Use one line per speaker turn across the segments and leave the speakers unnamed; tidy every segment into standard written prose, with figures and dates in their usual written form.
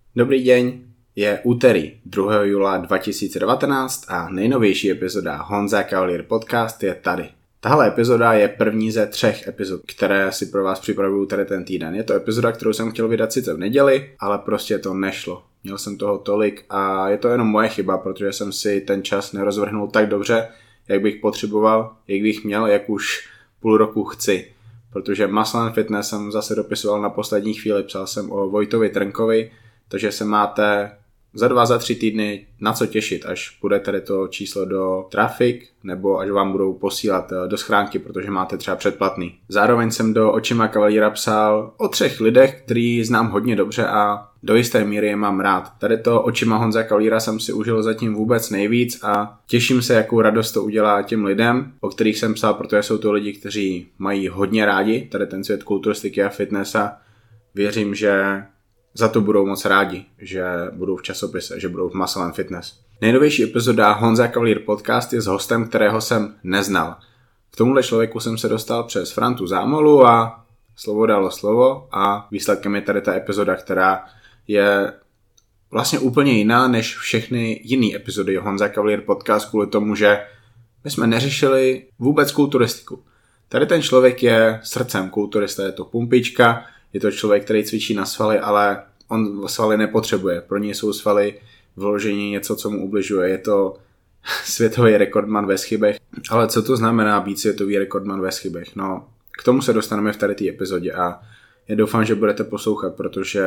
Dobrý den, je úterý 2. júla 2019 a nejnovější epizoda Honza Cavalier Podcast je tady. Tahle epizoda je první ze 3 epizod, které si pro vás připravuju tady ten týden. Je to epizoda, kterou jsem chtěl vydat sice v neděli, ale prostě to nešlo. Měl jsem toho tolik a je to jenom moje chyba, protože jsem si ten čas nerozvrhnul tak dobře, jak bych potřeboval, jak bych měl, jak už půl roku chci. Protože Muscle and Fitness jsem zase dopisoval na poslední chvíli, psal jsem o Vojtovi Trnkovi, takže se máte za 2-3 týdny na co těšit, až bude tady to číslo do trafik, nebo až vám budou posílat do schránky, protože máte třeba předplatný. Zároveň jsem do Očima Kavalíra psal o 3 lidech, který znám hodně dobře a do jisté míry je mám rád. Tady to Očima Honza Kavalíra jsem si užil zatím vůbec nejvíc a těším se, jakou radost to udělá těm lidem, o kterých jsem psal, protože jsou to lidi, kteří mají hodně rádi tady ten svět kulturistiky a fitnessa. Věřím, že za to budou moc rádi, že budou v časopise, že budou v Muscle and Fitness. Nejnovější epizoda Honza Cavalier Podcast je s hostem, kterého jsem neznal. K tomuhle člověku jsem se dostal přes Frantu Zámolu a slovo dalo slovo a výsledkem je tady ta epizoda, která je vlastně úplně jiná než všechny jiné epizody Honza Cavalier Podcast kvůli tomu, že my jsme neřešili vůbec kulturistiku. Tady ten člověk je srdcem kulturista, je to pumpička, je to člověk, který cvičí na svaly, ale on svaly nepotřebuje. Pro něj jsou svaly vyloženě něco, co mu ubližuje. Je to světový rekordman ve schybech. Ale co to znamená být světový rekordman ve schybech? No, k tomu se dostaneme v tady té epizodě a já doufám, že budete poslouchat, protože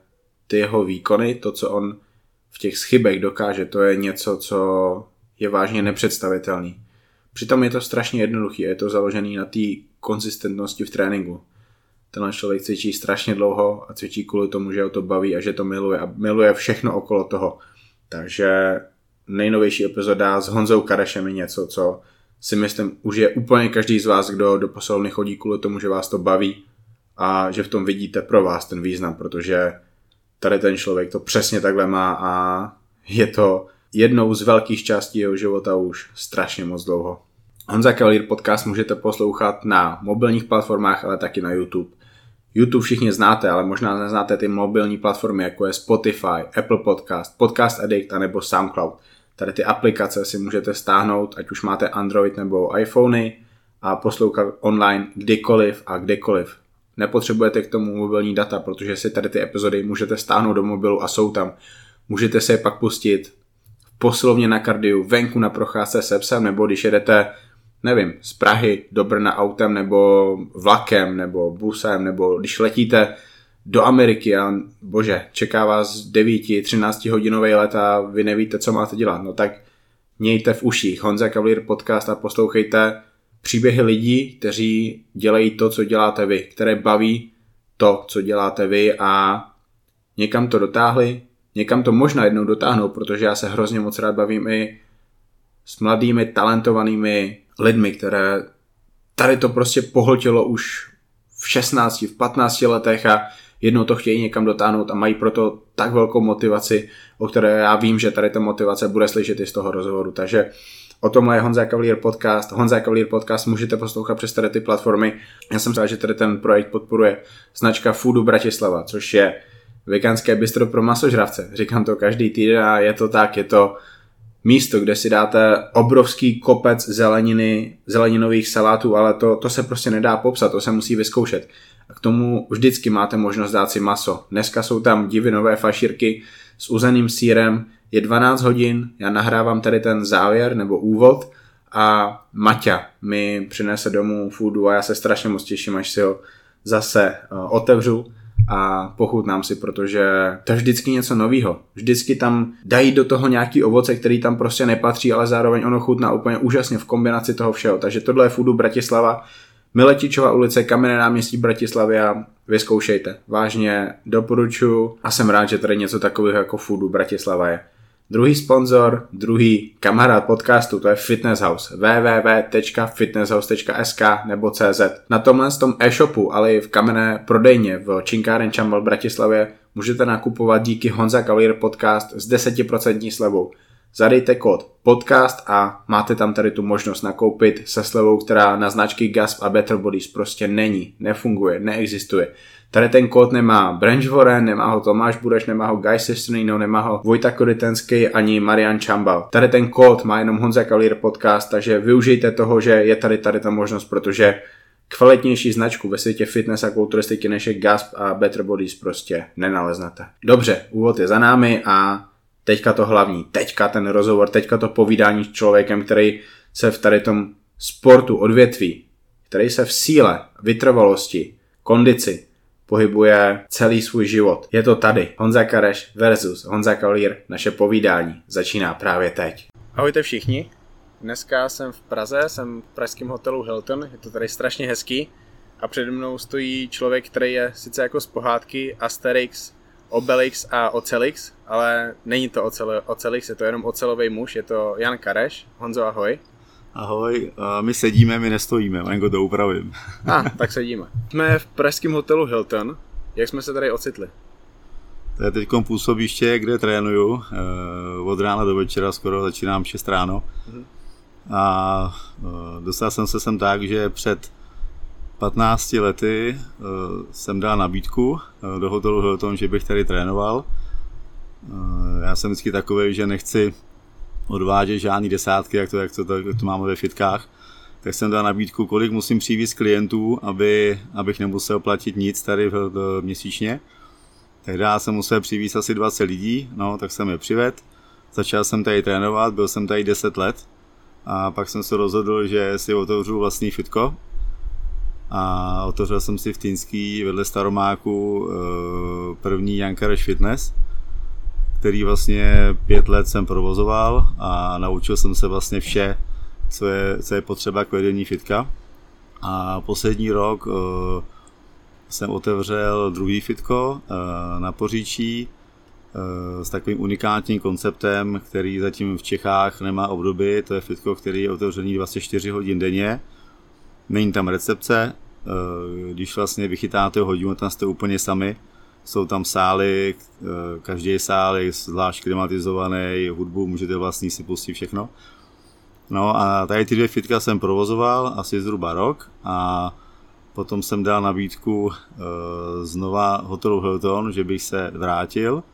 ty jeho výkony, to, co on v těch schybech dokáže, to je něco, co je vážně nepředstavitelný. Přitom je to strašně jednoduché, je to založené na té konzistentnosti v tréninku. Tenhle člověk cvičí strašně dlouho a cvičí kvůli tomu, že ho to baví a že to miluje a miluje všechno okolo toho. Takže nejnovější epizoda s Honzou Karešem je něco, co si myslím už je úplně každý z vás, kdo do posilovny chodí kvůli tomu, že vás to baví a že v tom vidíte pro vás ten význam, protože tady ten člověk to přesně takhle má a je to jednou z velkých částí jeho života už strašně moc dlouho. Honza Cavalier Podcast můžete poslouchat na mobilních platformách, ale taky na YouTube. YouTube všichni znáte, ale možná neznáte ty mobilní platformy, jako je Spotify, Apple Podcast, Podcast Addict anebo SoundCloud. Tady ty aplikace si můžete stáhnout, ať už máte Android nebo iPhony a poslouchat online kdykoliv a kdekoliv. Nepotřebujete k tomu mobilní data, protože si tady ty epizody můžete stáhnout do mobilu a jsou tam. Můžete se je pak pustit v posilovně na kardiu, venku na procházce se psem, nebo když jedete nevím, z Prahy do Brna autem nebo vlakem nebo busem nebo když letíte do Ameriky a bože, čeká vás 9-13 hodinový let a vy nevíte, co máte dělat. No tak mějte v uších Honza Cavalier Podcast a poslouchejte příběhy lidí, kteří dělají to, co děláte vy, které baví to, co děláte vy a někam to dotáhli, někam to možná jednou dotáhnou, protože já se hrozně moc rád bavím i s mladými, talentovanými lidmi, které tady to prostě pohltilo už v 16, v 15 letech a jednou to chtějí někam dotáhnout a mají proto tak velkou motivaci, o které já vím, že tady ta motivace bude slyšet i z toho rozhovoru. Takže o tomhle je Honza Cavalier Podcast. Honza Cavalier Podcast můžete poslouchat přes tady ty platformy. Já jsem rád, že tady ten projekt podporuje značka Foodu Bratislava, což je veganské bistro pro masožravce. Říkám to každý týden a je to tak, je to místo, kde si dáte obrovský kopec zeleninových salátů, ale to se prostě nedá popsat, to se musí vyzkoušet. A k tomu vždycky máte možnost dát si maso. Dneska jsou tam divinové fašírky s uzeným sýrem, je 12 hodin, já nahrávám tady ten závěr nebo úvod a Maťa mi přinese domů foodu a já se strašně moc těším, až si ho zase otevřu a pochutnám si, protože to je vždycky něco novýho. Vždycky tam dají do toho nějaký ovoce, který tam prostě nepatří, ale zároveň ono chutná úplně úžasně v kombinaci toho všeho. Takže tohle je Foodu Bratislava, Miletičova ulice, Kamenné náměstí Bratislavy a vyzkoušejte. Vážně doporučuji a jsem rád, že tady něco takového jako Foodu Bratislava je. Druhý sponzor, druhý kamarád podcastu, to je Fitness House. www.fitnesshouse.sk nebo CZ. Na tomhle tom e-shopu, ale i v kamenné prodejně v Činkáren Čambal v Bratislavě můžete nakupovat díky Honza Cavalier Podcast s 10% slevou. Zadejte kód podcast a máte tam tady tu možnost nakoupit se slevou, která na značky Gasp a Better Bodies prostě není, nefunguje, neexistuje. Tady ten kód nemá Branch Warren, nemá ho Tomáš Bureš, nemá ho Guy Sesternino, nemá ho Vojta Korytenský ani Marian Čambal. Tady ten kód má jenom Honza Cavalier Podcast, takže využijte toho, že je tady ta možnost, protože kvalitnější značku ve světě fitness a kulturistiky než je Gasp a Better Bodies prostě nenaleznete. Dobře, úvod je za námi a teďka to hlavní, teďka ten rozhovor, teďka to povídání s člověkem, který se v tady tom sportu odvětví, který se v síle, vytrvalosti, kondici pohybuje celý svůj život. Je to tady. Honza Kareš versus Honza Cavalier. Naše povídání začíná právě teď. Ahojte všichni. Dneska jsem v Praze, jsem v pražském hotelu Hilton. Je to tady strašně hezký. A přede mnou stojí člověk, který je sice jako z pohádky Asterix, Obelix a Ocelix, ale není to Ocelix, je to jenom ocelový muž, je to Jan Kareš. Honzo, ahoj.
Ahoj, my sedíme, my nestojíme, malinko to upravím.
Tak sedíme. Jsme v pražském hotelu Hilton. Jak jsme se tady ocitli?
To je teď působiště, kde trénuju. Od rána do večera skoro začínám 6 ráno. A dostal jsem se sem tak, že před 15 lety jsem dal nabídku do hotelu Hilton, že bych tady trénoval. Já jsem vždycky takový, že nechci odvádět žádný desátky, jak to máme ve fitkách. Tak jsem dal nabídku, kolik musím přivést klientů, abych nemusel platit nic tady měsíčně. Tehdy jsem musel přivést asi 20 lidí, tak jsem je přivedl. Začal jsem tady trénovat, byl jsem tady 10 let a pak jsem se rozhodl, že si otevřu vlastní fitko. A otevřel jsem si v Týnský vedle Staromáku první Jan Kareš Fitness, který vlastně 5 let jsem provozoval a naučil jsem se vlastně vše, co je potřeba k vedení fitka. A poslední rok jsem otevřel druhý fitko na Poříčí s takovým unikátním konceptem, který zatím v Čechách nemá obdoby. To je fitko, který je otevřený 24 hodin denně. Není tam recepce, když vlastně vychytáte hodinu, tam jste úplně sami. Jsou tam sály, každý sál je zvlášť klimatizovaný, hudbu můžete vlastní si pustit všechno. No a tady ty 2 fitka jsem provozoval asi zhruba rok a potom jsem dal nabídku znova hotelu Hilton, že bych se vrátil.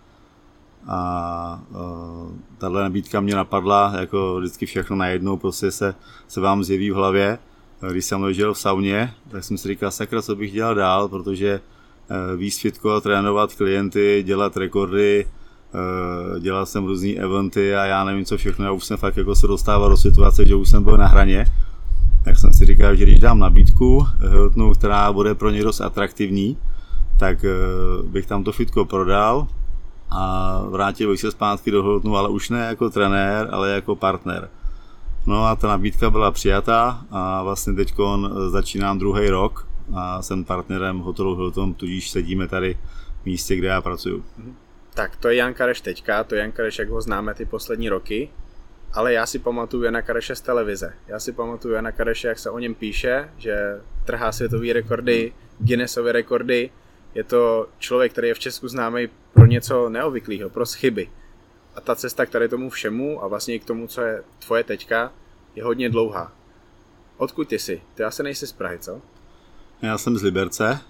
A tato nabídka mě napadla, jako vždycky všechno najednou, prostě se vám zjeví v hlavě. Když jsem ležel v sauně, tak jsem si říkal, sakra, co bych dělal dál, protože víc fitko, trénovat klienty, dělat rekordy, dělal jsem různý eventy a já nevím co všechno, já už jsem fakt jako se dostával do situace, že už jsem byl na hraně. Tak jsem si říkal, že když dám nabídku Hiltonu, která bude pro ně dost atraktivní, tak bych tam to fitko prodal a vrátil bych se zpátky do Hiltonu, ale už ne jako trenér, ale jako partner. No a ta nabídka byla přijatá a vlastně teď začínám druhý rok a jsem partnerem hotelu Hilton, tudíž sedíme tady v místě, kde já pracuju.
Tak to je Jan Kareš teďka, to je Jan Kareš, jak ho známe ty poslední roky, ale já si pamatuju Jana Kareše z televize. Já si pamatuju Jana Kareše, jak se o něm píše, že trhá světové rekordy, Guinnessovy rekordy. Je to člověk, který je v Česku známý pro něco neobvyklého, pro chyby. A ta cesta k tady tomu všemu a vlastně i k tomu, co je tvoje teďka, je hodně dlouhá. Odkud ty jsi? Ty asi nejsi z Prahy, co?
Já jsem z Liberce.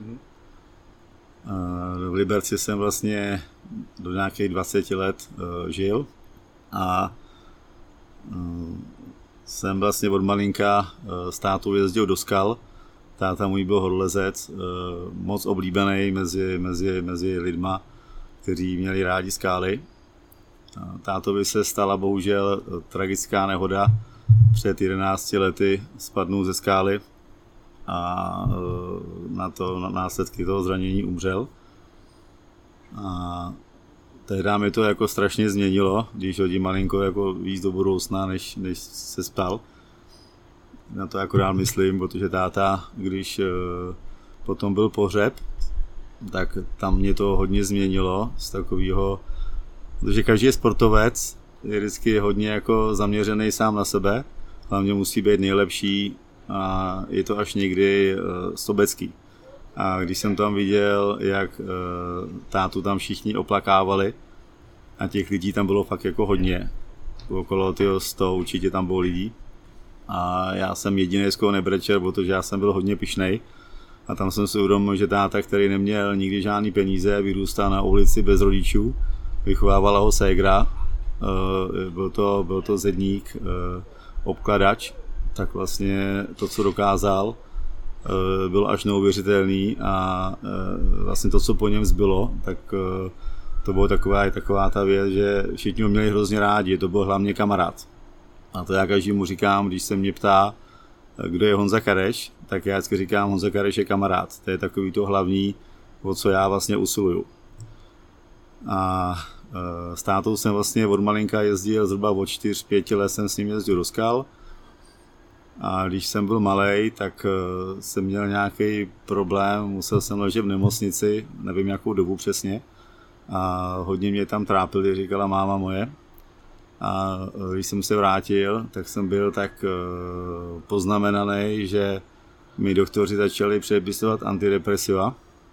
V Liberci jsem vlastně do nějakých 20 let žil a jsem vlastně od malinka s tátou jezdil do skal. Táta můj byl horolezec, moc oblíbený mezi lidma, kteří měli rádi skály. Tátovi se stala bohužel tragická nehoda. Před 11 lety spadnul ze skály a na následky toho zranění umřel. A tehdy mi to jako strašně změnilo, když hodím malinko jako víc do budoucna, než se spal. Na to akorát myslím, protože táta, když potom byl pohřeb, tak tam mě to hodně změnilo z takového, protože každý sportovec je vždycky hodně jako zaměřený sám na sebe, hlavně musí být nejlepší a je to až někdy sobecký. A když jsem tam viděl, jak tátu tam všichni oplakávali a těch lidí tam bylo fakt jako hodně, okolo 100 určitě tam bylo lidí. A já jsem jediný z koho nebrečel, protože já jsem byl hodně pyšnej. A tam jsem si uvědomil, že táta, který neměl nikdy žádný peníze, vyrůstal na ulici bez rodičů, vychovávala ho ségra, byl to zedník, obkladač, tak vlastně to, co dokázal, bylo až neuvěřitelný a vlastně to, co po něm zbylo, tak to bylo taková ta věc, že všichni ho měli hrozně rádi, to byl hlavně kamarád. A to já každému říkám, když se mě ptá, kdo je Honza Kareš, tak já vždycky říkám, Honza Kareš je kamarád. To je takový to hlavní, o co já vlastně usiluju. A s tátou jsem vlastně od malinka jezdil, zhruba od 4-5 let jsem s ním jezdil do skal. A když jsem byl malej, tak jsem měl nějaký problém, musel jsem ležet v nemocnici, nevím jakou dobu přesně. A hodně mě tam trápili, říkala máma moje. A když jsem se vrátil, tak jsem byl tak poznamenaný, že mi doktoři začali předepisovat antidepresiva.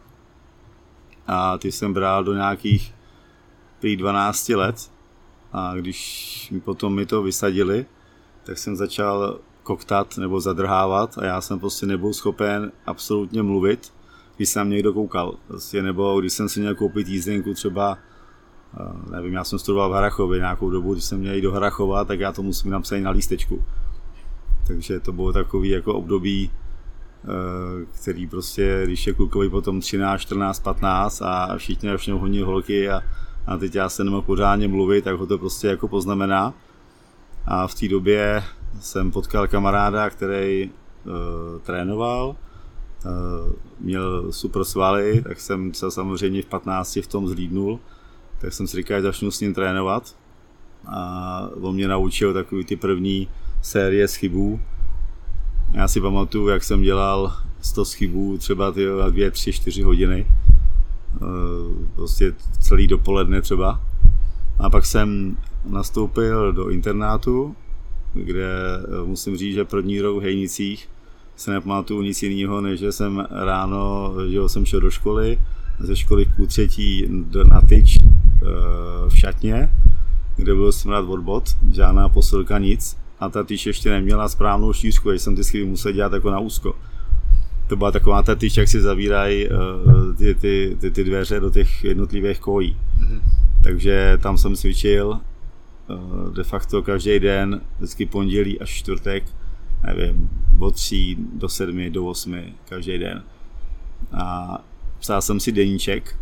A ty jsem bral do nějakých 12 let. A když potom mi to vysadili, tak jsem začal koktat nebo zadrhávat a já jsem prostě nebyl schopen absolutně mluvit, když jsem někdo koukal. Prostě, nebo když jsem si měl koupit jízdenku třeba, nevím, já jsem studoval v Harrachově nějakou dobu, když jsem měl jít do Harrachova, tak já to musím napsat na lístečku. Takže to bylo takový jako období, který prostě, když je klukovi potom 13, 14, 15 a všichni začnou honit holky a teď já se nemohl pořádně mluvit, tak ho to prostě jako poznamená. A v té době jsem potkal kamaráda, který trénoval, měl super svaly, tak jsem se samozřejmě v 15 v tom zhlídnul, tak jsem si říkal, že začnu s ním trénovat. A on mě naučil takový ty první série schybů. Já si pamatuju, jak jsem dělal 100 schybů třeba 2, 3, 4 hodiny. Prostě celý dopoledne třeba. A pak jsem nastoupil do internátu, kde musím říct, že první rok v Hejnicích se nepamatuju nic jiného, než že jsem ráno, že jsem šel do školy, ze školy v 2:30 na tyč v šatně, kde byl smrad od bot, žádná posilka, nic. A ta tyč ještě neměla správnou šířku, takže jsem vždycky musel dělat jako na úzko. To byla taková ta tyč, jak si zavírají ty dveře do těch jednotlivých kojí. Takže tam jsem cvičil de facto každý den, vždycky pondělí až čtvrtek, nevím, od 3 do 7, do 8, každý den. A psal jsem si deníček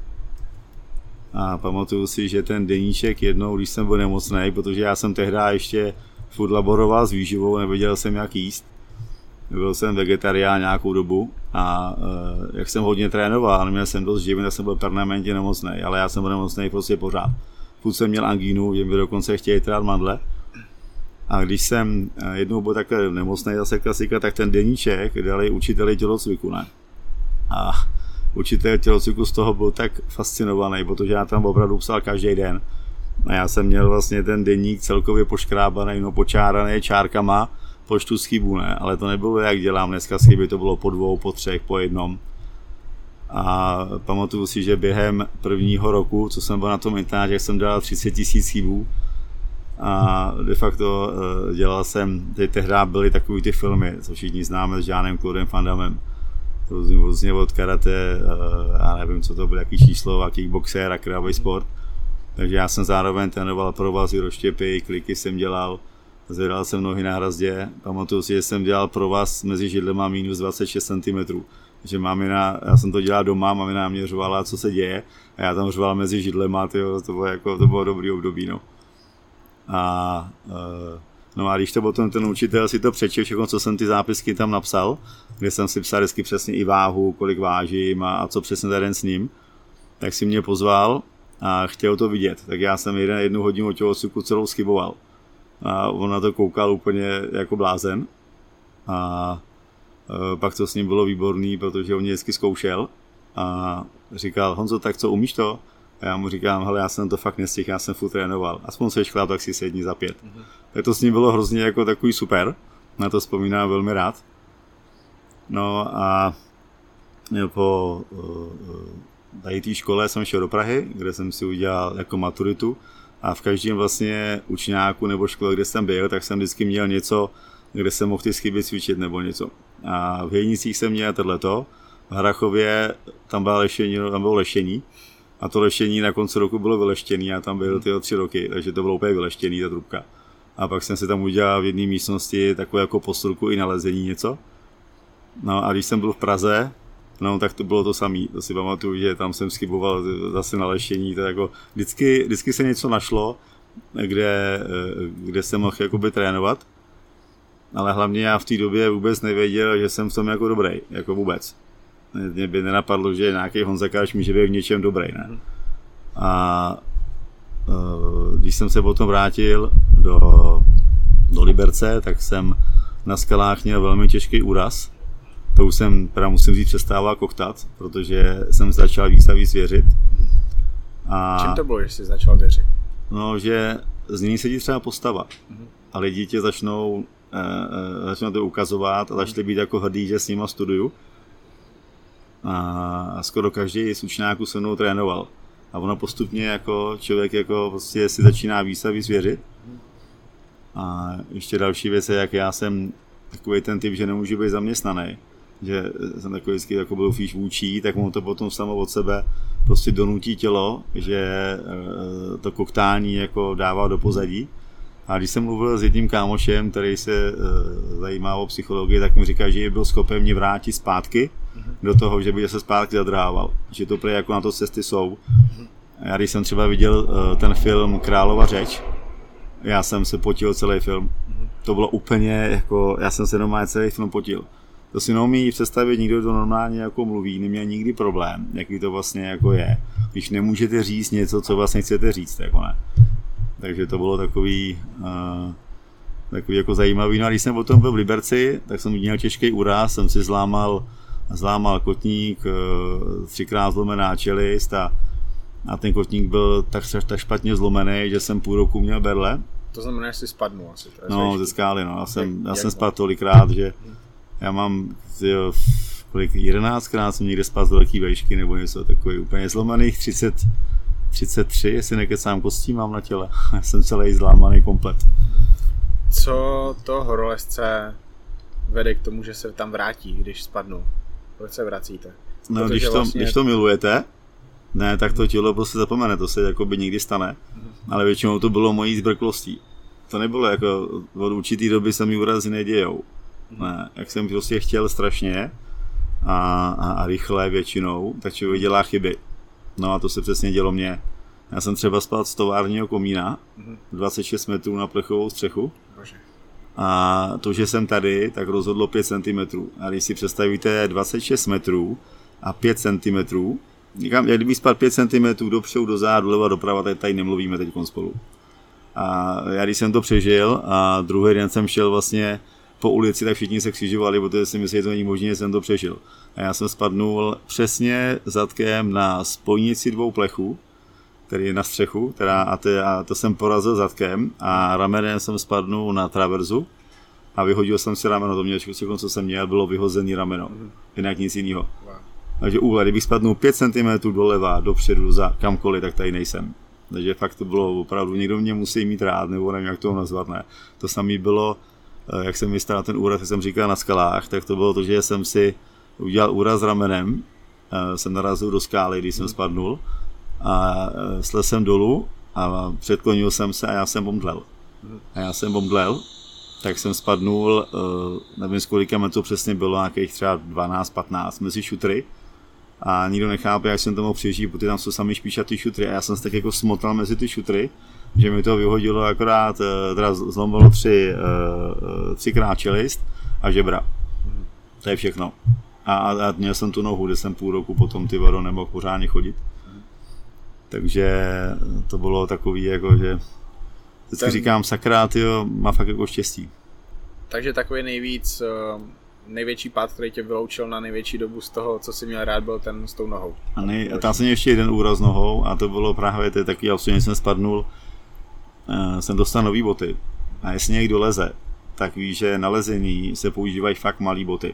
a pamatuju si, že ten deníček jednou, když jsem byl nemocnej, protože já jsem tehdy ještě furt laboroval s výživou, nevěděl jsem jak jíst. Byl jsem vegetarián nějakou dobu a jak jsem hodně trénoval, neměl jsem dost živin, tak jsem byl permanentně nemocnej, ale já jsem byl nemocnej prostě pořád. Furt jsem měl angínu, že mi dokonce chtěli trát mandle. A když jsem jednou byl takhle nemocnej, zase klasika, tak ten deníček dali učiteli tělocviku, ne? A učitel tělocviku z toho byl tak fascinovaný, protože já tam opravdu psal každý den. A já jsem měl vlastně ten deník celkově poškrábaný, počáraný čárkama, počtu schybů, ne? Ale to nebylo, jak dělám dneska chyby, to bylo po 2, po 3, po 1. A pamatuju si, že během prvního roku, co jsem byl na tom internátě, jsem dělal 30 000 chybů. A de facto dělal jsem, tehdy byly takový ty filmy, co všichni známe s Jeanem Claudem Van Dammem. Různě od karate, já nevím, co to bylo, jaký číslo, a kickboxer a krávý sport. Takže já jsem zároveň trénoval provazy, rozštěpy, kliky jsem dělal, zvedal jsem nohy na hrazdě. Pamatuju si, že jsem dělal provaz mezi židlema minus 26 cm. Že mamina, já jsem to dělal doma, mamina mě řvala, co se děje, a já tam řval mezi židlema, to bylo dobrý období, no. No a když to potom ten učitel si to přečil, všechno, co jsem ty zápisky tam napsal, kde jsem si psal vždycky přesně i váhu, kolik vážím a co přesně ten den s ním, tak si mě pozval a chtěl to vidět. Tak já jsem 1 hodinu tělocviku celou schyboval. A on na to koukal úplně jako blázen. A pak to s ním bylo výborný, protože on mě vždycky zkoušel a říkal, Honzo, tak co, umíš to? A já mu říkám, hele, já jsem to fakt nestihl, já jsem furt trénoval. Aspoň seš chlap, tak si sedni za 5. Tak to s ním bylo hrozně jako takový super, na to vzpomínám velmi rád. No a po té škole jsem šel do Prahy, kde jsem si udělal jako maturitu a v každém vlastně učňáku nebo škole, kde jsem byl, tak jsem vždycky měl něco, kde jsem mohl ty chyby cvičit nebo něco. A v Hejnicích jsem měl tohleto, v Harrachově tam bylo lešení a to lešení na konci roku bylo vyleštěný a tam bylo tyho 3 roky, takže to bylo úplně vyleštěný, ta trubka. A pak jsem si tam udělal v jedné místnosti takovou jako posilku i na lezení něco. No a když jsem byl v Praze, no tak to bylo to samé. To si pamatuju, že tam jsem schyboval zase na lešení. To jako vždycky se něco našlo, kde jsem mohl jakoby trénovat. Ale hlavně já v té době vůbec nevěděl, že jsem v tom jako dobrý, jako vůbec. Mě by nenapadlo, že nějaký Honza Káš může být v něčem dobrý, ne? A když jsem se potom vrátil do Liberce, tak jsem na skalách měl velmi těžký úraz. To už jsem, musím říct, přestával koktat, protože jsem začal víc a víc věřit.
A čím to bylo, že jsi začal věřit?
No, že změní se ti třeba postava a lidi tě začnou to ukazovat a začali být jako hrdý, že s nima studuju. A skoro každý z učňáků se mnou trénoval. A ono postupně jako člověk jako prostě si začíná víc a víc věřit. A ještě další věc je, jak já jsem takový ten typ, že nemůžu být zaměstnaný. Že jsem takový vždycky jako byl fíš vůči, tak mu to potom samo od sebe prostě donutí tělo, že to koktání jako dává do pozadí. A když jsem mluvil s jedním kámošem, který se zajímá o psychologii, tak mi říká, že byl schopen mě vrátit zpátky do toho, že by se zpátky zadrhával. Že to prý jako na to cesty jsou. Já když jsem třeba viděl ten film Králova řeč, já jsem se potil celý film. To bylo úplně jako, já jsem se normálně celý film potil. To si neumí představit nikdo, kdo normálně jako mluví, neměl nikdy problém, jaký to vlastně jako je. Když nemůžete říct něco, co vlastně chcete říct, jako ne. Takže to bylo takový jako zajímavý. No a když jsem potom byl v Liberci, tak jsem měl těžký úraz, jsem si zlámal kotník, 3krát zlomená čelist a ten kotník byl tak špatně zlomený, že jsem půl roku měl berle.
To znamená, že jsi spadnul asi.
No, ze skály, no. Já jsem spadl tolikrát, že já mám 11krát jsem někde spadl z velký vejšky nebo něco takový úplně zlomených 33, jestli nekecám kostí mám na těle. Já jsem celý zlámaný komplet.
Co to horolezce vede k tomu, že se tam vrátí, když spadnou? Proč se vracíte?
No, když to milujete, ne, tak to tělo prostě zapomene, to se jakoby nikdy stane, ale většinou to bylo mojí zbrklostí. To nebylo jako, od určitý doby se mi úrazy nedějou. Ne, jak jsem prostě chtěl strašně a rychle většinou, tak člověk dělá chyby. No a to se přesně dělo mně. Já jsem třeba spal z továrního komína, 26 metrů na plechovou střechu. A to, že jsem tady, tak rozhodlo 5 cm. A když si představíte 26 metrů a 5 cm, kdyby spal 5 cm dopředu, dozadu, doleva, doprava, tady nemluvíme teď spolu. A já když jsem to přežil a druhý den jsem šel vlastně po ulici, tak všichni se křižovali, protože si mysleli, že to není možné, že jsem to přežil. A já jsem spadnul přesně zadkem na spojnici 2 plechů, který je na střechu, a to jsem porazil zadkem a ramenem jsem spadnul na traverzu a vyhodil jsem si rameno, to mě všechno, co jsem měl, bylo vyhozený rameno, jinak nic jiného. Takže úhle, kdybych spadnul 5 cm doleva, dopředu, za kamkoliv, tak tady nejsem. Takže fakt to bylo opravdu, někdo mě musí mít rád, nebo nevím, jak to nazvat, ne. To samé bylo, jak jsem vystál ten úraz, jak jsem říkal, na skalách, tak to bylo to, že jsem si udělal úraz ramenem, jsem narazil do skály, když jsem spadnul a slez jsem dolů a předklonil jsem se a já jsem bomdlel. Tak jsem spadnul, nevím z kolika metrů přesně bylo, nějakých třeba 12-15 mezi šutry a nikdo nechápe, jak jsem to mohl přežít, protože tam jsou sami špíšatý šutry a já jsem se tak jako smotal mezi ty šutry, že mi to vyhodilo akorát, teda zlomilo 3krát čelist a žebra. To je všechno. A měl jsem tu nohu, kde jsem půl roku potom nemohl pořádně chodit. Takže to bylo takový, jako že vždycky říkám, sakra, tyjo, má fakt jako štěstí.
Takže takový největší pád, který tě vyloučil na největší dobu z toho, co jsi měl rád, byl ten s tou nohou.
A tam jsem měl ještě jeden úraz nohou a to bylo právě taky, absolutně jsem spadnul, jsem dostal nový boty. A jestli někdo leze, tak ví, že na lezení se používají fakt malý boty.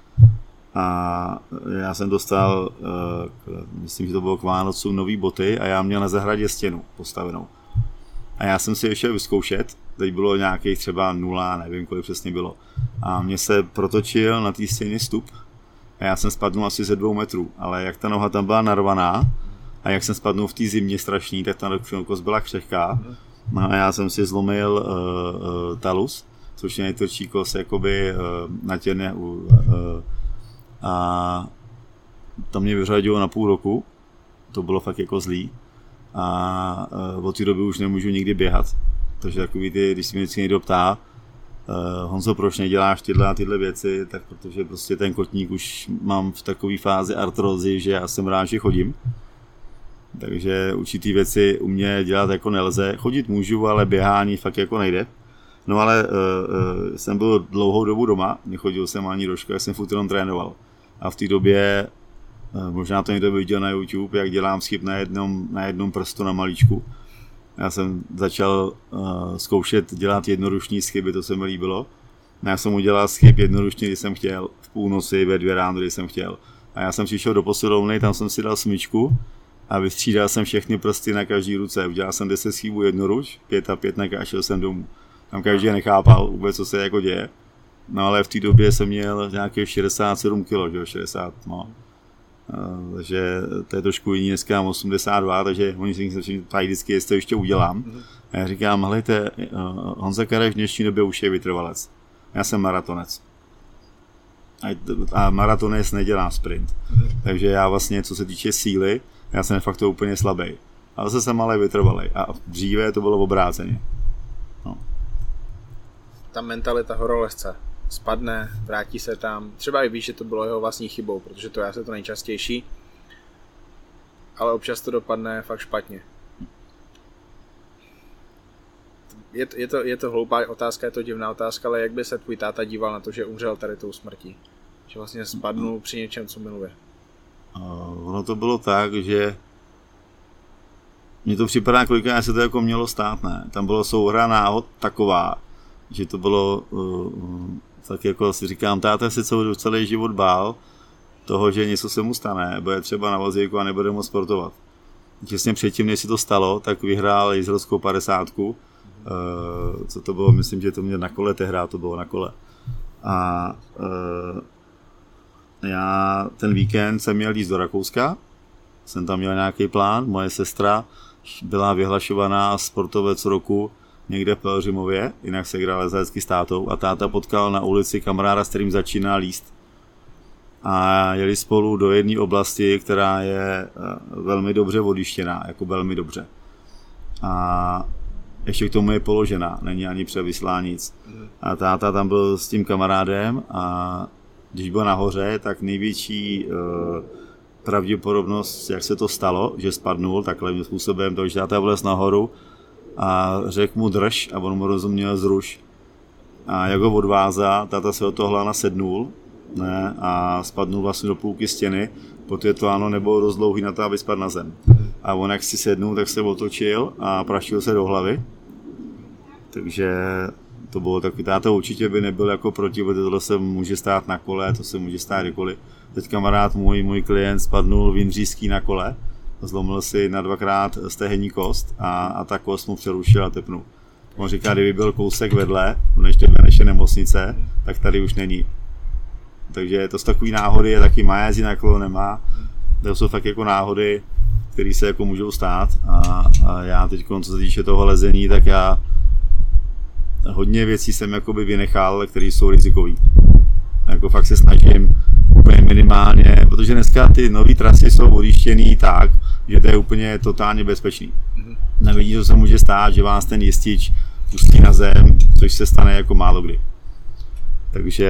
A já jsem dostal, myslím, že to bylo k Vánocům, nový boty a já měl na zahradě stěnu postavenou. A já jsem si ještě vyzkoušet, teď bylo nějakých třeba 0, nevím kolik přesně bylo. A mě se protočil na té stěně stup a já jsem spadnul asi ze 2 metrů, ale jak ta noha tam byla narvaná a jak jsem spadnul v té zimě strašný, tak ta kost byla křehká. No a já jsem si zlomil talus, což je nejtvrdší kost jakoby na těrně a tam mě vyřadilo na půl roku, to bylo fakt jako zlý a od té doby už nemůžu nikdy běhat, takže takový ty, když si mě vždycky někdo ptá, Honzo, proč neděláš tyhle věci, tak protože prostě ten kotník už mám v takové fázi artrózy, že já jsem rád, že chodím. Takže určitý věci u mě dělat jako nelze. Chodit můžu, ale běhání fakt jako nejde. No ale jsem byl dlouhou dobu doma, nechodil jsem ani do školy, jsem furt jenom trénoval. A v té době, možná to někdo viděl na YouTube, jak dělám schyb na jednom prstu na malíčku. Já jsem začal zkoušet dělat jednoruční schyby, to se mi líbilo. Já jsem udělal schyb jednoručně, když jsem chtěl, v půlnoci, ve 2 ráno, když jsem chtěl. A já jsem přišel do posilovny, tam jsem si dal smyčku a vystřídal jsem všechny prsty na každý ruce. Udělal jsem 10 schybů jednoruč, 5 a 5 a šel jsem domů. Tam každý nechápal vůbec, co se jako děje. No ale v té době jsem měl nějakých 67 kg, 60, no. Takže to je trošku jiný, dneska mám 82, takže oni se ptají vždycky, jestli to ještě udělám. A já říkám, hledajte, Honza Kareš v dnešní době už je vytrvalec. Já jsem maratonec. A maratonec nedělám sprint. Takže já vlastně, co se týče síly, já jsem fakt to úplně slabý. Ale zase jsem ale vytrvalej. A dříve to bylo obráceně. No.
Ta mentalita horolezce. Spadne, vrátí se tam, třeba i víš, že to bylo jeho vlastní chybou, protože to je asi to nejčastější, ale občas to dopadne fakt špatně. Je to hloupá otázka, je to divná otázka, ale jak by se tvůj táta díval na to, že umřel tady tou smrtí? Že vlastně spadnul při něčem, co miluje.
Ono to bylo tak, že mně to připadá, kolikrát se to jako mělo stát, ne? Tam bylo souhra náhod taková, že to bylo tak jako si říkám, táta se celý život bál toho, že něco se mu stane, bude třeba na vozíku a nebude moc sportovat. Těsně předtím, než si to stalo, tak vyhrál jizrovskou 50. Co to bylo, myslím, že to mě na kole tehdy, to bylo na kole. A já ten víkend jsem měl jít do Rakouska, jsem tam měl nějaký plán, moje sestra byla vyhlašovaná sportovec roku někde v Pelhřimově, jinak se hrál lezecky s tátou a táta potkal na ulici kamaráda, s kterým začínal líst. A jeli spolu do jedné oblasti, která je velmi dobře vodištěná, jako velmi dobře. A ještě k tomu je položená, není ani převislá nic. A táta tam byl s tím kamarádem a když byl nahoře, tak největší pravděpodobnost, jak se to stalo, že spadnul takovým způsobem, to, že táta vlez nahoru a řekl mu drž a on mu rozuměl zruš. A jak ho odvázal, táta se od toho hlana sednul, ne, a spadnul vlastně do půlky stěny, protože to ano nebylo dost dlouhý na to, aby spadl na zem. A on jak si sednul, tak se otočil a praštil se do hlavy. Takže to bylo takový, táta určitě by nebyl jako proti, protože tohle se může stát na kole, to se může stát kdykoliv. Teď kamarád můj klient spadnul v Jindříšský na kole, zlomil si na 2krát stehenní kost a ta kost mu přerušila a tepnul. On říká, kdyby byl kousek vedle, než je nemocnice, tak tady už není. Takže to jsou takový náhody, taky má jazdí na kolo, nemá. To jsou fakt jako náhody, které se jako můžou stát a já teď, co se týče toho lezení, tak já hodně věcí jsem jakoby vynechal, které jsou rizikové. Jako fakt se snažím úplně minimálně, protože dneska ty nové trasy jsou odjištěný tak, že to je úplně totálně bezpečný. Nevidí, co se může stát, že vás ten jistič pustí na zem, což se stane jako málo kdy. Takže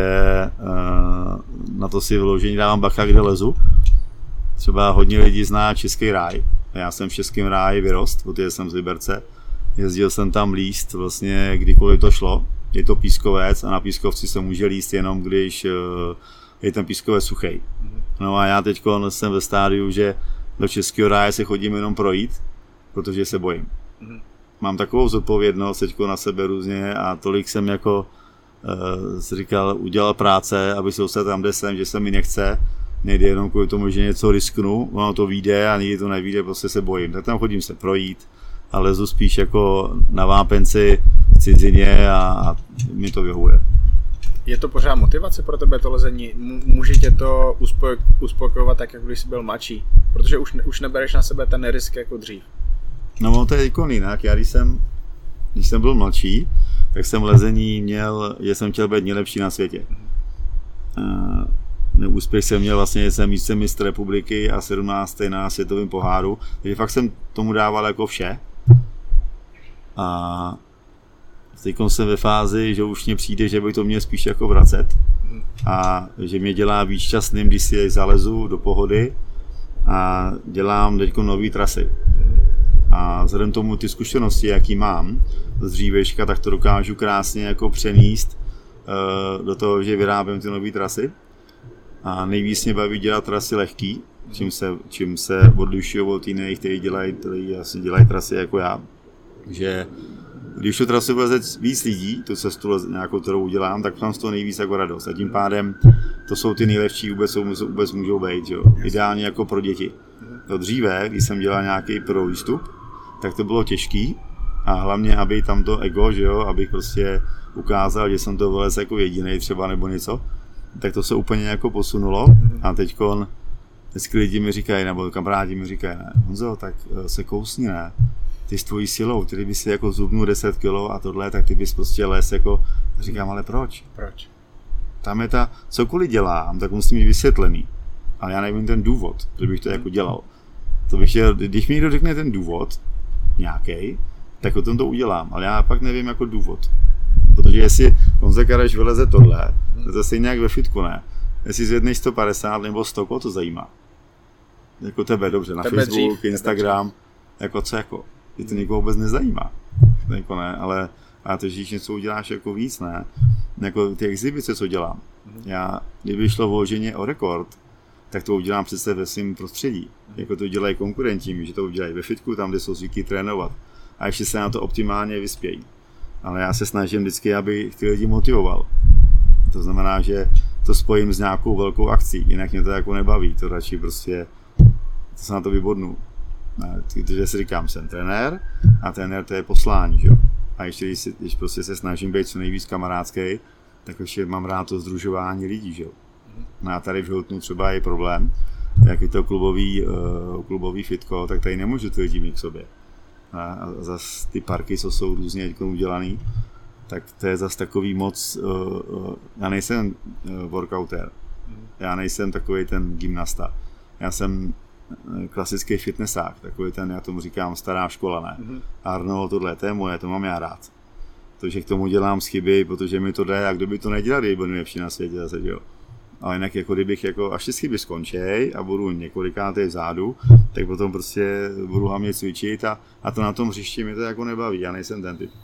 na to si vyloženě dávám bacha, kde lezu. Třeba hodně lidí zná Český ráj. Já jsem v Českém ráji vyrost, protože jsem z Liberce. Jezdil jsem tam líst vlastně kdykoliv to šlo. Je to pískovec a na pískovci se může líst jenom, když je ten pískovec suchý. No a já teď jsem ve stádiu, že do Českého ráje se chodím jenom projít, protože se bojím. Mám takovou zodpovědnost teď na sebe různě a tolik jsem jako říkal, udělal práce, aby se dostal tam, kde jsem, že se mi nechce. Nejde jenom kvůli tomu, že něco risknu, ono to vyjde a nikdy to nevyjde, prostě se bojím. Tak tam chodím se projít, a lezu spíš jako na vápenci v cizině a mi to vyhovuje.
Je to pořád motivace pro tebe to lezení? Může tě to uspokojovat tak, jak když jsi byl mladší? Protože už nebereš na sebe ten risk jako dřív.
No to je jako jinak. Já když jsem byl mladší, tak jsem lezení měl, že jsem chtěl být nejlepší na světě. Neúspěch jsem měl vlastně, jsem mistr republiky a 17. na světovém poháru, takže fakt jsem tomu dával jako vše. A teď jsem ve fázi, že už mě přijde, že by to mě spíš jako vracet a že mě dělá víc šťastným, když si zalezu do pohody a dělám teď nové trasy. A vzhledem tomu ty zkušenosti, jaký mám z dřívečka, tak to dokážu krásně jako přenést do toho, že vyrábím ty nové trasy. A nejvíc mě baví dělat trasy lehký, čím se odlišují od jiných, kteří dělají trasy jako já. Že když tu trasu vleze víc lidí, tu cestu nějakou, kterou udělám, tak mám z toho nejvíc jako radost. A tím pádem to jsou ty nejlepší, vůbec můžou být. Jo. Ideálně jako pro děti. To dříve, když jsem dělal nějaký pro výstup, tak to bylo těžký a hlavně, aby tam to ego, že jo, abych prostě ukázal, že jsem to vylez jako jedinej třeba nebo něco, tak to se úplně jako posunulo a teďkon vždycky lidi mi říkají, nebo kamarádi mi říkají, ne, Honzo, tak se kousni, ne, ty s tvojí silou, ty by si jako zubnul 10 kg a tohle, tak ty bys prostě les jako, říkám, ale proč?
Proč?
Tam je cokoliv dělám, tak musím mít vysvětlený, ale já nevím ten důvod, že bych to jako dělal. To bych chtěl, když mi někdo řekne ten důvod, nějaký, tak o tom to udělám, ale já pak nevím jako důvod. Protože jestli Honza Kareš vyleze tohle, to zase nějak ve fitku, ne? Jestli zvedneš 150 nebo 100, koho to zajímá? Jako tebe, dobře, na Facebook, Instagram, jako co jako? Ty to někoho vůbec nezajímá. Jako ne, ale to, že když něco uděláš jako víc, ne? Jako ty exibice, co dělám. Já, kdyby šlo vloženě o rekord, tak to udělám přece ve svém prostředí. Jako to dělají konkurenti, že to udělají ve fitku, tam, kde jsou zvyklí trénovat. A ještě se na to optimálně vyspějí. Ale já se snažím vždycky, aby ty lidi motivoval. To znamená, že to spojím s nějakou velkou akcí, jinak mě to jako nebaví, to radši prostě, to se na to vybodnu. Protože si říkám, jsem trenér a trenér to je poslání, že jo. A ještě když prostě se snažím být co nejvíc kamarádský, tak ještě mám rád to sdružování lidí, že jo. No a tady v Hiltonu třeba je problém, jak je to klubový fitko, tak tady nemůžu ty lidi mít k sobě. A zase ty parky, co jsou různě udělaný, tak to je zase takový moc, já nejsem workouter, já nejsem takový ten gymnasta, já jsem klasický fitnessák, takový ten, já tomu říkám stará škola, ne. Arnold, tohle, to je moje, to mám já rád. Takže k tomu dělám chyby, protože mi to jde a kdo by to nedělal, kdyby byl nejlepší na světě zase, jo. Ale jinak jako kdybych jako, až ty chyby skončí a budu několikátý vzadu, tak potom prostě budu hlavně cvičit a to na tom hřišti mi to jako nebaví, já nejsem ten typ.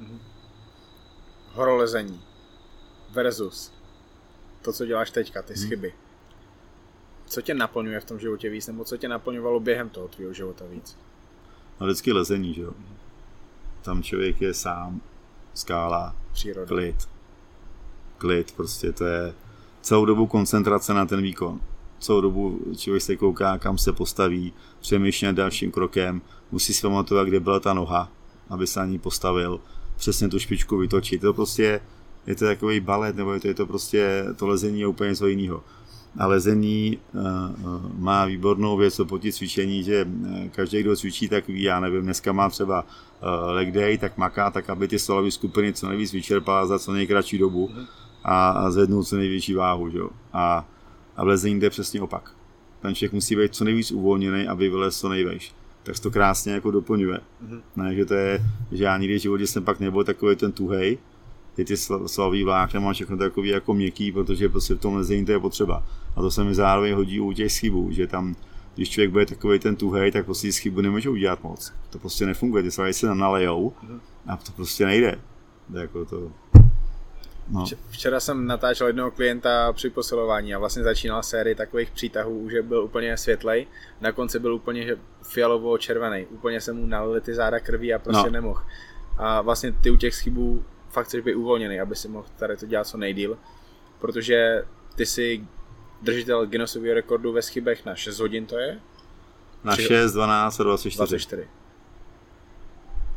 Horolezení versus to, co děláš teďka, ty chyby. Co tě naplňuje v tom životě víc, nebo co tě naplňovalo během toho tvýho života víc?
No vždycky lezení, že jo. Tam člověk je sám, skála, příroda. Klid, prostě to je celou dobu koncentrace na ten výkon. Celou dobu člověk se kouká, kam se postaví, přemýšlí nad dalším krokem, musí si pamatovat, kde byla ta noha, aby se na ní postavil, přesně tu špičku vytočit. To prostě je to takový balet, nebo je to prostě, to lezení je úplně něco jiného. A lezení má výbornou věc oproti cvičení, že každý, kdo cvičí, tak ví, já nevím, dneska má třeba leg day, tak maká tak, aby ty svalové skupiny co nejvíc vyčerpala za co nejkratší dobu a zvednout co největší váhu. Že? A v lezení to je přesně opak. Ten člověk musí být co nejvíc uvolněný, aby vylez co nejvejš. Tak se to krásně jako doplňuje. Ne, že to je, že já nikdy v životě jsem pak nebyl takový ten tuhej, ty svalový vlákna mám všechno takový jako měkký, protože prostě v tom lezení to je potřeba. A to se mi zároveň hodí u těch schybů, že tam, když člověk bude takový ten tuhej, tak prostě chybu nemůže udělat moc. To prostě nefunguje, ty svaly se nalejou a to prostě nejde. Jako to, no.
Včera jsem natáčel jednoho klienta při posilování a vlastně začínal sérii takových přítahů, že byl úplně světlej, na konci byl úplně fialovo-červený, úplně se mu nalily ty záda krví a prostě nemohl. A vlastně ty u těch schybů fakt chceš být uvolněný, aby si mohl tady to dělat co nejdýl, protože ty jsi držitel Guinnessového rekordu ve schybech na 6 hodin, to je?
Na 6, 12 a 24.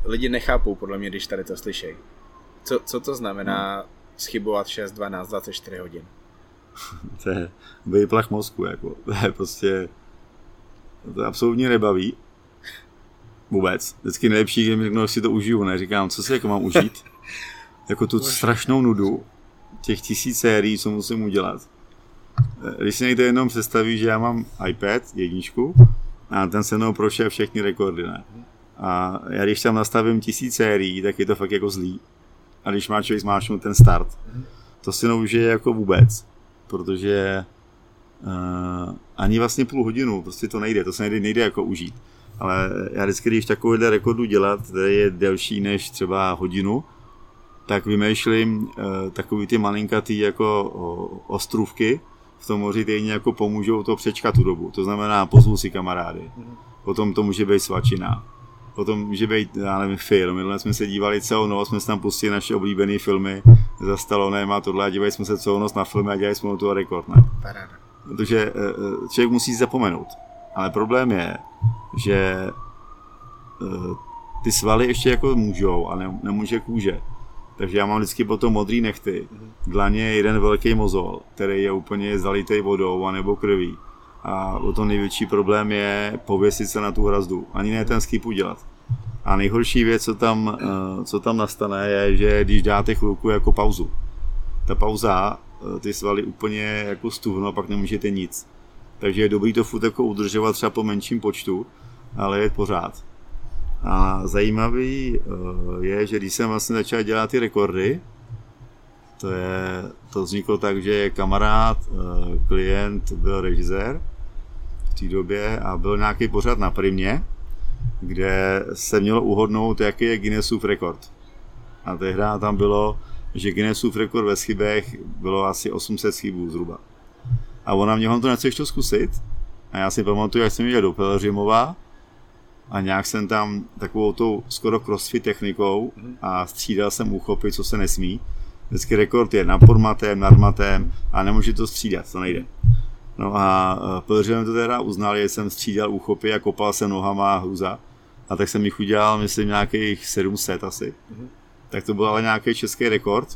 lidi nechápou podle mě, když tady to slyšejí. Co to znamená schybovat 6, 12, 24 hodin?
To je výplach mozku, jako. To je prostě, to absolutně nebaví. Vůbec. Vždycky nejlepší, když mi řeknou, si to užiju, neříkám, co si jako mám užít. Jako tu strašnou nudu těch 1000 sérií, co musím udělat. Když si někde jenom představí, že já mám iPad, 1, a ten se mnou prošel všechny rekordy, ne? A já když tam nastavím 1000 sérií, tak je to fakt jako zlý. A když má člověk zmáčknout ten start, to si neužije jako vůbec. Protože ani vlastně půl hodinu, prostě to nejde, to se nejde jako užít. Ale já vždycky, když takovýhle rekordu dělat, který je delší než třeba hodinu, tak vymýšlím takový ty malinkatý jako ostrůvky v tom moři, který jako pomůžou to přečkat tu dobu. To znamená, pozvu si kamarády. Potom to může být svačina. Potom může být, já nevím, film. Minule jsme se dívali celou noc, jsme se tam pustili naše oblíbené filmy za Stallonem a tohle a dívali jsme se celou noc na filmy a dělali jsme toho rekord. Ne? Protože člověk musí zapomenout. Ale problém je, že ty svaly ještě jako můžou a nemůže kůže. Takže já mám vždycky potom modrý nechty. Dlaně je jeden velký mozol, který je úplně zalitý vodou anebo krví. A o to největší problém je pověsit se na tu hrazdu. Ani ne ten skip udělat. A nejhorší věc, co tam nastane, je, že když dáte chvilku jako pauzu. Ta pauza, ty svaly úplně jako stuhnou a pak nemůžete nic. Takže je dobrý to furt jako udržovat třeba po menším počtu, ale je pořád. A zajímavý je, že když jsem vlastně začal dělat ty rekordy, to vzniklo tak, že kamarád, klient byl režisér v té době a byl nějaký pořad na Primě, kde se mělo uhodnout, jaký je Guinnessův rekord. A tehdy tam bylo, že Guinnessův rekord ve schybech bylo asi 800 schybů zhruba. A ona mě to nechceš to zkusit. A já si pamatuju, jak jsem jel do Pelhřimova a nějak jsem tam takovou tou skoro crossfit technikou a střídal jsem úchopy, co se nesmí. Vždycky rekord je nad podmatem, nad matem a nemůže to střídat, to nejde. No a Pelhřimov to teda uznal, že jsem střídal úchopy a kopal se nohama hruza. A tak jsem jich udělal, myslím, nějakých 700 asi. Tak to byl ale nějaký český rekord.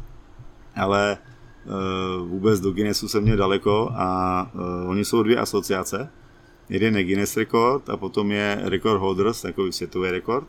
Ale vůbec do Guinnessu jsem měl daleko a oni jsou 2 asociace. Jeden je Guinness rekord a potom je Record Holders, takový světový rekord.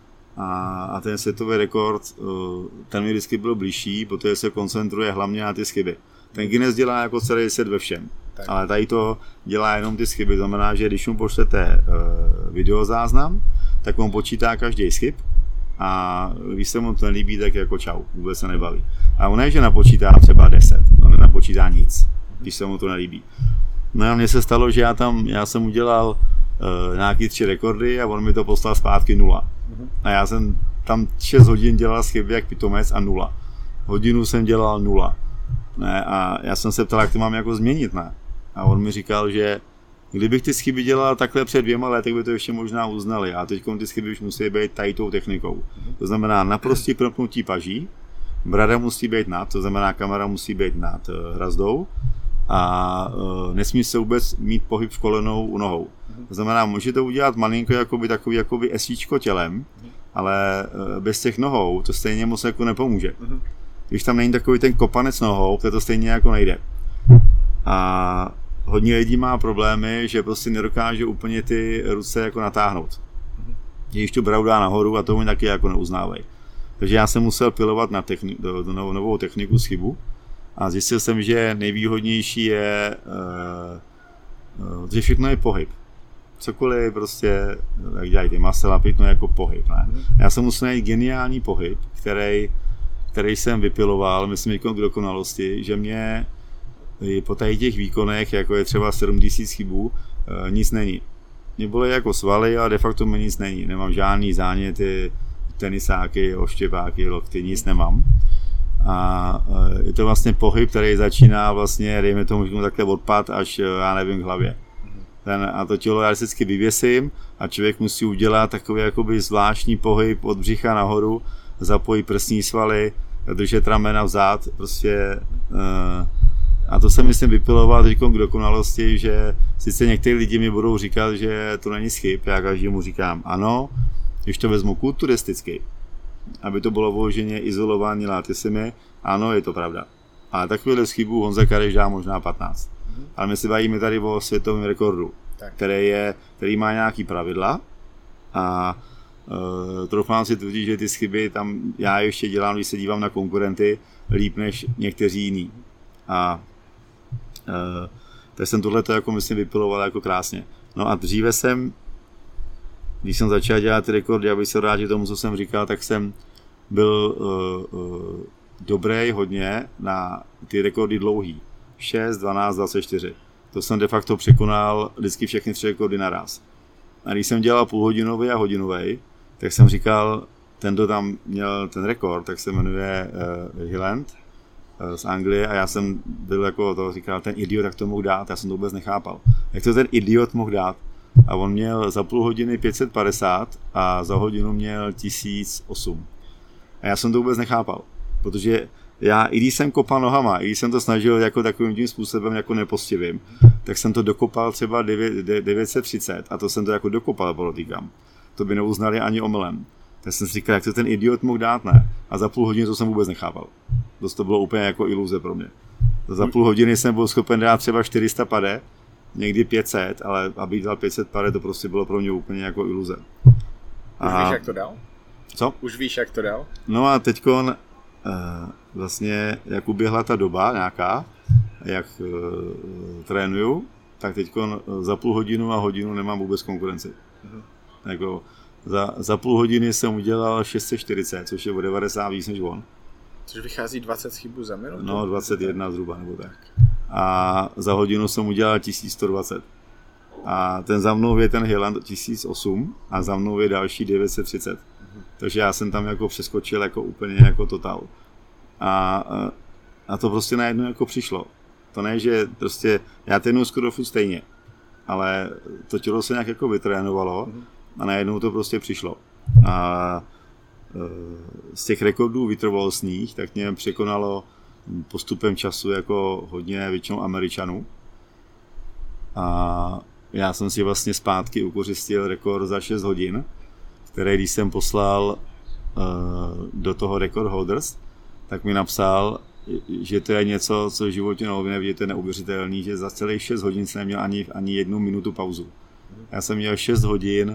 A ten světový rekord, ten mi vždycky byl blížší, protože se koncentruje hlavně na ty chyby. Ten Guinness dělá jako celý svět ve všem, tak. Ale tady to dělá jenom ty chyby. Znamená, že když mu pošlete videozáznam, tak on počítá každý chyb a když se mu to nelíbí, tak jako čau, vůbec se nebaví. A on ne, že napočítá třeba 10, on nenapočítá nic, když se mu to nelíbí. No a mně se stalo, že já jsem udělal nějaký 3 rekordy a on mi to poslal zpátky 0. A já jsem tam 6 hodin dělal chyby jak pitomec a 0. Hodinu jsem dělal 0. Ne, a já jsem se ptal, jak to mám jako změnit, ne? A on mi říkal, že kdybych ty chyby dělal takhle před 2 lety, tak by to ještě možná uznali. A teď ty chyby už musí být tady tou technikou. To znamená naprostý propnutí paží, brada musí být nad, to znamená kamera musí být nad hrazdou a nesmí se vůbec mít pohyb v kolenou u nohou. To znamená, můžete udělat malinko takový esíčko tělem, ale bez těch nohou to stejně moc jako nepomůže. Když tam není takový ten kopanec nohou, to stejně jako nejde. A hodně lidí má problémy, že prostě nedokáže úplně ty ruce jako natáhnout. Když tu bradu dá nahoru a to oni taky jako neuznávají. Takže já jsem musel pilovat na novou techniku schybu a zjistil jsem, že nejvýhodnější je, že všechno je pohyb. Cokoliv prostě, jak dělají ty masela, pěkno jako pohyb. Ne? Já jsem musel najít geniální pohyb, který jsem vypiloval, myslím, k dokonalosti, že mě po tady těch výkonech, jako je třeba 7000 chybů, nic není. Mě bolí jako svaly, ale de facto mi nic není. Nemám žádný záněty, tenisáky, oštěpáky, lokty, nic nemám. A je to vlastně pohyb, který začíná vlastně, dejme tomu takhle odpad až, já nevím, k hlavě. A to tělo já vždycky vyvěsím a člověk musí udělat takový jakoby zvláštní pohyb od břicha nahoru, zapojit prsní svaly, držet ramena vzad, prostě a to jsem myslím vypiloval teď k dokonalosti, že sice někteří lidi mi budou říkat, že to není schyb, já každému říkám ano, Když to vezmu kulturisticky, aby to bylo vloženě izolovaný látisemi, ano, je to pravda. Ale takovýhle chybu Honza Kareš dá možná 15. Ale my si bavíme tady o světovém rekordu, který má nějaký pravidla a troufám si tvrdit, že ty chyby tam já ještě dělám, když se dívám na konkurenty, líp než někteří jiní. A tak jsem tohleto jako myslím vypiloval jako krásně. No a dříve když jsem začal dělat ty rekordy, abych se vrátil tomu, co jsem říkal, tak jsem byl dobrý hodně na ty rekordy dlouhý. 6, 12, 24. To jsem de facto překonal vždycky všechny 3 rekordy naraz. A když jsem dělal půlhodinový a hodinový, tak jsem říkal, ten, kdo tam měl ten rekord, tak se jmenuje Hilland z Anglie a já jsem byl jako to, říkal, ten idiot, tak to mohl dát, já jsem to vůbec nechápal. Jak to ten idiot mohl dát? A on měl za půl hodiny 550 a za hodinu měl 1008. A já jsem to vůbec nechápal, protože já, i když jsem kopal nohama, i když jsem to snažil jako takovým tím způsobem jako nepostivým, tak jsem to dokopal třeba 930 a to jsem to jako dokopal, podotýkám. To by neuznali ani omylem. Tak jsem si říkal, jak to ten idiot mohl dát, ne? A za půl hodiny to jsem vůbec nechápal. To bylo úplně jako iluze pro mě. Za půl hodiny jsem byl schopen dát třeba 400 pade, někdy 500, ale abych dal 500 pade, to prostě bylo pro mě úplně jako iluze.
Už víš, jak to dal?
Co?
Už víš, jak to dal?
No a teďkon vlastně, jak uběhla ta doba nějaká, jak trénuju, tak teďkon za půl hodinu a hodinu nemám vůbec konkurenci. Jako za půl hodiny jsem udělal 640, což je o 90 víc než on.
Což vychází 20 chybů za minutu?
No, 21 zhruba, nebo tak. A za hodinu jsem udělal 1120. A ten za mnou je ten Hilland 1008 a za mnou je další 930. Takže já jsem tam jako přeskočil jako úplně jako total. A to prostě najednou jako přišlo. To ne, že prostě já trénuju skoro furt stejně, ale to tělo se nějak jako vytrénovalo a najednou to prostě přišlo. A z těch rekordů vytrvalostních, tak mě překonalo postupem času jako hodně většinou Američanů. A já jsem si vlastně zpátky ukořistil rekord za 6 hodin, který když jsem poslal do toho Record Holders, tak mi napsal, že to je něco, co v životě nevidíte, neuvěřitelný, že za celých 6 hodin jsem neměl ani 1 minutu pauzu. Já jsem měl 6 hodin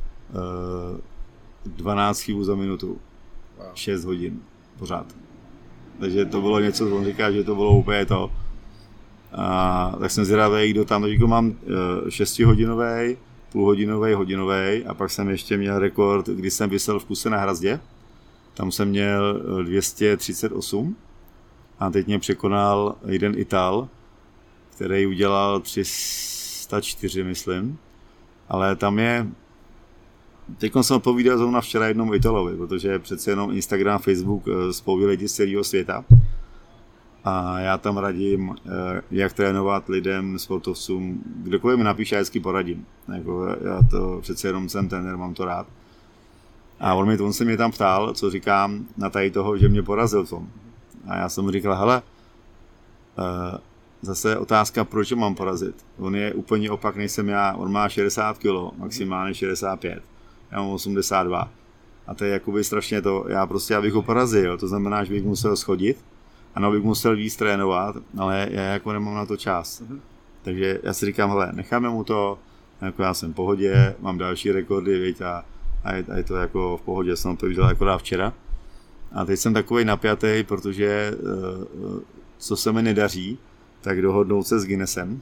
12 chybů za minutu. 6 hodin pořád. Takže to bylo něco, on říká, že to bylo úplně to. A tak jsem zvědavý, kdo tam. Takže mám 6hodinový, půlhodinový, hodinový a pak jsem ještě měl rekord, když jsem visel v kuse na Hrazdě. Tam jsem měl 238 a teď mě překonal jeden Ital, který udělal 304, myslím. Ale tam je... Teď jsem odpovídal zrovna včera jednomu Italovi, protože přece jenom Instagram, Facebook spouví lidi z celého světa. A já tam radím, jak trénovat lidem, sportovcům, kdokoliv mi napíše, já vždycky poradím. Jako já to přece jenom jsem trenér, mám to rád. A on se mě tam ptal, co říkám na tady toho, že mě porazil v tom. A já jsem mu říkal, hele, zase otázka, proč ho mám porazit. On je úplně opak, nejsem já, on má 60 kg, maximálně 65. Já mám 82. A to je jakoby strašně to, já prostě abych ho porazil, to znamená, že bych musel schodit, ano, bych musel víc trénovat, ale já jako nemám na to čas. Takže já si říkám, hele, necháme mu to, jako já jsem v pohodě, mám další rekordy, viď, a je to jako v pohodě, jsem to viděl akorát včera. A teď jsem takovej napjatý, protože co se mi nedaří, tak dohodnout se s Guinnessem.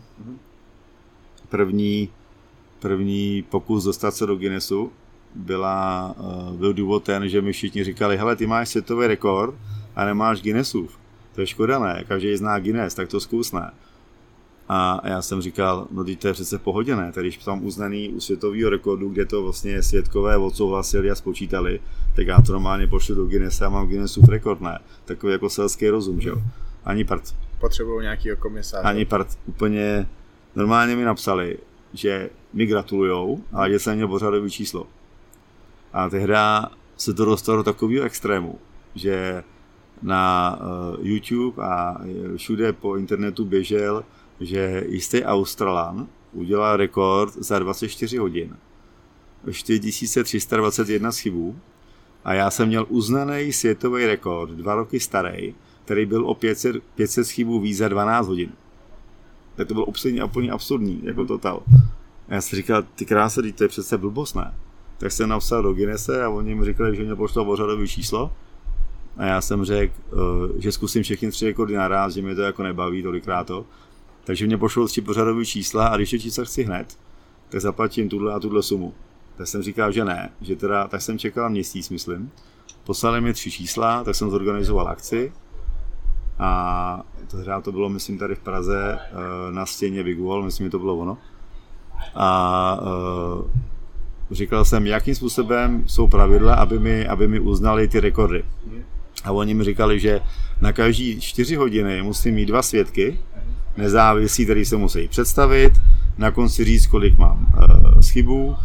První pokus dostat se do Guinnessu byl důvod ten, že mi všichni říkali, hele, ty máš světový rekord a nemáš Guinnessův. To je škoda, ne? Každý zná Guinness, tak to zkus, ne? A já jsem říkal, no teď to je přece v pohodě, ne? Tady, když tam uznaný u světového rekordu, kde to vlastně svědkové odsouhlasili a spočítali, tak já to normálně pošlu do Guinnessa a mám Guinnessův rekord, ne? Takový jako selský rozum, že jo? Ani part.
Potřebují nějakýho komisáře.
Ani part. Úplně normálně mi napsali, že mi gratulujou, ale že jsem měl pořadový číslo. A tehda se to dostalo do takového extrému, že na YouTube a všude po internetu běžel, že jistý Australan udělal rekord za 24 hodin. 4321 schybů a já jsem měl uznaný světový rekord 2 roky starý, který byl o 500 schybů víc za 12 hodin. Tak to bylo úplně absurdní, jako total. A já jsem říkal, ty krása, to je přece blbost, ne? Tak jsem napsal do Guinnesse a oni mi říkali, že mě pošlo pořadové číslo. A já jsem řekl, že zkusím všechny 3 rekordy naraz, že mě to jako nebaví tolikrát to. Takže mě pošlo 3 pořadové čísla a když je čísla chci hned, tak zaplatím tuhle a tuhle sumu. Tak jsem říkal, že ne, že teda, tak jsem čekal měsíc, myslím. Poslali mi 3 čísla, tak jsem zorganizoval akci. A to bylo, myslím, tady v Praze na stěně Big Wall, myslím, že to bylo ono. A říkal jsem, jakým způsobem jsou pravidla, aby mi uznali ty rekordy. A oni mi říkali, že na každý 4 hodiny musím mít 2 svědky, nezávislí, který se musí představit, na konci říct, kolik mám schybů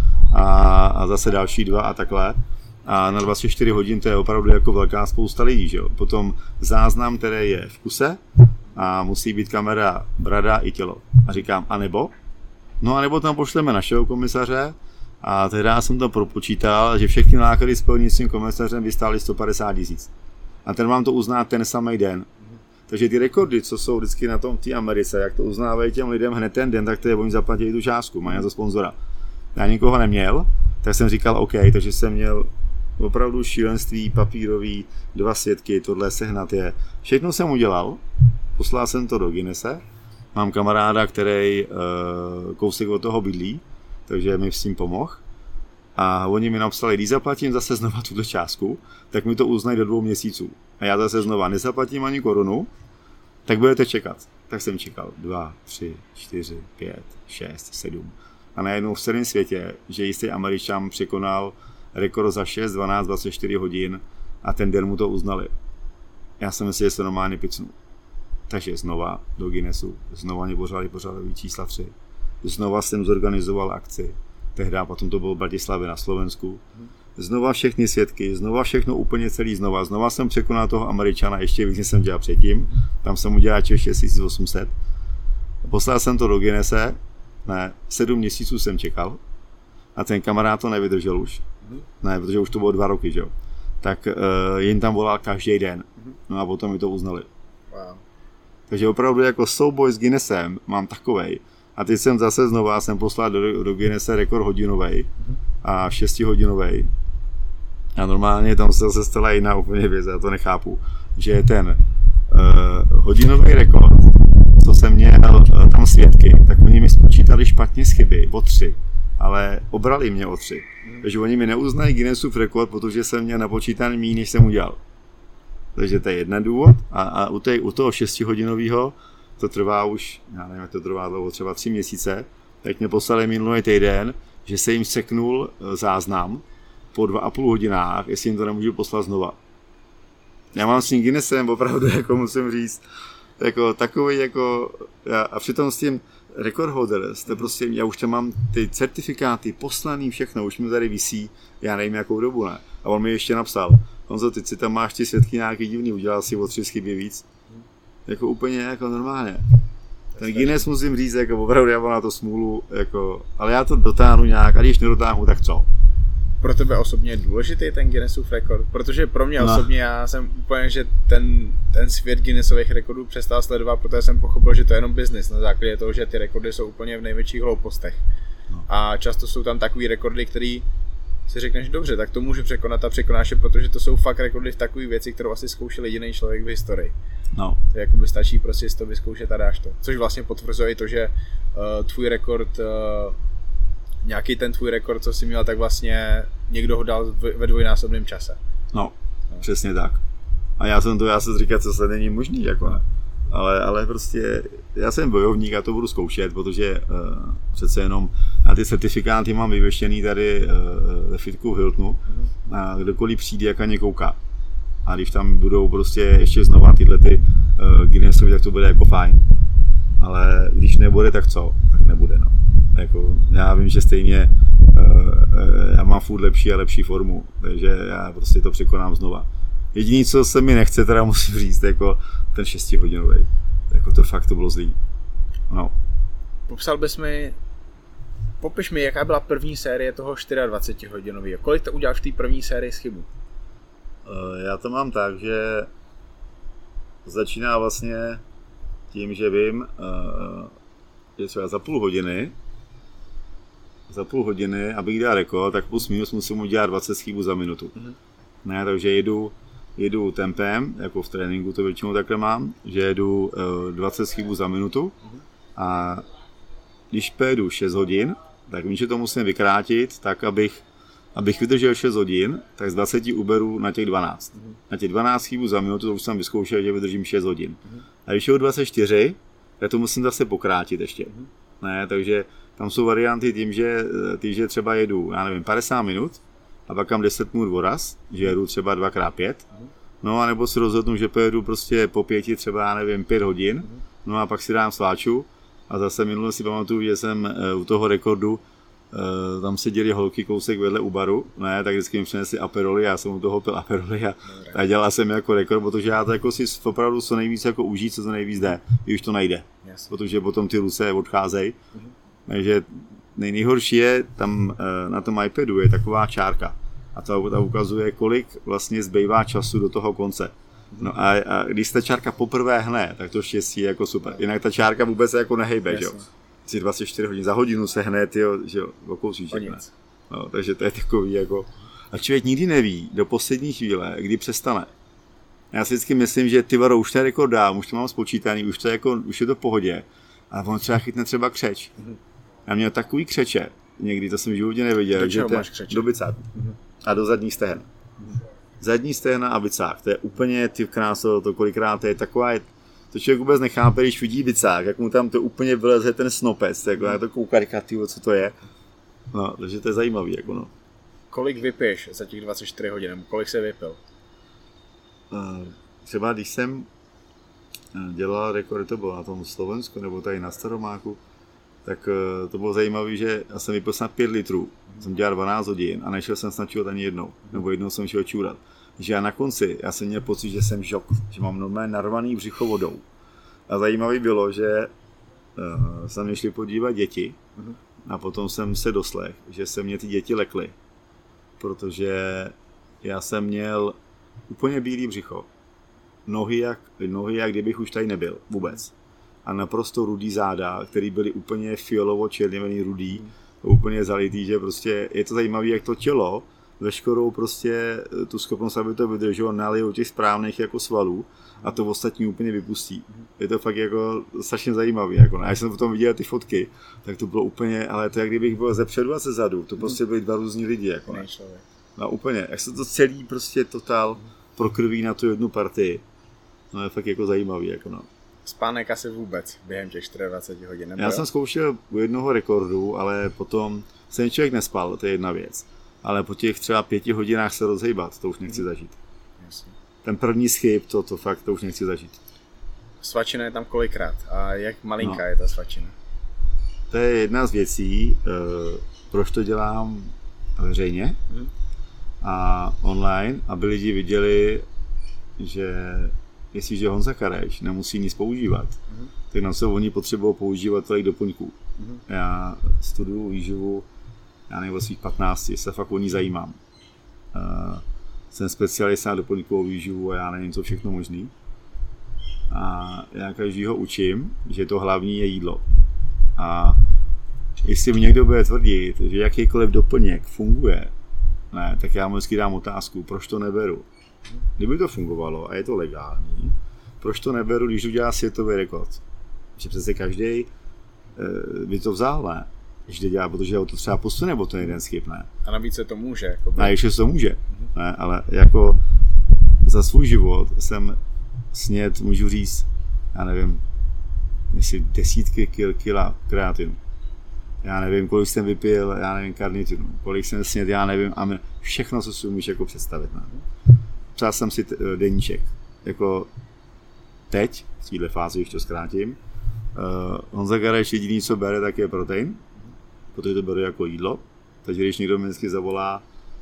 a zase další 2 a takhle. A na 24 hodin to je opravdu jako velká spousta lidí. Že jo? Potom záznam, který je v kuse a musí být kamera, brada i tělo. A říkám, a nebo tam pošleme našeho komisaře a tehdy jsem to propočítal, že všechny náklady spojené s tím komisařem by stály 150 000. A ten vám to uzná ten samý den. Takže ty rekordy, co jsou vždycky na tom v té Americe, jak to uznávají těm lidem hned ten den, tak to je oni zaplatí tu částku, mají na to sponzora. Já nikoho neměl, tak jsem říkal OK, takže jsem měl opravdu šílenství, papírový, 2 svědky, tohle sehnat je. Všechno jsem udělal, poslal jsem to do Guinnesse, mám kamaráda, který kousek od toho bydlí, takže mi s tím pomohl. A oni mi napsali, když zaplatím zase znova tuto částku, tak mi to uznají do 2 měsíců. A já zase znova nezaplatím ani korunu, tak budete čekat. Tak jsem čekal 2, 3, 4, 5, 6, 7. A najednou v celém světě, že jistý Američan překonal rekord za 6, 12, 24 hodin a ten den mu to uznali. Já jsem myslel, že se normálně picnu. Takže znova do Guinnessu, znova mě pořádali čísla 3. Znova jsem zorganizoval akci. Tehdy potom to bylo v Bratislavě na Slovensku. Znova všechny svědky, znova všechno úplně celý znova. Znova jsem překonal toho Američana, ještě víc, než jsem dělal předtím. Tam jsem udělal 6800. Poslal jsem to do Guinnesse, 7 měsíců jsem čekal a ten kamarád to nevydržel už. Ne, protože už to bylo 2 roky, že jo. Tak jim tam volal každý den. No a potom mi to uznali. Wow. Takže opravdu jako souboj s Guinnessem mám takovej. A teď jsem zase znova poslal do Guinnesse rekord hodinovej a 6hodinovej. A normálně tam se zase stala jiná úplně věc, já to nechápu. Že je ten hodinový rekord, co jsem měl tam svědky, tak oni mi spočítali špatně chyby o 3. Ale obrali mě o 3. Takže oni mi neuznají Guinnessův rekord, protože jsem měl napočítaný méně, než jsem udělal. Takže to je jeden důvod. A u toho 6hodinového to trvá už, já nevím, jak to trvá dlouho, třeba 3 měsíce, tak mě poslali minulý týden, že se jim seknul záznam po 2,5 hodinách, jestli jim to nemůžu poslat znova. Já mám s tím Guinnessem opravdu, jako musím říct, jako takový, jako, a přitom s tím record holder, prostě, já už tam mám ty certifikáty poslaný, všechno, už mi tady visí, já nevím jakou dobu, ne. A on mi ještě napsal, Honzo, ty si tam máš ty svědky nějaký divný, udělal si o 3 chyby víc. Jako úplně jako normálně. Ten Guinness musím říct, jako opravdu já mám na to smůlu, jako, ale já to dotáhnu nějak, a když nedotáhnu, tak co?
Pro tebe osobně je důležitý ten Guinnessův rekord? Protože pro mě osobně já jsem úplně, že ten svět Guinnessových rekordů přestal sledovat, protože jsem pochopil, že to je jenom business na základě toho, že ty rekordy jsou úplně v největších hloupostech. No. A často jsou tam takový rekordy, který si řekneš, dobře, tak to můžu překonat a překonáš je, protože to jsou fakt rekordy v takové věci, kterou asi zkoušel jediný člověk v historii.
No.
To jakoby stačí prostě si to vyzkoušet a dáš to. Což vlastně potvrzuje i to, že tvůj rekord, nějaký ten tvůj rekord, co jsi měl, tak vlastně někdo ho dal ve 2násobném čase.
No, přesně tak. A já jsem říkal, co se není možný, jako ne. Ale prostě já jsem bojovník a to budu zkoušet, protože přece jenom na ty certifikáty mám vyvěštěný tady ve fitku v Hiltonu a kdokoliv přijde, jak ani kouká. A když tam budou prostě ještě znova tyhle ty Guinnessovy, tak to bude jako fajn. Ale když nebude, tak co? Tak nebude, no. Jako, já vím, že stejně já mám furt lepší a lepší formu, takže já prostě to překonám znova. Jediný, co se mi nechce, teda musím říct, jako ten 6hodinový. Jako to fakt to bylo zlý. No.
Popsal bys mi Popiš mi, jaká byla první série toho 24-hodinového. Kolik to uděláš v té první sérii z chybu?
Já to mám tak, že začíná vlastně tím, že vím, že třeba za půl hodiny, abych dělal rekord, tak plus minus musím udělat 20 chybů za minutu. Ne, takže jedu tempem, jako v tréninku to většinou takhle mám, že jedu 20 chybů za minutu a když pojedu 6 hodin, tak vím, že to musím vykrátit tak, abych vydržel 6 hodin, tak z 20 uberu na těch 12. Na těch 12 chybů za minutu to už jsem vyzkoušel, že vydržím 6 hodin. A když jedu 24, tak to musím zase pokrátit ještě. Ne, takže tam jsou varianty tím, že třeba jedu, 50 minut a pak mám 10 minut voraz, že jedu třeba 2x5. No a nebo si rozhodnu, že pojedu prostě po 5 třeba, 5 hodin, no a pak si dám sváču a zase minule si pamatuju, že jsem u toho rekordu tam seděli holky kousek vedle u baru, ne, tak vždycky mi přinesli aperoly, já jsem u toho pil aperoly a dělal jsem jako rekord, protože já to jako si opravdu co nejvíc jako užít, co nejvíc jde, i už to nejde, protože potom ty ruce odcházejí, takže nejhorší je tam na tom iPadu je taková čárka a ta ukazuje, kolik vlastně zbývá času do toho konce. No a když ta čárka poprvé hne, tak to štěstí je jako super, jinak ta čárka vůbec jako nehejbe, že jo. 24 hodin za hodinu se hned, že jo, okousíš. No, takže to je takový jako... A člověk nikdy neví do poslední chvíle, kdy přestane. Já si vždycky myslím, že ty varo, už ten rekord dám, už to mám spočítaný, už je to v pohodě. A on třeba chytne třeba křeč. Já měl takový křeče, někdy to jsem v životě neviděl.
Do čeho máš křeče?
Do bicáku. A do zadních stehen. Zadní stehna a bicák, to je úplně, ty kráso, to kolikrát je taková... To člověk vůbec nechápe, když vidí bicák, jak mu tam to úplně vyleze ten snopec, jako na to kouká, co to je. No, takže to je zajímavý, jako no.
Kolik vypiješ za těch 24 hodin, kolik se vypil?
Třeba když jsem dělal rekord, to bylo na tom Slovensku, nebo tady na Staromáku, tak to bylo zajímavé, že já jsem vypil snad 5 litrů, jsem dělal 12 hodin a nešel jsem snad čurat ani jednou, nebo jednou jsem šel čurat. Že já na konci, já jsem měl pocit, že jsem žok, že mám normálně narvaný břicho vodou. A zajímavé bylo, že se mě šli podívat děti a potom jsem se doslech, že se mě ty děti lekly, protože já jsem měl úplně bílý břicho, nohy jak kdybych už tady nebyl vůbec. A naprosto rudý záda, který byly úplně fialovo-červený rudý, úplně zalitý, že prostě je to zajímavé, jak to tělo veškerou prostě tu schopnost, aby to vydrželo, nalijou těch správných jako svalů a to ostatní úplně vypustí. Je to fakt jako strašně zajímavý. Jako, a když jsem potom viděl ty fotky, tak to bylo úplně, ale to jak kdybych byl ze předu a ze zadu, to prostě byli dva různí lidi. Jako, ne? No úplně, jak se to celý prostě totál prokrví na tu jednu partii, no je fakt jako zajímavý. Jako, no.
Spánek asi vůbec během těch 24 hodin.
Já jsem zkoušel u jednoho rekordu, ale potom jsem člověk nespal, to je jedna věc. Ale po těch třeba 5 hodinách se rozhejbat, to už nechci zažít.
Jasně.
Ten první schyb, to fakt, to už nechci zažít.
Svačina je tam kolikrát? A jak malinká je ta svačina?
To je jedna z věcí, proč to dělám veřejně a online, aby lidi viděli, že jestliže Honza Kareš nemusí nic používat, tak na co oni potřebují používat tolik doplňků. Já studuju výživu, já nevím, o svých 15, se fakt o ní zajímám. Jsem specialista na doplňkovou výživu a já nevím, co všechno možný. A já každýho učím, že to hlavní je jídlo. A jestli mi někdo bude tvrdit, že jakýkoliv doplněk funguje, ne, tak já mu vždycky dám otázku, proč to neberu. Kdyby to fungovalo a je to legální, proč to neberu, když udělá světový rekord? Že přece každý by to vzal, ne? Když to dělá, protože to třeba posune, nebo to je jeden schyb, ne?
A navíc se to může. Jako
a ještě se to může, ne? Ale jako za svůj život jsem snědl, můžu říct, já nevím, jestli desítky kila kreatinu. Já nevím, kolik jsem vypil, já nevím, karnitinu, kolik jsem snědl, já nevím, a všechno, co si umíš jako představit. Ne? Přál jsem si deníček. Jako teď, v této fázi, když to zkrátím, Honza Kareš jediný, co bere, tak je protein, protože to beru jako jídlo. Takže když někdo mě vždycky zavolá,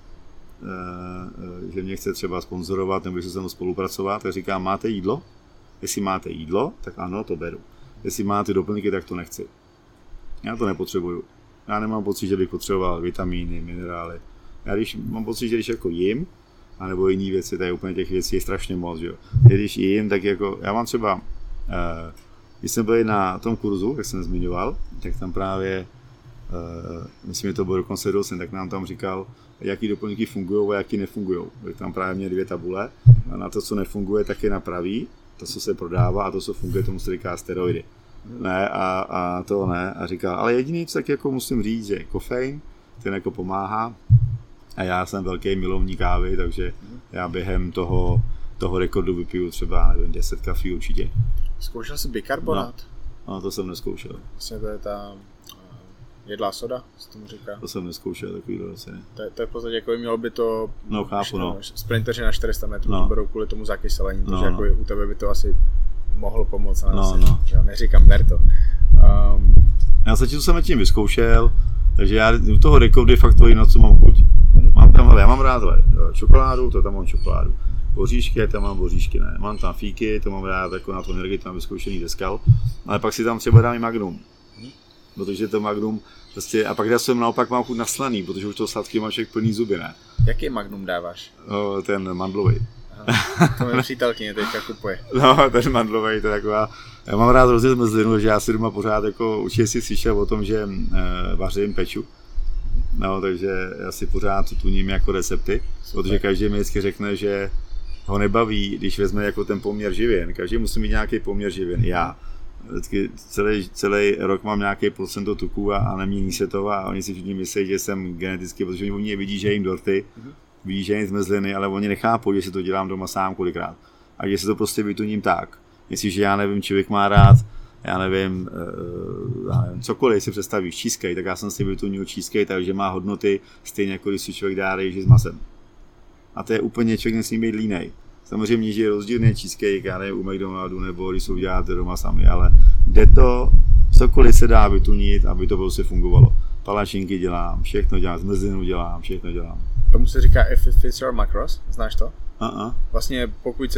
že mě chce třeba sponzorovat nebo že se mnou spolupracovat, tak říkám, máte jídlo? Jestli máte jídlo, tak ano, to beru. Jestli máte doplňky, tak to nechci. Já to nepotřebuju. Já nemám pocit, že bych potřeboval vitamíny, minerály. Mám pocit, že když jako jím, anebo jiné věci, tady úplně těch věcí je strašně moc, že jo. Když jím, tak jako, já mám třeba, když jsem byl na tom kurzu, jak jsem zmiňoval, tak tam právě, myslím, že to byl dokonce docent, tak nám tam říkal, jaký doplňky fungují a jaký nefungují. Tak tam právě měli 2 tabule a na to, co nefunguje, tak je napraví, to, co se prodává a to, co funguje, tomu se říká steroidy. Ne, a to ne. A říkal, ale jediný, co tak jako musím říct, že kofein, ten jako pomáhá. A já jsem velký milovník kávy, takže já během toho rekordu vypiju třeba, nevím, 10 kafí určitě.
Zkoušel jsi bikarbonát?
No, to jsem neskoušel.
Vlastně to je ta jedlá soda, se tomu říká.
To jsem neskoušel, takový vlastně.
To je v podstatě jako mělo by to...
No, chápu, no.
Sprinteři na 400 metrů to berou kvůli tomu zakyselení, takže jako u tebe by to asi mohlo pomoct. Já neříkám, ber to.
Já zatím jsem tím vyzkoušel, takže já u toho rekordy fakt to na co mám chuť. Já mám rád čokoládu, to tam mám čokoládu. Boříšky, tam mám boříšky, ne. Mám tam fíky, to mám rád jako na tu energii, tam vyzkoušený deskal. Ale pak si tam třeba dám i magnum. Protože to magnum, prostě, a pak já jsem naopak mám chuť na slaný, protože už to sladký mám však plný zuby, ne.
Jaký magnum dáváš?
Ten mandlový.
To moje přítelkyně teďka kupuje.
No, ten mandlový, to je taková, já mám rád hrozně zmrzlinu, že já si doma pořád jako, určitě si slyšel o tom, že vařím peču. No, takže já si pořád tuním jako recepty, protože každý mi vždycky řekne, že ho nebaví, když vezme jako ten poměr živin. Každý musí mít nějaký poměr živin. Já vždycky celý rok mám nějaký procento tuků a nemění se to a oni si všichni myslí, že jsem geneticky, protože oni mě vidí, že jim dorty, vidí, že jim zmrzliny, ale oni nechápou, že si to dělám doma sám kolikrát. A že si to prostě vytuním tak. Jestliže já nevím, člověk má rád, já nevím, cokoliv si představíš, cheesecake, tak já jsem si vytunil cheesecake, takže má hodnoty stejně jako když si člověk dá rejži s masem. A to je úplně, člověk nesmí být línej. Samozřejmě, že je rozdílný cheesecake, já nevím, u McDonaldu nebo když ho děláte doma sami, ale jde to, cokoliv se dá vytunit, aby to prostě fungovalo. Palačinky dělám, všechno dělám, zmrzlinu dělám, všechno dělám.
Tomu se říká if it fits your macros, znáš to? Vlastně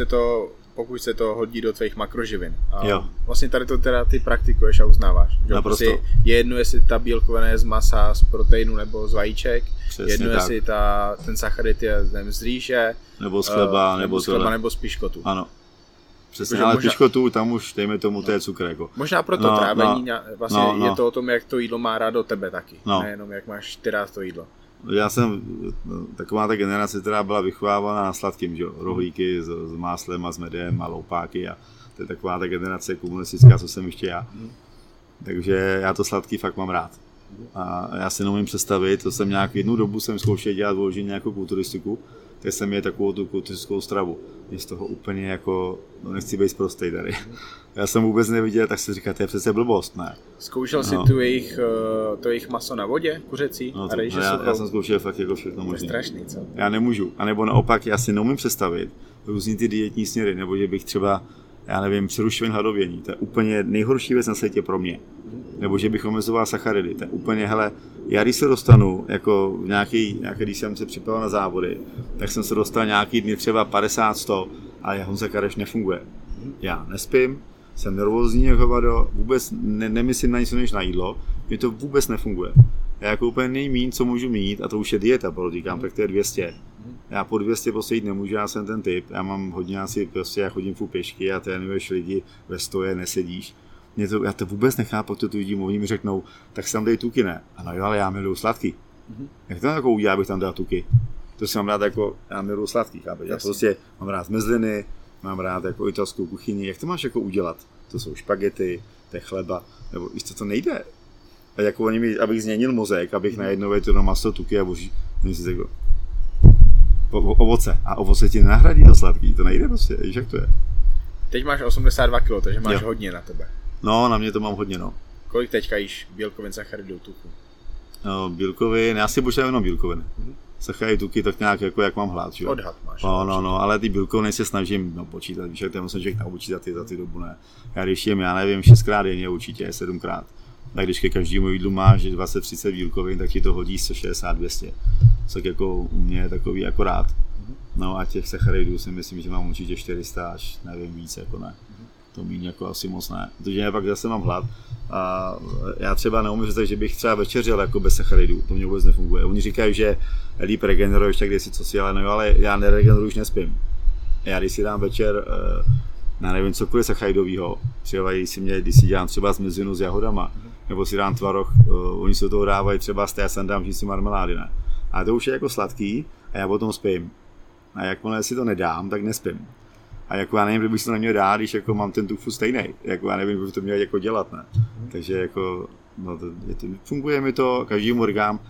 pokud se to hodí do tvých makroživin. A vlastně tady to teda ty praktikuješ a uznáváš. Že prostě je jedno, jestli ta bílkovina je z masa, z proteinu nebo z vajíček.
Přesně
jedno,
tak.
Jestli ten sacharid je z rýže.
Nebo z chleba,
nebo z piškotu.
Ano. Přesně, ale piškotu, tam už dejme tomu, to je cukr. Jako.
Možná proto trávení, vlastně je to o tom, jak to jídlo má rád do tebe taky. Nejenom jak máš ty rád to jídlo.
Já jsem taková ta generace, která byla vychovávána na sladkým, že? Rohlíky s máslem a s medem a loupáky a to je taková ta generace komunistická, co jsem ještě já. Takže já to sladký fakt mám rád. A já si neumím představit, to jsem jednu dobu jsem zkoušel dělat vložení nějakou kulturistiku, tak jsem měl takovou tu kulturistickou stravu. Je z toho úplně jako, nechci být prostej tady. Já jsem vůbec neviděl, tak si říká, to je přece blbost, ne?
Zkoušel jsi to jejich maso na vodě, kuřecí?
No já jsem zkoušel fakt jako všechno možné.
To je strašný, co?
Já nemůžu, anebo naopak, já si neumím představit různý ty dietní směry, nebo že bych třeba, já nevím, přerušil hladovění, to je úplně nejhorší věc na světě pro mě. Nebo že bych omezoval sacharidy, to je úplně, hele, já když se dostanu, jako když jsem se připravil na závody, tak jsem se dostal nějaký dny třeba 50-100, ale Honza Kareš nefunguje. Já nespím, jsem nervózní jako hovado, vůbec nemyslím na nic než na jídlo, mě to vůbec nefunguje. Já jako úplně nejmíň, co můžu mít, a to už je dieta, podotýkám, tak to je 200. Já po 200 prostě jít nemůžu, já jsem ten typ, já mám hodně asi, prostě já chodím furt pěšky a trénuješ lidi ve stoje, nesedíš. Já to vůbec nechápu, to lidi mi řeknou, tak si tam dej tuky, ne? Ano jo, ale já miluju sladký. Jak to jako udělá, abych tam dal tuky? To si mám rád jako, já miluju sladký, chápeš? Já prostě mám rád zmrzliny, mám rád jako italskou kuchyni, jak to máš jako udělat? To jsou špagety, to je chleba, nebo víš, to nejde. A jako oni mi, abych změnil mozek, abych najednou je to na maso, tuky a boží, jako ovoce. A ovoce ti nenahradí to sladký, to nejde prostě, víš, jak to je.
Teď máš 82 kg, takže máš hodně na tebe.
No, na mě to mám hodně, no.
Kolik teďka jíš bílkovin, sacharidů, tuku?
No, bílkovin, já si počítám jenom bílkoviny. Sacharidy, tuky, tak nějak jako jak mám hlad, že jo?
Odhad máš.
No, ale ty bílkoviny se snažím počítat, víš, jak to musím člověk naučit za ty dobu, ne. Já když jim, já nevím, 6krát denně určitě, 7krát. Tak když ke každému jídlu máš 20-30 bílkovin, tak ti to hodí 160-200. Co jako u mě je takový akorát. No a těch sacharidů si myslím, že mám určitě 400 až nevím víc, jako ne. to míň jako asi moc ne, protože pak zase mám hlad a já třeba neumím říct, že bych třeba večeřil jako bez sacharidů, to mě vůbec nefunguje. Oni říkají, že líp regeneruješ, tak když si co si, ale já neregeneruji, už nespím. Já když si dám večer, já nevím, cokoliv sacharidovýho, třeba když si dělám třeba zmrzlinu s jahodama, nebo si dám tvaroh, oni se do toho dávají třeba já sem dám vždycky marmelády, ne. A to už je jako sladký a já potom spím. A jakmile si to nedám, tak nespím. A jako já nevím, kdybych si to neměl dát, když jako mám ten tufu stejný. Jako já nevím, kdybych to měl jako dělat, ne. Takže jako, no funguje mi to, každému říkám,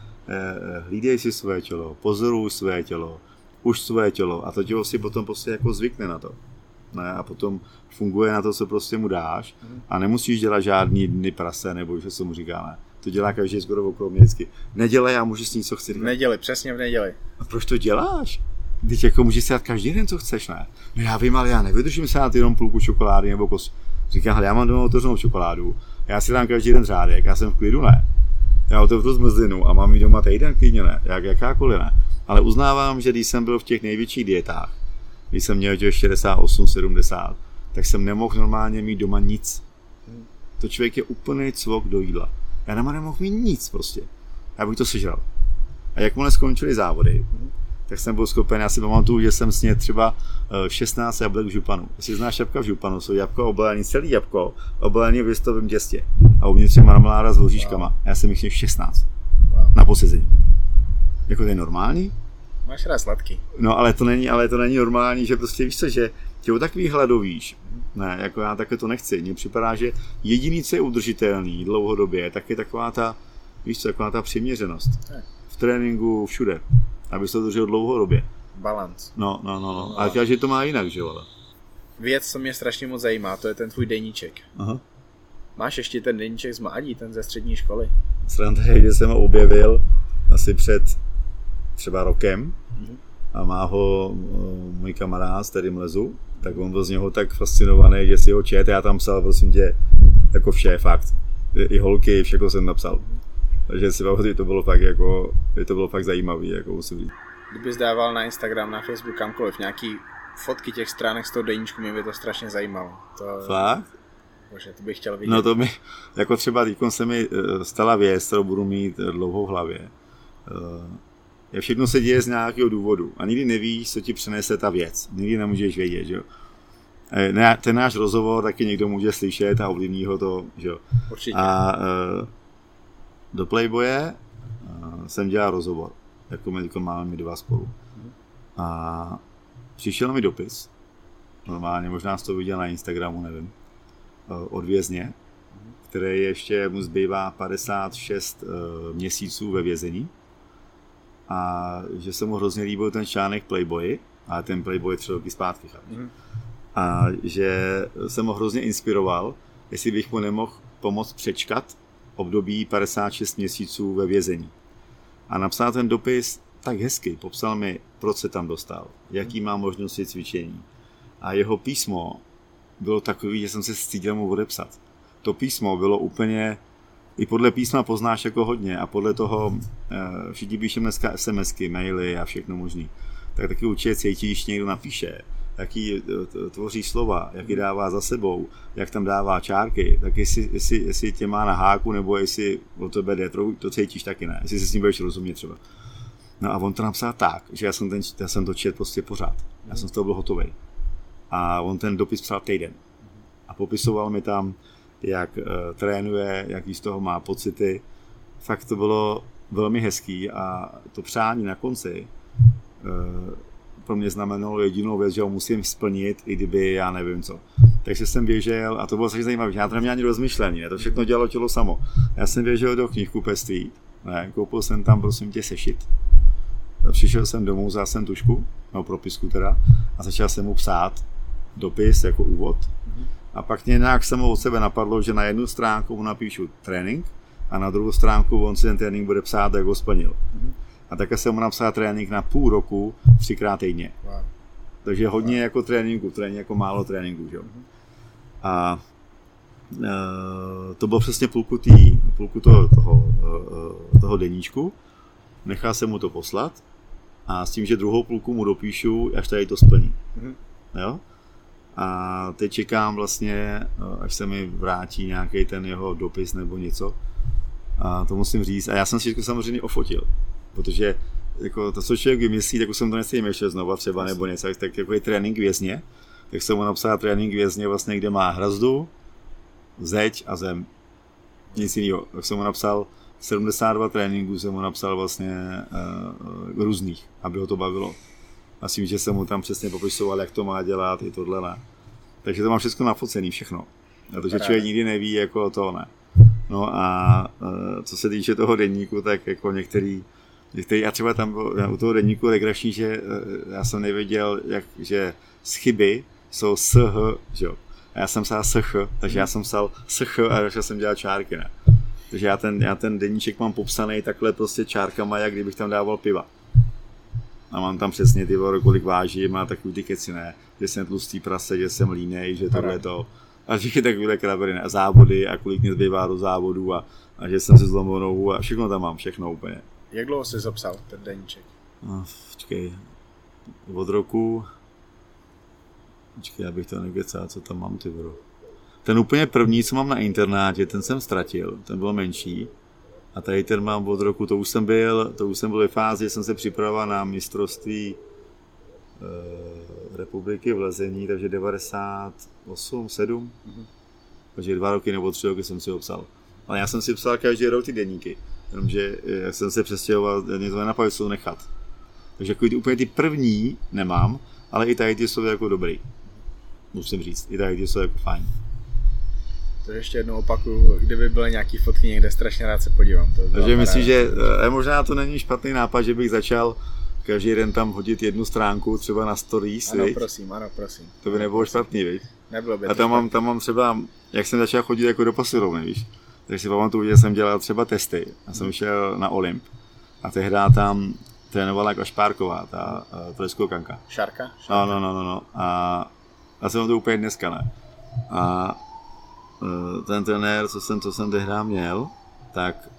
hlídej si své tělo, pozoruj své tělo, už své tělo a to tělo si potom prostě jako zvykne na to. Ne? A potom funguje na to, co prostě mu dáš a nemusíš dělat žádný dny prase, nebo že se mu říká, ne. To dělá každý skoro okolo mě vždycky. Nedělej, já můžu snít, co chci.
V neděli, přesně v neděli.
A proč to děláš? Teď jako můžeš si dát každý den, co chceš, ne? No já vím, ale já nevydržím si dát jenom půlku čokolády nebo kos. Říkám, hele, já mám doma otevřenou čokoládu, já si dám každý den řádek, já jsem v klidu, ne? Já otevřu zmrzlinu a mám ji doma týden klidně, ne? Jakákoliv, ne? Ale uznávám, že když jsem byl v těch největších dietách, když jsem měl těch 68, 70, tak jsem nemohl normálně mít doma nic. To člověk je úplný cvok do jídla. Já doma nemohl mít nic prostě. Já bych to sežral. A jakmile skončily závody, tak jsem byl schopen, já si pamatuju, že jsem snědl třeba 16 jablek v županu. Jestli znáš jabka v županu, jsou jabko obalený, celý jabko, obalený v listovém těstě. A uvnitř je marmeláda s hoříškama. Já jsem jich měl 16 na posezení. Jako to je normální?
Máš rád sladký.
No ale to není normální, že prostě víš co, že tě takový hladovíš. Ne, jako já také to nechci. Mně připadá, že jediný, co je udržitelný dlouhodobě, tak je taková ta, víš co, taková ta přiměřenost. V tréninku, všude. Aby se to držel dlouhodobě.
Balans.
No. A každý to má jinak, že jo?
Věc, co mě strašně moc zajímá, to je ten tvůj deníček.
Aha.
Máš ještě ten deníček z mládí, ten ze střední školy?
Sranda je, že jsem ho objevil asi před třeba rokem a má ho můj kamarád z Tedy Mlezu, tak on byl z něho tak fascinovaný, že si ho čet, já tam psal, prosím tě, jako vše, fakt. I holky, všechno jsem napsal. Takže si pamatuju, to bylo fakt zajímavý, jako musím říct.
Kdybys dával na Instagram, na Facebook, kamkoliv, nějaký fotky těch stránek z toho deníčku, mě by to strašně zajímalo.
Fakt?
Bože, to bych chtěl vidět.
No to mi, jako třeba teďkon se mi stala věc, kterou budu mít dlouhou v hlavě. Všechno se děje z nějakého důvodu a nikdy nevíš, co ti přinese ta věc. Nikdy nemůžeš vědět, že jo. Ten náš rozhovor taky někdo může slyšet a ovlivní ho to, že jo.
Určitě.
A do Playboye jsem dělal rozhovor, jako máme my dva spolu. A přišel mi dopis, normálně, možná jsi to viděl na Instagramu, nevím, od vězně, který ještě mu zbývá 56 měsíců ve vězení. A že se mu hrozně líbil ten článek Playboy, ale ten Playboy 3 roky zpátky. A že jsem ho hrozně inspiroval, jestli bych mu nemohl pomoct přečkat období 56 měsíců ve vězení. A napsal ten dopis tak hezky, popsal mi, proč se tam dostal, jaký má možnosti cvičení. A jeho písmo bylo takový, že jsem se styděl mu odepsat. To písmo bylo úplně, i podle písma poznáš jako hodně a podle toho všichni píšeme dneska SMSky, maily a všechno možný. Tak taky určitě cítíš, někdo napíše, jaký tvoří slova, jaký dává za sebou, jak tam dává čárky, tak jestli tě má na háku, nebo jestli o tebe jde, to cítíš taky, ne? Jestli se s ním budeš rozumět třeba. No a on to napsal tak, že já jsem to čet prostě pořád. Já jsem z toho byl hotový. A on ten dopis psal týden. A popisoval mi tam, jak trénuje, jaký z toho má pocity. Fakt to bylo velmi hezký a to přání na konci pro mě znamenalo jedinou věc, že ho musím splnit, i kdyby já nevím co. Takže jsem běžel, a to bylo strašně zajímavé, já tam neměl ani rozmyšlení, to všechno dělalo tělo samo. Já jsem běžel do knihkupectví, koupil jsem tam, prosím tě, sešit. Přišel jsem domů, vzal jsem tužku, no propisku teda, a začal jsem mu psát dopis jako úvod. A pak nějak samo od sebe napadlo, že na jednu stránku mu napíšu trénink a na druhou stránku on si ten trénink bude psát, jak ho splnil. A také jsem mu napsal trénink na půl roku 3x týdně. Wow. Takže hodně jako tréninku, trénink jako málo tréninku. Že? A to bylo přesně půlku toho deníčku. Nechal jsem mu to poslat a s tím, že druhou půlku mu dopíšu, až tady to splní. Jo? A teď čekám vlastně, až se mi vrátí nějaký ten jeho dopis nebo něco. A to musím říct. A já jsem si to samozřejmě ofotil, protože jako to, co člověk vymyslí, tak už jsem to nechci ještě znova třeba nebo něco, tak jako je trénink vězně. Tak jsem mu napsal trénink vězně vlastně, kde má hrazdu, zeď a zem. Nic jiného. Tak jsem mu napsal 72 tréninků, jsem mu napsal vlastně různých, aby ho to bavilo. A s tím, že jsem mu tam přesně popisoval, jak to má dělat, i tohle ne. Takže to mám všechno nafocený, všechno. Protože člověk nikdy neví, jako to ne. No a co se týče toho deníku, tak jako některý a třeba tam u toho deníku legrační, že já jsem nevěděl, že z chyby jsou sh, že jo. A já jsem psal sh, takže já jsem psal sh a začal jsem dělat čárky, ne. Takže já ten deníček mám popsaný takhle prostě čárkama, jak kdybych tam dával piva. A mám tam přesně ty kolik vážím a takový ty keci, ne. Že jsem tlustý prase, že jsem línej, že tohle to. A všechny takové kravery, ne. A závody a kolik mě zbývá do závodu a že jsem se zlomil nohu a všechno tam mám, všechno úplně.
Jak dlouho jsi zapsal ten deníček?
Počkej, od roku... Počkej, abych to nekecal, co tam mám, ty bro. Ten úplně první, co mám na internátě, ten jsem ztratil, ten byl menší. A tady ten mám od roku, to už jsem byl ve fázi, že jsem se připravoval na mistrovství republiky v lezení, takže 98, 7. Takže 2 roky nebo 3 roky jsem si ho psal. Ale já jsem si psal každý rok ty deníky, jenomže jak jsem se přestěhoval, mě to nenapadlo, co nechat. Takže jako úplně ty první nemám, ale i tady ty jsou jako dobrý. Musím říct, i tady ty jsou jako fajn.
To ještě jednou opakuju, kdyby byly nějaký fotky někde, strašně rád se podívám.
Takže myslím, že možná to není špatný nápad, že bych začal každý den tam hodit jednu stránku, třeba na stories.
Ano, prosím.
To by nebylo špatný, viď?
Nebylo by.
A tam mám třeba, jak jsem začal chodit jako do posilovny, víš? Takže si pamatuju, že jsem dělal třeba testy a jsem šel na Olymp a tehdy tam trénovala Kašpárková, ta teleskokanka.
Šárka?
No. A jsem to úplně dneska, ne? A ten trenér, co jsem tehdy měl, tak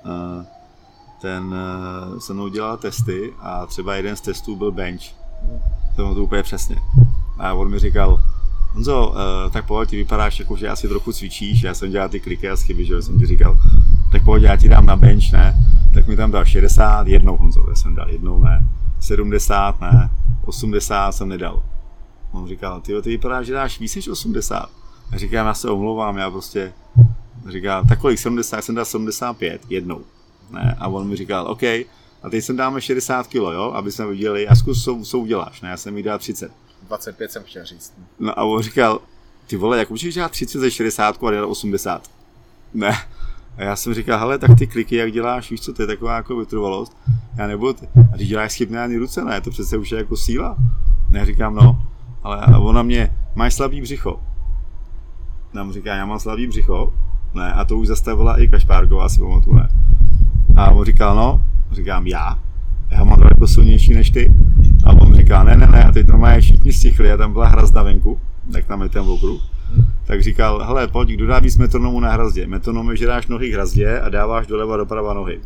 ten se mnou dělal testy a třeba jeden z testů byl bench. Jsem to úplně přesně. A on mi říkal, Honzo, tak pojď, ty vypadáš jako, že asi trochu cvičíš, já jsem dělal ty kliky a chyby, že jsem ti říkal, tak pojď, já ti dám na bench, ne? Tak mi tam dal 60, jednou Honzo, já jsem dal jednou, ne? 70, ne? 80 jsem nedal. On říkal, ty vypadáš, že dáš víc než 80. A říkám, já se omlouvám, já prostě, říkal, tak kolik, 70, jsem dal 75, jednou. Ne? A on mi říkal, OK, a teď sem dáme 60 kg, jo, aby jsme viděli, a zkus, co uděláš, ne, já jsem jí dal 30.
25 jsem chtěl říct.
No a on říkal, ty vole, jak můžeš dělat 30 ze 60 a dělat 80? Ne. A já jsem říkal, hele, tak ty kliky, jak děláš, víš co, to je taková jako vytrvalost, já nebudu, a když děláš schybné ruce, ne, to přece už je jako síla. Ne, říkám, no, ale a ona mě, máš slabý břicho. Nám říká, já mám slabý břicho, ne, a to už zastavila i Kašpárková, si pamatuju, ne. A on říkal, no, říkám, já mám daleko silnější než ty. A on říká, ne, a teď normálně všichni stichli a tam byla hrazda venku, tak tam je ten okruh. Tak říkal, hele, pojď, kdo dá víc metronomu na hrazdě? Metronom je, že dáš nohy k hrazdě a dáváš doleva doprava nohy.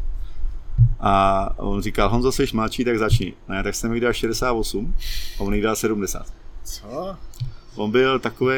A on říkal, Honzo, jsi mladší, tak začni. Ne, tak jsem jí dal 68 a on jí dal 70.
Co?
On byl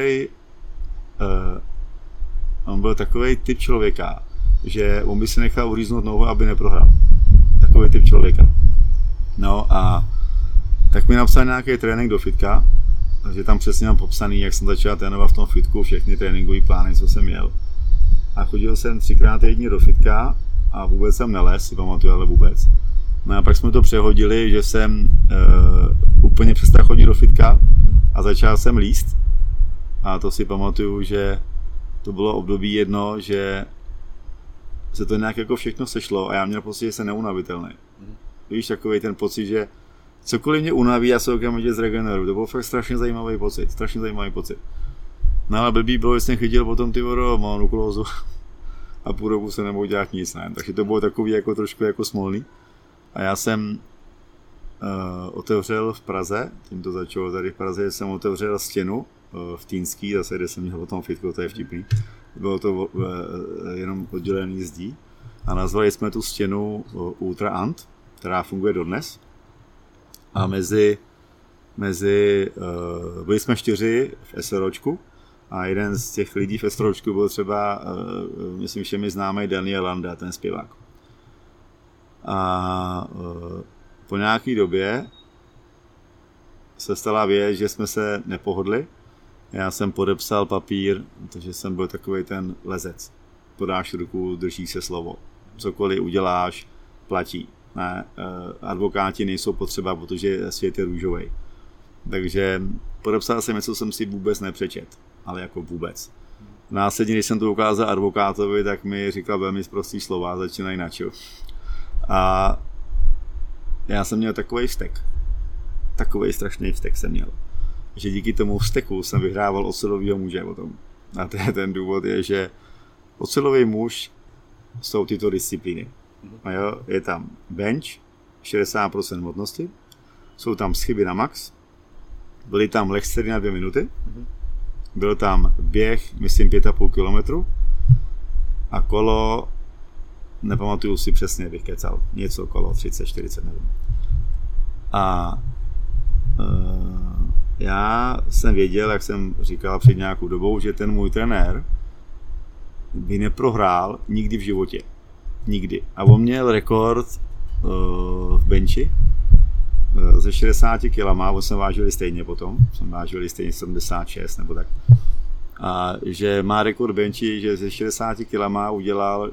takovej typ člověka, že on by si nechal uříznout nohu, aby neprohrál. Takový typ člověka. No a tak mi napsal nějaký trénink do fitka, takže tam přesně mám popsaný, jak jsem začal trénovat v tom fitku, všechny tréninkové plány, co jsem měl. A chodil jsem 3x týdně do fitka a vůbec jsem nelez, si pamatuju, ale vůbec. No a pak jsme to přehodili, že jsem úplně přestal chodit do fitka a začal jsem líst. A to si pamatuju, že to bylo období jedno, že se to nějak jako všechno sešlo a já měl pocit, že jsem neunavitelný. Víš, takový ten pocit, že cokoliv mě unaví, já se okamžitě zregeneruju. To byl fakt strašně zajímavý pocit. No ale blbý bylo, že jsem chytil potom ty mám nuklózu a půl roku se nemohl dělat nic, ne? Takže to bylo takový jako trošku jako smolný. A já jsem otevřel v Praze, tím to začalo tady v Praze, jsem otevřel stěnu v Týnský, zase kde jsem měl o tom fitku, to je vtipný. Bylo to jenom oddělený zdí a nazvali jsme tu stěnu Ultra Ant, která funguje dodnes. A mezi byli jsme 4 v SROčku a jeden z těch lidí v SROčku byl třeba, myslím, že mi známý Daniel Landa, ten zpěvák. A po nějaké době se stala věc, že jsme se nepohodli. Já jsem podepsal papír, protože jsem byl takovej ten lezec. Podáš ruku, drží se slovo. Cokoliv uděláš, platí. Ne, advokáti nejsou potřeba, protože svět je růžovej. Takže podepsal jsem něco, co jsem si vůbec nepřečet. Ale jako vůbec. Následně, když jsem to ukázal advokátovi, tak mi říkal velmi prostý slova, začínají načo. A já jsem měl takovej vztek. Takovej strašný vztek jsem měl. Že díky tomu vzteku jsem vyhrával ocelovýho muže potom. A ten důvod je, že ocelový muž jsou tyto disciplíny. A jo, je tam bench, 60% hmotnosti, jsou tam schyby na max, byly tam lehcery na 2 minuty, byl tam běh, myslím 5,5 kilometru a kolo, nepamatuju si přesně, bych kecal, něco kolo 30-40, nevím. A já jsem věděl, jak jsem říkal před nějakou dobou, že ten můj trenér by neprohrál nikdy v životě. Nikdy. A on měl rekord v benchi ze 60 kilama, on jsem vážili stejně potom, jsem vážili stejně 76 nebo tak. A že má rekord benchi, že ze 60 kilama udělal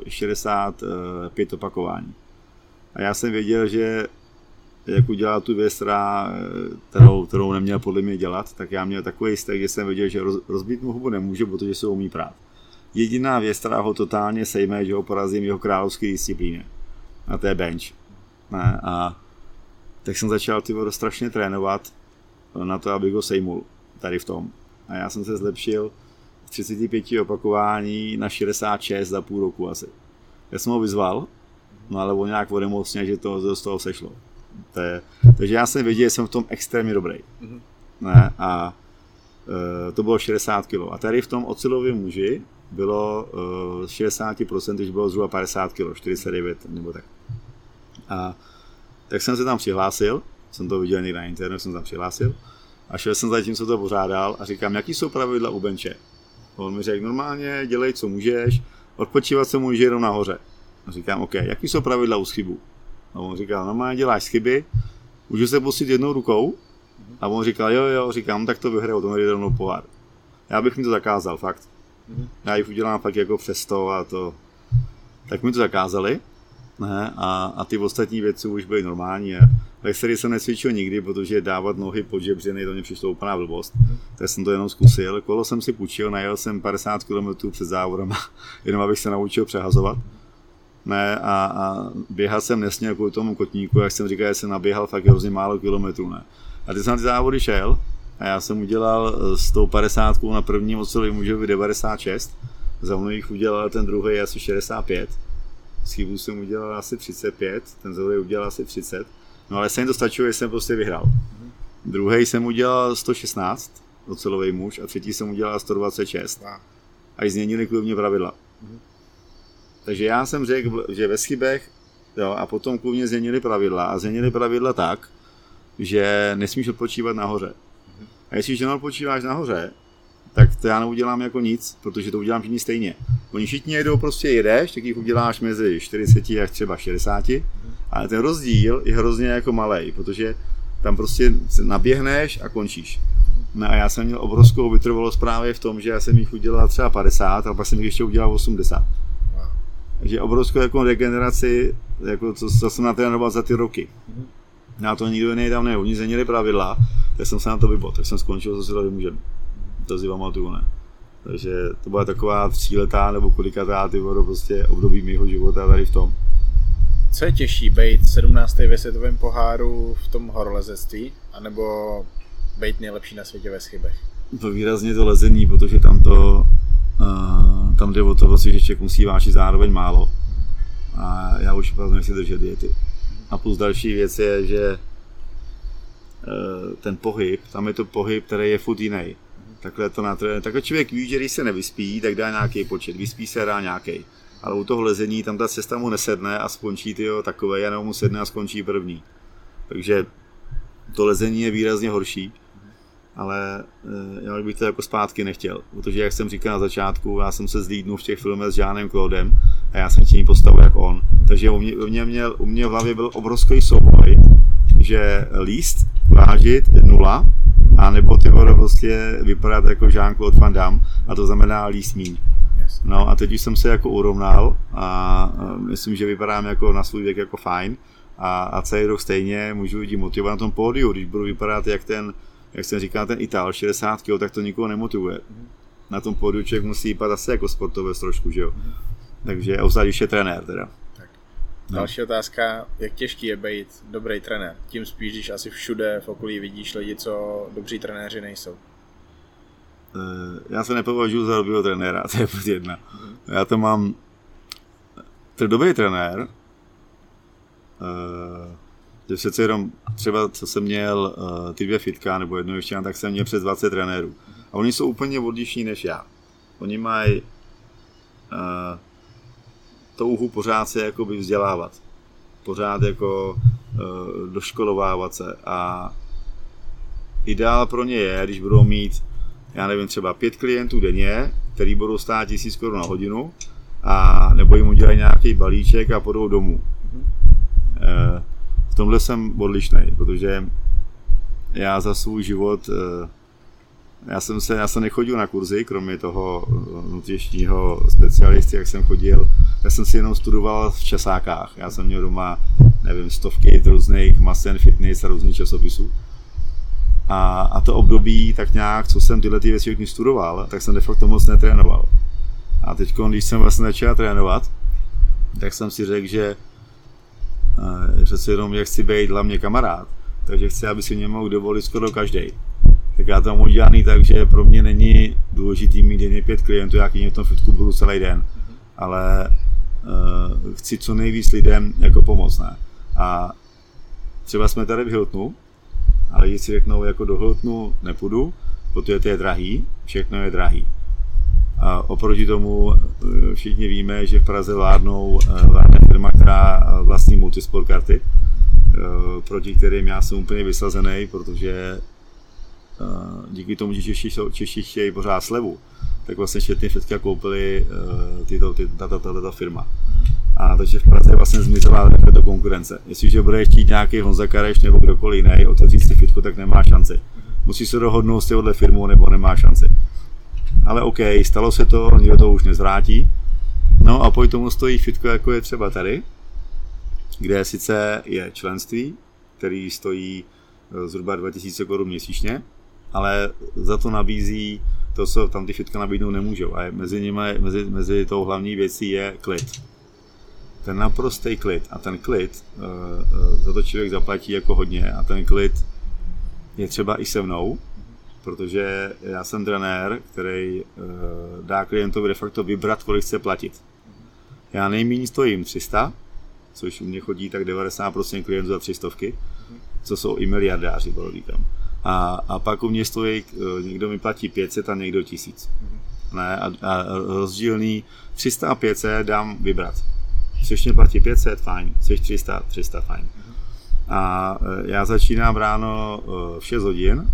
65 opakování. A já jsem věděl, že jak udělal tu věc, kterou neměl podle mě dělat, tak já měl takový vztek, že jsem věděl, že rozbít mu hubu nemůžu, protože se umí prát. Jediná věc, která ho totálně sejme, že ho porazím jeho královské disciplíně. A to je bench. Ne? A tak jsem začal strašně trénovat na to, abych ho sejmul tady v tom. A já jsem se zlepšil z 35 opakování na 66 za půl roku asi. Já jsem ho vyzval, no ale on nějak odemocněl, že to z toho sešlo. Takže já jsem věděl, že jsem v tom extrémně dobrý. Ne? A to bylo 60 kg. A tady v tom ocelovém muži bylo 60%, když bylo zhruba 50 kg, 49 nebo tak. A tak jsem se tam přihlásil, jsem to viděl někde na internetu, jsem tam přihlásil a šel jsem za tím, co to pořádal a říkám, jaký jsou pravidla u benče. On mi řekl, normálně dělej, co můžeš, odpočívat se můžeš jenom nahoře. A říkám, OK, jaký jsou pravidla u schybu? A on říkal, normálně děláš schyby, můžu se pustit jednou rukou? A on říkal, jo, říkám, tak to vyhraju, to nejde rovnou pohár. Já bych mi to zakázal, fakt. Já jich udělám fakt jako přes 100 a to. Tak mi to zakázali. Ne? A ty ostatní věci už byly normální. Lexery jsem necvičil nikdy, protože dávat nohy pod žebřiny, to mě přišlo úplná blbost. Tak jsem to jenom zkusil. Kolo jsem si půjčil, najel jsem 50 km před závodem, jenom abych se naučil přehazovat. Ne, a běhat jsem nesměl kvůli tomu kotníku, jak jsem říkal, že jsem naběhal fakt hrozně málo kilometrů. Ne. A teď jsem na ty závody šel a já jsem udělal s tou 50 na prvním ocelovém mužovi 96, za mnou jich udělal ten druhý asi 65, s chybou jsem udělal asi 35, ten druhý udělal asi 30, no ale se jim to stačilo, že jsem prostě vyhrál. Druhý jsem udělal 116, ocelový muž, a třetí jsem udělal 126, a změnili klubně pravidla. Takže já jsem řekl, že ve schybech, jo, a potom klubně změnili pravidla a změnili pravidla tak, že nesmíš odpočívat nahoře. A jestli neodpočíváš nahoře, tak to já neudělám jako nic, protože to udělám všichni stejně. Oni všichni jedou, prostě jedeš, tak jich uděláš mezi 40 až třeba 60, ale ten rozdíl je hrozně jako malej, protože tam prostě naběhneš a končíš. No a já jsem měl obrovskou vytrvalost právě v tom, že já jsem jich udělal třeba 50 a pak jsem jich ještě udělal 80. Takže obrovskou jako regeneraci, jako co jsem natrénoval za ty roky. Já to nikdo jiný tam oni změnili pravidla, tak jsem se na to vybot, tak jsem skončil s ocelovým mužem. To si pamatuju, ne. Takže to byla taková 3letá nebo kolikatá prostě období mýho života tady v tom.
Co je těžší, být 17. ve světovém poháru v tom horolezectví, anebo být nejlepší na světě ve schybech?
To výrazně to lezení, protože tam jde o to, že člověk musí vážit zároveň málo. A já už opravdu nechci držet diety. A plus další věc je, že ten pohyb, tam je to pohyb, který je furt jiný. Takhle člověk ví, že když se nevyspí, tak dá nějaký počet, vyspí se, dá nějaký. Ale u toho lezení tam ta cesta mu nesedne a skončí takové, já nebo mu sedne a skončí první. Takže to lezení je výrazně horší, ale já bych to jako zpátky nechtěl, protože jak jsem říkal na začátku, já jsem se zlídnul v těch filmech s Jeanem Claudem a já jsem tím postavil jak on. Takže u mě v hlavě byl obrovský souboj, že líst, vážit 0, a nebo ty vole prostě vypadat jako Jean-Claude Van Damme, a to znamená líst míň. No a teď už jsem se jako urovnal a myslím, že vypadám jako na svůj věk jako fajn a celý rok stejně můžu lidi motivovat na tom pódiu, když budu vypadat jak jsem říkal, ten Ital, 60 kg, tak to nikoho nemotivuje. Na tom pódiu člověk musí vypadat asi jako sportovec trošku, že jo. Takže obzvlášť, když je trenér teda.
Tak. Další otázka, jak těžký je být dobrý trenér? Tím spíš, když asi všude v okolí vidíš lidi, co dobří trenéři nejsou.
Já se nepovažuji za dobrýho trenéra, to je pod jedna. Já to mám... Ten dobrý trenér, že přece jenom třeba, co jsem měl ty 2 fitka nebo jedno ještě, tak jsem měl přes 20 trenérů. A oni jsou úplně odlišní než já. Oni mají touhu pořád se jakoby vzdělávat. Pořád jako doškolovávat se. A ideál pro ně je, když budou mít, já nevím, třeba 5 klientů denně, který budou stát 1000 Kč na hodinu, a nebo jim udělají nějaký balíček a půjdou domů. V tomhle jsem odlišnej, protože já za svůj život, já jsem nechodil na kurzy, kromě toho nutričního specialisty, jak jsem chodil, tak jsem si jenom studoval v časákách. Já jsem měl doma, nevím, stovky různých Masen, Fitness a různých časopisů. A to období, tak nějak, co jsem tyhle věci všechny studoval, tak jsem de facto moc netrénoval. A teď, když jsem vlastně začal trénovat, tak jsem si řekl, že přece jenom jak chci být hlavně kamarád, takže chci, aby si mě mohl dovolit skoro každý. Tak já tam udělaný tak, že pro mě není důležitý mít denně 5 klientů, já v tom fitku budu celý den, ale chci co nejvíc lidem jako pomoct, ne? A třeba jsme tady v Hiltonu, ale lidi si řeknou, jako do Hiltonu nepůjdu, protože to je drahý, všechno je drahý. A oproti tomu všichni víme, že v Praze vládne firma, která vlastní multisport karty, proti kterým já jsem úplně vysazený, protože díky tomu, že Češi chtějí pořád slevu, tak vlastně všechny fitka koupili tato firma. A takže v Praze vlastně zmizela do konkurence. Jestliže bude chtít nějaký Honza Kareš nebo kdokoliv jiný otevřít si fitku, tak nemá šanci. Musí se dohodnout s těhohle firmou, nebo nemá šanci. Ale OK, stalo se to, nikdo to už nezvrátí. No a po tomu stojí fitko, jako je třeba tady, kde sice je členství, který stojí zhruba 2000 Kč měsíčně, ale za to nabízí to, co tam ty fitka nabídnout nemůžou. A mezi tou hlavní věcí je klid. Ten naprostý klid. A ten klid, za to člověk zaplatí jako hodně. A ten klid je třeba i se mnou, protože já jsem trenér, který dá klientovi de facto vybrat, kolik chce platit. Já nejméně stojím 300, což u mě chodí tak 90% klientů za 300, co jsou i miliardáři, bylo říkám. A pak u mě stojí, někdo mi platí 500 a někdo 1000. Ne, a rozdílný 300 a 500 dám vybrat. Chceš mě platí 500, fajn. Chceš 300, fajn. A já začínám ráno v 6 hodin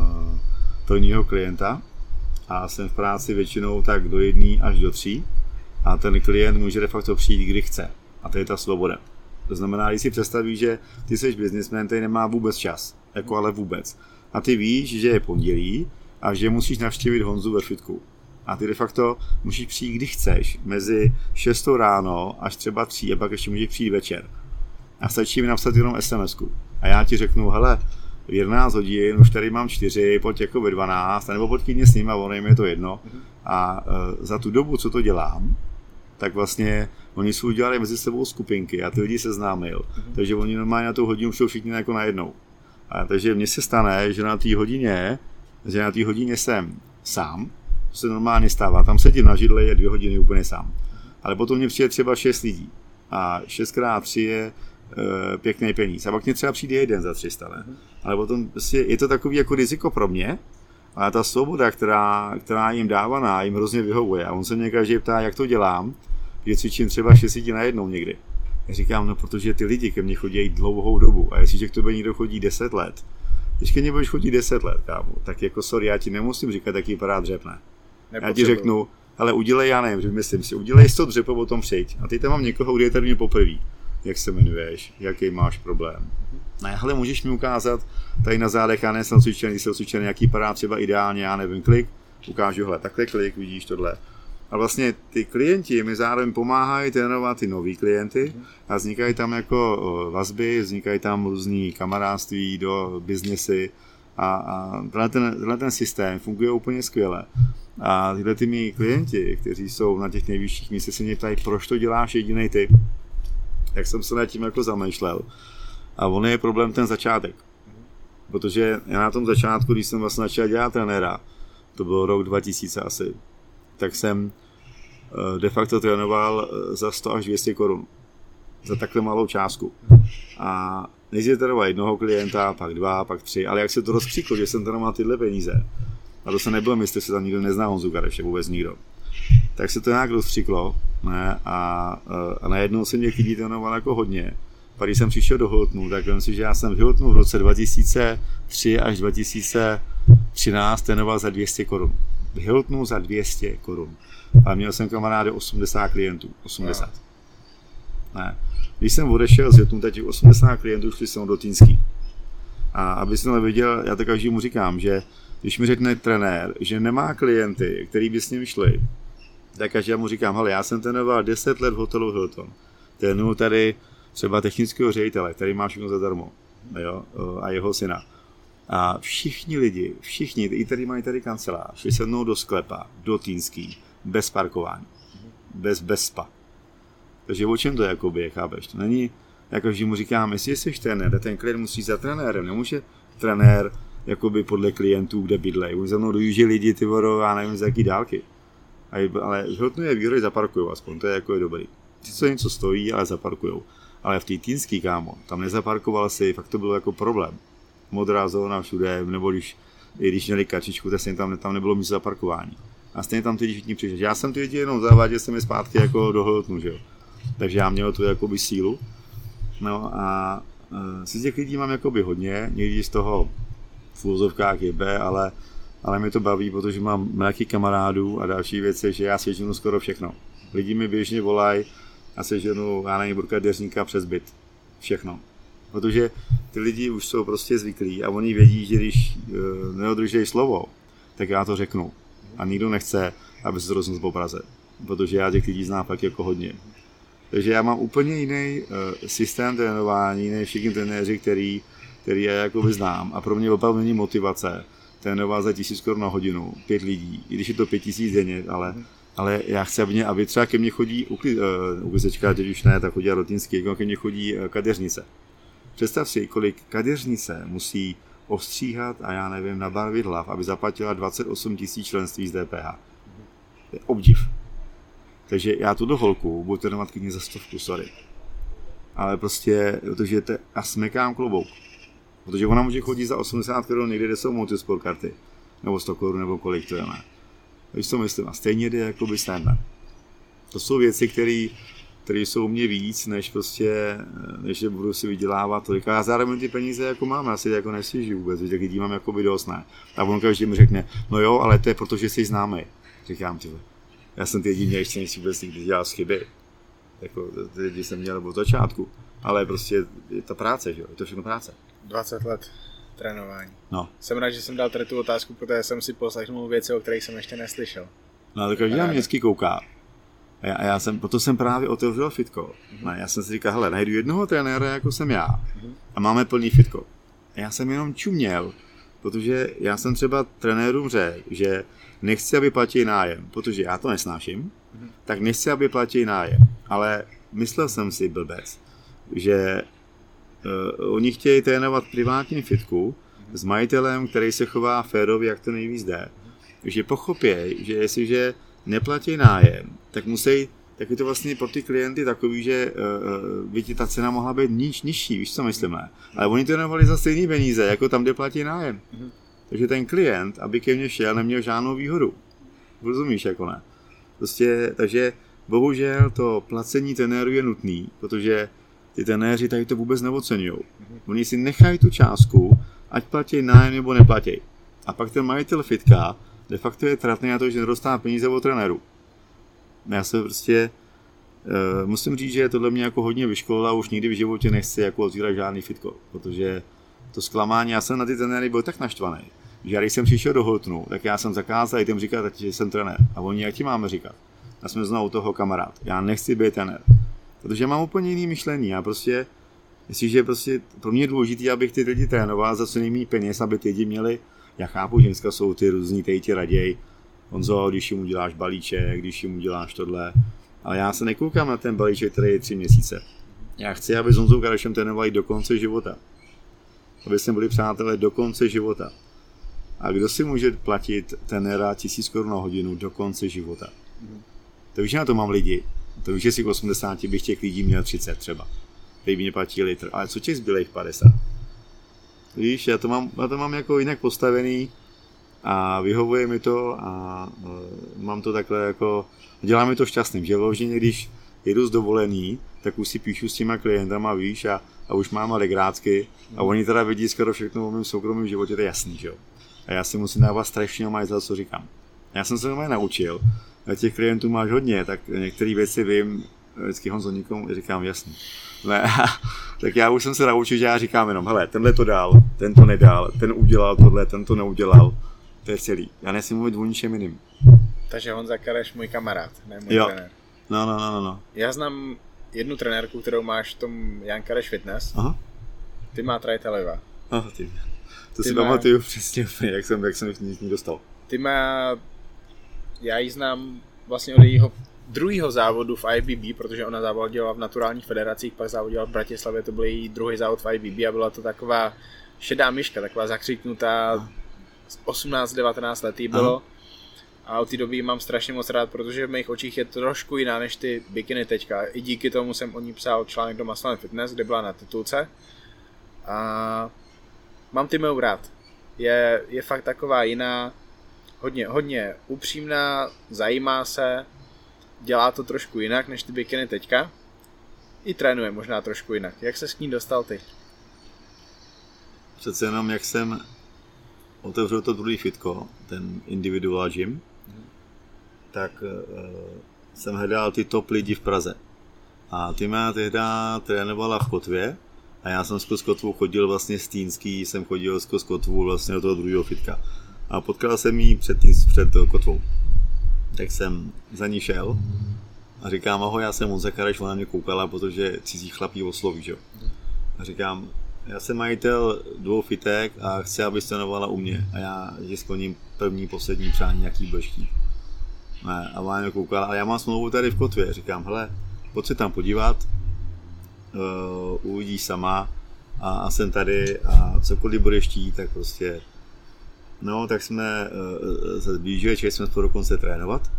prvního klienta a jsem v práci většinou tak do 1 až do 3 a ten klient může de facto přijít, kdy chce. A to je ta svoboda. To znamená, když si představíš, že ty jsi businessman, který nemá vůbec čas. Jako ale vůbec. A ty víš, že je pondělí a že musíš navštívit Honzu ve fitku. A ty de facto musíš přijít, kdy chceš, mezi 6 ráno až třeba 3 a pak ještě můžeš přijít večer. A stačí mi napsat jenom SMS-ku. A já ti řeknu, hele, v 11 hodin, už tady mám 4, pojď jako ve 12, nebo pojď klidně s ním a ono jim je to jedno. A za tu dobu, co to dělám, tak vlastně oni jsou udělali mezi sebou skupinky a ty lidi se známil. Takže oni normálně na tu hodinu šou všichni jako najednou. A takže mně se stane, že na té hodině jsem sám, to se normálně stává, tam sedím na židli, je 2 hodiny úplně sám. Ale potom mě přijde třeba 6 lidí a 6x3 je pěkný peníz. A pak mě třeba přijde jeden za 300, ne? Ale potom je to takový jako riziko pro mě, ale ta svoboda, která jim dávaná, jim hrozně vyhovuje. A on se mě každý ptá, jak to dělám, že cvičím třeba 6 lidí najednou někdy. Já říkám, no protože ty lidi ke mně chodí dlouhou dobu a jestliže k tobě někdo chodí 10 let, když ke mně budeš chodit 10 let, kámo, tak jako sorry, já ti nemusím říkat, jaký vypadá dřep, ne. Já ti řeknu, ale udělej, já nevím, myslím si, udělej 100 dřep a potom přijď. A teď tam mám někoho, kdo je tady mě poprvé. Jak se jmenuješ, jaký máš problém. Ne, hele, můžeš mi ukázat tady na zádech, já nejsem cvičený, ty jsou cvičený, jaký vypadá třeba ideálně, já nevím, klik, ukážu, hele, takhle klik, vidíš tohle. A vlastně ty klienti mi zároveň pomáhají trénovat ty nový klienty a vznikají tam jako vazby, vznikají tam různý kamarádství do biznesy a ten systém funguje úplně skvěle. A tyhle ty mý klienti, kteří jsou na těch nejvyšších místech, se mě ptají, proč to děláš jedinej ty? Jak jsem se nad tím jako zamýšlel. A on je problém ten začátek. Protože já na tom začátku, když jsem vlastně začal dělat trenéra, to bylo rok 2000 asi, tak jsem de facto trénoval za 100 až 200 korun. Za takhle malou částku. A nejdřív trénoval jednoho klienta, pak 2, pak 3, ale jak se to rozkříklo, že jsem trénoval tyhle peníze, a to se nebylo mít, jestli se tam nikdo nezná Honzu Kareše, vůbec nikdo. Tak se to nějak rozkříklo, ne? A najednou jsem těch lidí trénoval jako hodně. Pak když jsem přišel do Hiltonu, tak vím si, že já jsem v Hiltonu v roce 2003 až 2013 trénoval za 200 korun. V Hiltonu za 200 korun. A měl jsem kamarády 80 klientů. 80. Ne. Když jsem odešel z Hiltonu, tak těch 80 klientů šli jsem do Týnský. A aby jsem to viděl, já to každému říkám, že když mi řekne trenér, že nemá klienty, který by s ním šli, tak každý mu říkám, hele, já jsem trénoval 10 let v hotelu Hilton. Trénuju tady třeba technického ředitele, který má všechno zadarmo, jo, a jeho syna. A všichni lidi, i tady mají tady kancelář, šli se mnou do sklepa, do Týnský, bez parkování, bez spa. Takže o čem to jakoby, chápeš? To není, jako že mu říkám, jestli jsi trenér, ten klient musí za trenérem, nemůže trenér jakoby podle klientů, kde bydlej. Už za mnou dojíždí lidi, ty voro, já nevím z jaký dálky. Ale Hiltonu je výhody, zaparkujou aspoň, to je jako je dobrý. Ty co něco stojí, ale zaparkujou. Ale v té Týnský, kámo, tam nezaparkoval si, fakt to bylo jako problém. Modrá zóna všude, nebo když měli kačičku, tak tam nebylo místo zaparkování. A stejně tam ty lidi všichni přišli. Já jsem ty lidi jenom zaváděl jsem je zpátky jako do Hiltonu, že jo. Takže já měl tu jakoby sílu. No a z těch lidí mám jakoby hodně, někdy z toho v úvozovkách jebe, ale mě to baví, protože mám mraky kamarádů a další věci, že já seženu skoro všechno. Lidi mi běžně volají a seženu, já nevím, burkadeřníka přes byt. Všechno. Protože ty lidi už jsou prostě zvyklí a oni vědí, že když neodržejí slovo, tak já to řeknu. A nikdo nechce, aby se to roznesl po Praze. Protože já těch lidí znám fakt jako hodně. Takže já mám úplně jiný systém trénování, než všichni trenéři, který já jakoby znám. A pro mě opravdu není motivace trénovat za 1000 Kč na hodinu, 5 lidí, i když je to 5000 denně, ale já chci, aby třeba ke mně chodí uklizečka, teď už ne, tak chodí do Týnský, ke mně chodí kadeřnice. Představ si, kolik kadeřnice musí ostříhat a já nevím, nabarvit hlav, aby zaplatila 28 000 členství z DPH. To je obdiv. Takže já tu do holku budu trénovat klidně za 100, sorry. Ale prostě, protože a smekám klobouk. Protože ona může chodit za 80 Kč někde, kde jsou multisport karty. Nebo 100 Kč, nebo kolik to je. Víš, co myslím? A stejně jde jakoby snadno. To jsou věci, které jsou mě víc, než že budu si vydělávat tolik. A já zároveň ty peníze jako mám, já si jako nestěžuji vůbec, že těch lidí mám jakoby dost, ne. A on každý mi řekne, no jo, ale to je proto, že jsi známý. Říkám ti, já jsem ty lidi měl ještě než vůbec nikdy dělal chyby. Jako ty lidi jsem měl od začátku. Ale prostě je ta práce, že jo, je to všechno práce. 20 let
trénování.
No.
Jsem rád, že jsem dal tady tu otázku, protože jsem si poslechnul věci, o kterých jsem ještě neslyšel.
No, tak každý na mě vždycky kouká. Proto jsem právě otevřel fitko. No, já jsem si říkal, hele, najdu jednoho trenéra, jako jsem já, a máme plný fitko. A já jsem jenom čuměl, protože já jsem třeba trenérům řekl, že nechci, aby platili nájem, protože já to nesnáším, tak nechci, aby platili nájem. Ale myslel jsem si, blbec, že oni chtějí trénovat privátní fitku s majitelem, který se chová férově, jak to nejvíc jde. Takže pochopěj, že jestliže neplatí nájem, tak je to vlastně pro ty klienty takový, že by ti ta cena mohla být nižší, víš co myslím, ne? Ale oni trénovali za stejný peníze, jako tam, kde platí nájem. Takže ten klient, aby ke mně šel, neměl žádnou výhodu. Rozumíš, jako ne? Prostě, takže bohužel to placení trenérů je nutný, protože ty trenéři tady to vůbec neoceňují. Oni si nechají tu částku ať platí nájem nebo neplatí. A pak ten majitel fitka de facto je tratný na to, že nedostává peníze od trenéru. Já se prostě musím říct, že tohle mě jako hodně vyškolilo a už nikdy v životě nechci jako otvírat žádný fitko, protože to zklamání, já jsem na ty trenéry byl tak naštvaný, že když jsem přišel do Hotnu, tak já jsem zakázal těm říkat, že jsem trenér. A oni, jak ti máme říkat? Já jsem znovu toho kamarád. Já nechci být trenér. Protože mám úplně jiný myšlení. Já prostě, jestliže prostě pro mě je důležité, abych ty lidi trénoval za co nejméně peněz, aby ty lidi měli, já chápu, že dneska jsou ty různý, tady ti raději. Honzo, když jim uděláš balíček, když jim uděláš tohle. Ale já se nekoukám na ten balíček, který je 3 měsíce. Já chci, aby s Honzou Karešem trénovali do konce života. Aby jsme byli přátelé do konce života. A kdo si může platit trenéra 1000 Kč na hodinu do konce života? To víš, že na to mám lidi. To víš, že si k 80 bych těch lidí měl 30 třeba. Teď by mě platí litr. Ale co těch zbylejch 50? Víš, já to mám jako jinak postavený a vyhovuje mi to a mám to takhle jako, dělá mi to šťastným, že vloženě, když jedu z dovolený, tak už si píšu s těma klientama, víš, a už mám legrácky a oni teda vidí skoro všechno o mém soukromém životě, to je jasný, že jo. A já si musím dávat strašně mají za co říkám. Já jsem se normálně naučil, a těch klientů máš hodně, tak některé věci vím, vždycky Honzo nikomu říkám jasný. Ne, tak já už jsem se naučil, že já říkám jenom, hele, tenhle to dal, ten to nedal, ten udělal tohle, ten to neudělal. To je celý. Já nesmím mluvit o ničem jiným.
Takže Honza Kareš můj kamarád, ne můj trenér.
No.
Já znám jednu trenérku, kterou máš v tom Jan Kareš Fitness.
Aha.
Ty má Trajta Leva.
Aha, ty. To si pamatuju přesně, jak jsem z ní dostal.
Ty má, já ji znám vlastně od jejího druhého závodu v IFBB, protože ona závodila v naturálních federacích, pak závodila v Bratislavě, to byl její druhý závod v IFBB a byla to taková šedá myška, taková zakřiknutá, 18-19 letý bylo. A od té doby mám strašně moc rád, protože v mých očích je trošku jiná než ty bikiny teďka. I díky tomu jsem o ní psal článek do Muscle & Fitness, kde byla na titulce. A mám Timeu rád. Je fakt taková jiná, hodně upřímná, zajímá se, dělá to trošku jinak než ty bikiny teďka. I trénuje možná trošku jinak. Jak se s ní dostal ty?
Přece jenom jak jsem otevřel to druhý fitko, ten individual gym, tak jsem hledal ty top lidi v Praze. A ty mě tehda trénovala v Kotvě a já jsem skrz Kotvu chodil vlastně z Týnský, jsem chodil skrz Kotvu vlastně do toho druhého fitka. A potkal jsem jí před Kotvou. Tak jsem za ní šel a říkám, ahoj, já jsem Honza Kareš, ona mě koukala, protože cizí chlapí osloví, že jo. A říkám, já jsem majitel 2 fitek a chci, abys trénovala u mě a já ti splním první, poslední přání, jaký budeš chtít. Ne, a ona mě koukala, ale já mám smlouvu tady v Kotvě, říkám, hele, pojď se tam podívat, uvidíš sama a jsem tady a cokoliv budeš chtít, tak prostě, no, tak jsme se zblížili, že jsme spolu dokonce trénovat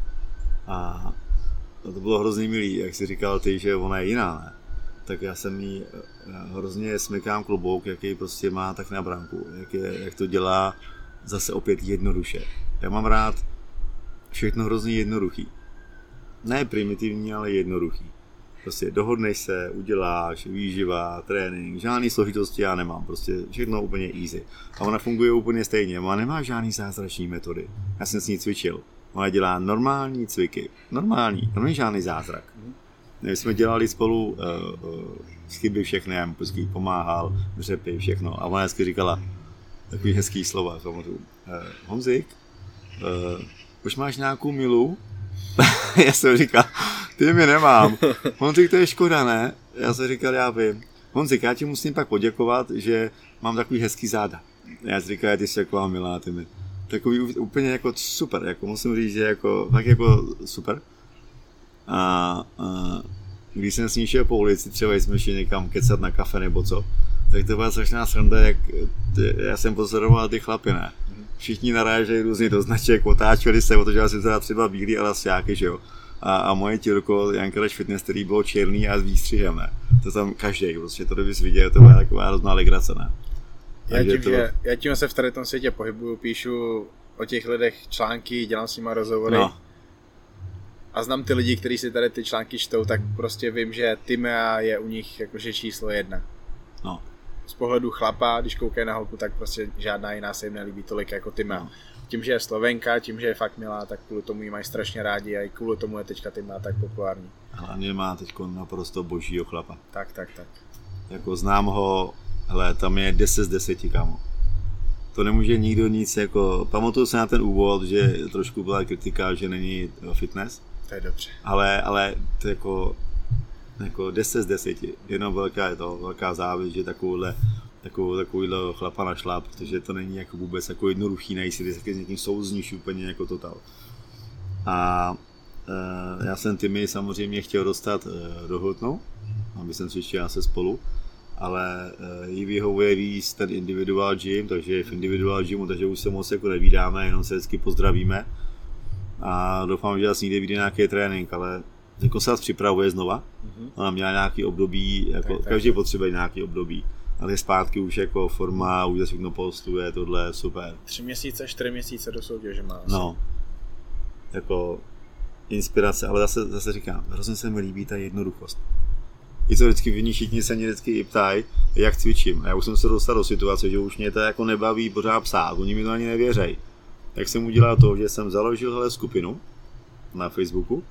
a to bylo hrozně milý, jak jsi říkal ty, že ona je jiná, ne? Tak já jsem jí hrozně smykám klobouk, jaký prostě má tak na branku, jak to dělá zase opět jednoduše. Já mám rád všechno hrozně jednoduchý. Ne primitivní, ale jednoduchý. Prostě dohodneš se, uděláš, výživa, trénink, žádný složitosti já nemám, prostě všechno úplně easy. A ona funguje úplně stejně, ona nemá žádný zázrační metody. Já jsem s ní cvičil. Ona dělá normální cviky, normální, to není žádný zázrak. My jsme dělali spolu chyby všechny, já mu vždycky pomáhal, dřepy, všechno. A ona vždycky říkala takový hezký slova, pamatuju. Honzik, už máš nějakou milu? Já jsem říkal, ty mi nemám. Honzik, to je škoda, ne? Já jsem říkal, já vím. Honzik, já ti musím pak poděkovat, že mám takový hezký záda. Já jsem říkal, ty jsi taková milá, ty mi. Takový úplně jako super, jako musím říct, že jako, tak jako super. A když jsem s ní šel po ulici, třeba jsme šli někam kecat na kafe nebo co, tak to byla strašná sranda, jak já jsem pozoroval ty chlapy, ne? Všichni narážejí různě do značek, otáčeli se, protože já jsem teda třeba bílý elastiáky, že jo? A moje tělko Jan Kareš Fitness, který bylo černý a s výstřihem, ne? To tam každý, prostě to kdybys viděl, to byla taková hrozná legrace, ne?
Já tím se v tady tom světě pohybuju, píšu o těch lidech články, dělám s nima rozhovory.
No.
A znám ty lidi, kteří si tady ty články čtou, tak prostě vím, že Timea je u nich jakože číslo 1.
No.
z pohledu chlapa, když koukají na holku, tak prostě žádná jiná se jim nelíbí tolik jako Tima. Tím, že je Slovenka, tím, že je fakt milá, tak kvůli tomu jí mají strašně rádi a i kvůli tomu je teďka Tima tak populární.
Hlavně má teďko naprosto božího chlapa.
Tak.
Jako znám ho, hele, tam je 10 z 10, kámo. To nemůže nikdo nic, jako, pamatuju se na ten úvod, že trošku byla kritika, že není fitness.
To je dobře.
Ale to jako 10 z 10, jenom velká závist, že takovýhle chlapa našla, protože to není jako vůbec jako jednoduchý, nejsi s někým souzníš úplně jako total. A já jsem Timmy samozřejmě chtěl dostat do Hiltonu, aby jsem cvičil se spolu, ale jí vyhovuje víc ten individual gym, takže v individual gymu, takže už se moc jako nevídáme, jenom se vždycky pozdravíme a doufám, že nás někde vyjde nějaký trénink, ale jako se nás připravuje znova, ona měla nějaký období, jako každý potřebuje nějaký období, ale zpátky už jako forma, už zase všechno postuje, tohle je super.
3 měsíce, 4 měsíce do soutěže má.
No, jako inspirace, ale zase říkám, hrozně se mi líbí ta jednoduchost. I to vždycky všichni se mě vždycky i ptají, jak cvičím. Já už jsem se dostal do situace, že už mě to jako nebaví pořád psát, oni mi to ani nevěřejí. Tak jsem udělal to, že jsem založil skupinu na Facebooku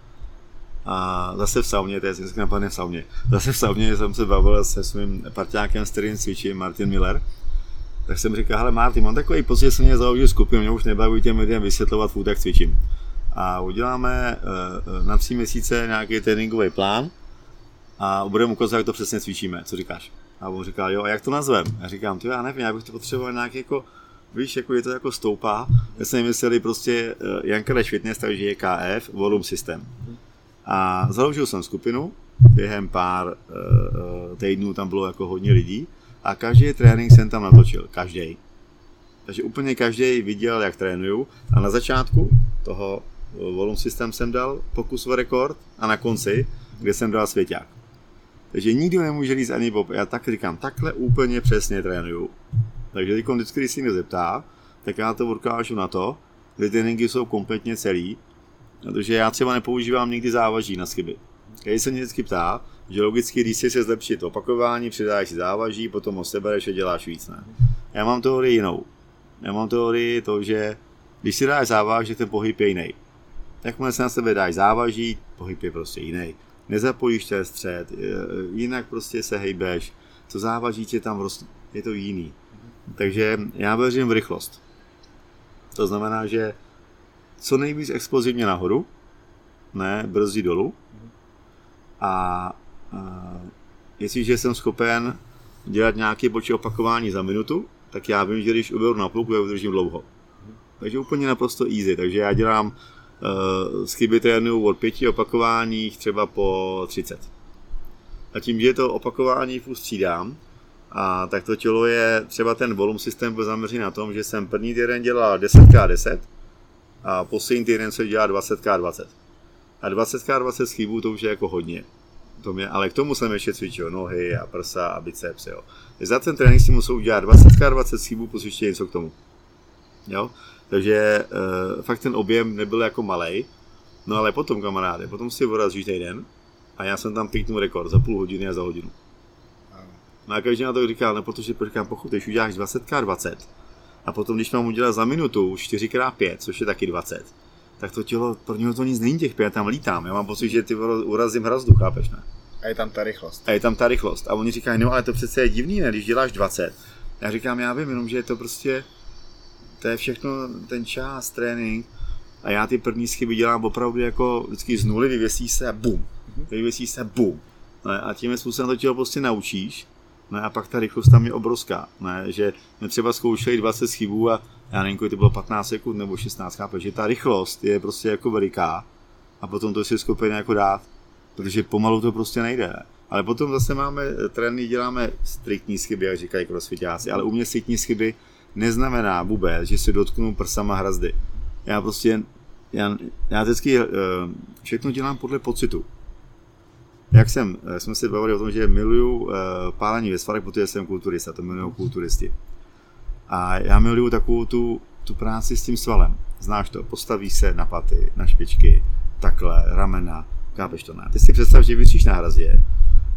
a zase v sauně, to je dneska napadne v sauně, zase v sauně jsem se bavil se svým parťákem, s kterým cvičím, Martin Miller. Tak jsem říkal, hele Martin, mám takový pocit, že jsem mě založil skupinu, mě už nebaví těm lidem vysvětlovat furt, jak cvičím. A uděláme na 3 měsíce nějaký tréninkový plán a budeme ukazovat, jak to přesně cvičíme, co říkáš? A on říkal, jo, a jak to nazvem? Já říkám, já nevím, já bych to potřeboval nějak jako, víš, jako je to jako stoupá. Já jsem mysleli prostě Jankareš Fitness, takže je KF, Volume System. A založil jsem skupinu, během pár týdnů tam bylo jako hodně lidí a každý trénink jsem tam natočil, každý. Takže úplně každý viděl, jak trénuju a na začátku toho Volume System jsem dal pokusový rekord a na konci, kde jsem dal svěťák. Takže nikdo nemůže říct ani Bob. Já tak říkám, takhle úplně přesně trénuju. Takže vždycky, když si mě zeptá, tak já to odkážu na to, že tréninky jsou kompletně celý, protože já třeba nepoužívám nikdy závaží na skyby. Když se mě vždycky ptá, že logicky, když si se zlepšit opakování, přidáš si závaží, potom ho sebereš a děláš víc, ne? Já mám teorii jinou. Já mám teorii to, že když si dáš závaží, ten pohyb je jiný. Jakmile se na sebe dáš závaží, pohyb je prostě jiný. Nezapojíš ten střed, jinak prostě se hejbeš, co závaží tě tam je to jiný. Takže já věřím v rychlost. To znamená, že co nejvíc explozivně nahoru, ne brzdí dolů. A jestliže jsem schopen dělat nějaké počet opakování za minutu, tak já vím, že když uberu na půlku, já vydržím dlouho. Takže úplně naprosto easy. Takže já dělám skyby trénuju od 5 opakováních třeba po 30. A tím, že je to opakování střídám, a tak to tělo je, třeba ten volume systém byl zaměřený na tom, že jsem první týden dělal 10x10 a poslední týden se dělá 20x20. A 20x20 schybů to už je jako hodně. Ale k tomu jsem ještě cvičil nohy a prsa a biceps. Jo. Za ten trénink si musel udělat 20x20 schybů plus ještě něco k tomu. Jo? Takže fakt ten objem nebyl jako malej. No ale potom, kamaráde, potom si vorazíš týden a já jsem tam piknul rekord za půl hodiny a za hodinu. No a každý na to říkal, no protože říkám, pokud když uděláš 20x20 a potom když mám udělat za minutu 4x5, což je taky 20, tak to tělo, pro něho to nic není těch 5, já tam lítám, já mám pocit, že ty urazím hrazdu, chápeš, ne?
A je tam ta rychlost.
A oni říkají, no ale to přece je divný, ne, když děláš 20. Já říkám, já vím, jenom že je to prostě, to je všechno ten čas, trénink a já ty první chyby dělám opravdu jako vždycky z nuly, vyvěsíš se a bum, No a tím způsobem to tělo prostě naučíš. No a pak ta rychlost tam je obrovská, ne? Že my třeba zkoušeli 20 chybů a já nevím, kolik to bylo 15 sekund nebo 16, protože ta rychlost je prostě jako veliká a potom to si schopen jako dát, protože pomalu to prostě nejde. Ne? Ale potom zase máme tréninky, děláme striktní chyby, jak říkají crossfitáci, ale u mě striktní chyby neznamená vůbec, že si dotknu prsama hrazdy. Já vždycky všechno dělám podle pocitu. Jak jsme se bavili o tom, že miluju pálení ve svalech, protože jsem kulturista, to milují kulturisti. A já miluju takovou tu práci s tím svalem. Znáš to, postavíš se na paty, na špičky, takhle, ramena, kápeš to, ne? Ty si představ, že vysíš na hrazdě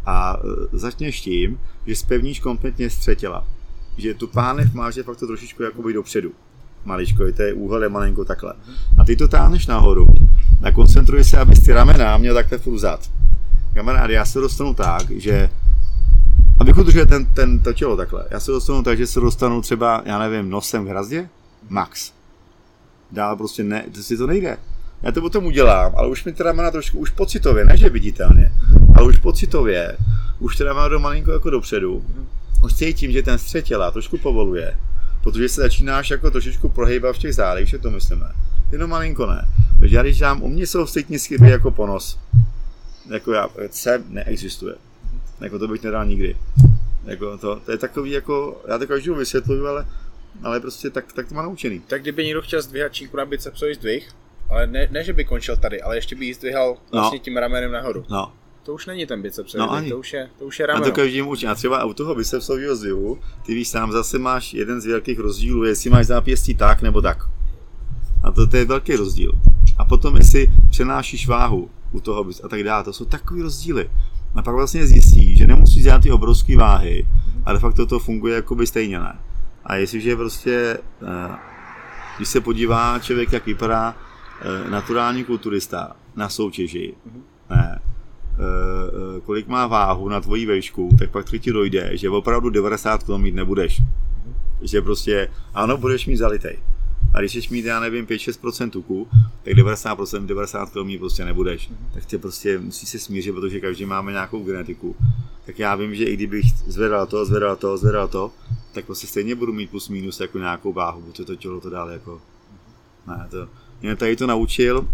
A začneš tím, že zpevníš kompletně střed těla. Že tu pánev máš de facto trošičku jakoby dopředu. Maličko, to je úhel je malinko takhle. A ty to táhneš nahoru a koncentruj se, abys ty ramena měl takhle furt vzad. Kamarád, já se dostanu tak, že abych udržel to tělo takhle, já se dostanu tak, že se dostanu třeba, já nevím, nosem k hrazdě, max. Dál prostě ne, si to nejde. Já to potom udělám, ale už mi ty ramena trošku, už pocitově, ne že viditelně, ale už pocitově, už ty ramena jdou malinko jako dopředu. Už cítím, že ten střed těla trošku povoluje, protože se začínáš jako trošičku prohýbat v těch zádech, že to myslíme. Jenom malinko ne. Takže já když dám, u mě jsou stejně chyby jako ponos. Jako já, C neexistuje. Jako to bych nedal nikdy. Jako to je takový jako, já to každou vysvětluju, ale prostě tak to má naučený.
Tak kdyby někdo chtěl zdvihat čínku na bicepsový zdvih, ale ne, že by končil tady, ale ještě by ji zdvihal vlastně tím ramenem nahoru.
No.
To už není ten bicepsový zdvih, to už je rameno.
A to každý učí. A třeba u toho bicepsového zdvihu, ty víš sám, zase máš jeden z velkých rozdílů, jestli máš zápěstí tak nebo tak. A to je velký rozdíl. A potom jestli přenášíš váhu u toho a tak dále, to jsou takový rozdíly. A pak vlastně zjistíš, že nemusíš dělat ty obrovské váhy, a de facto to funguje jakoby stejně, ne? A jestliže prostě, když se podívá člověk, jak vypadá naturální kulturista na soutěži, ne, kolik má váhu na tvojí vejšku, tak pak ti dojde, že opravdu 90 kg mít nebudeš. Že prostě, ano, budeš mít zalitej. A když jsi mít, já nevím, 5-6% tuku, tak 90 kg mít prostě nebudeš. Tak tě prostě musí se smířit, protože každý máme nějakou genetiku. Tak já vím, že i kdybych zvedal to, tak prostě stejně budu mít plus minus jako nějakou váhu, protože to tělo to dál jako... Ne, to... Mě tady to naučil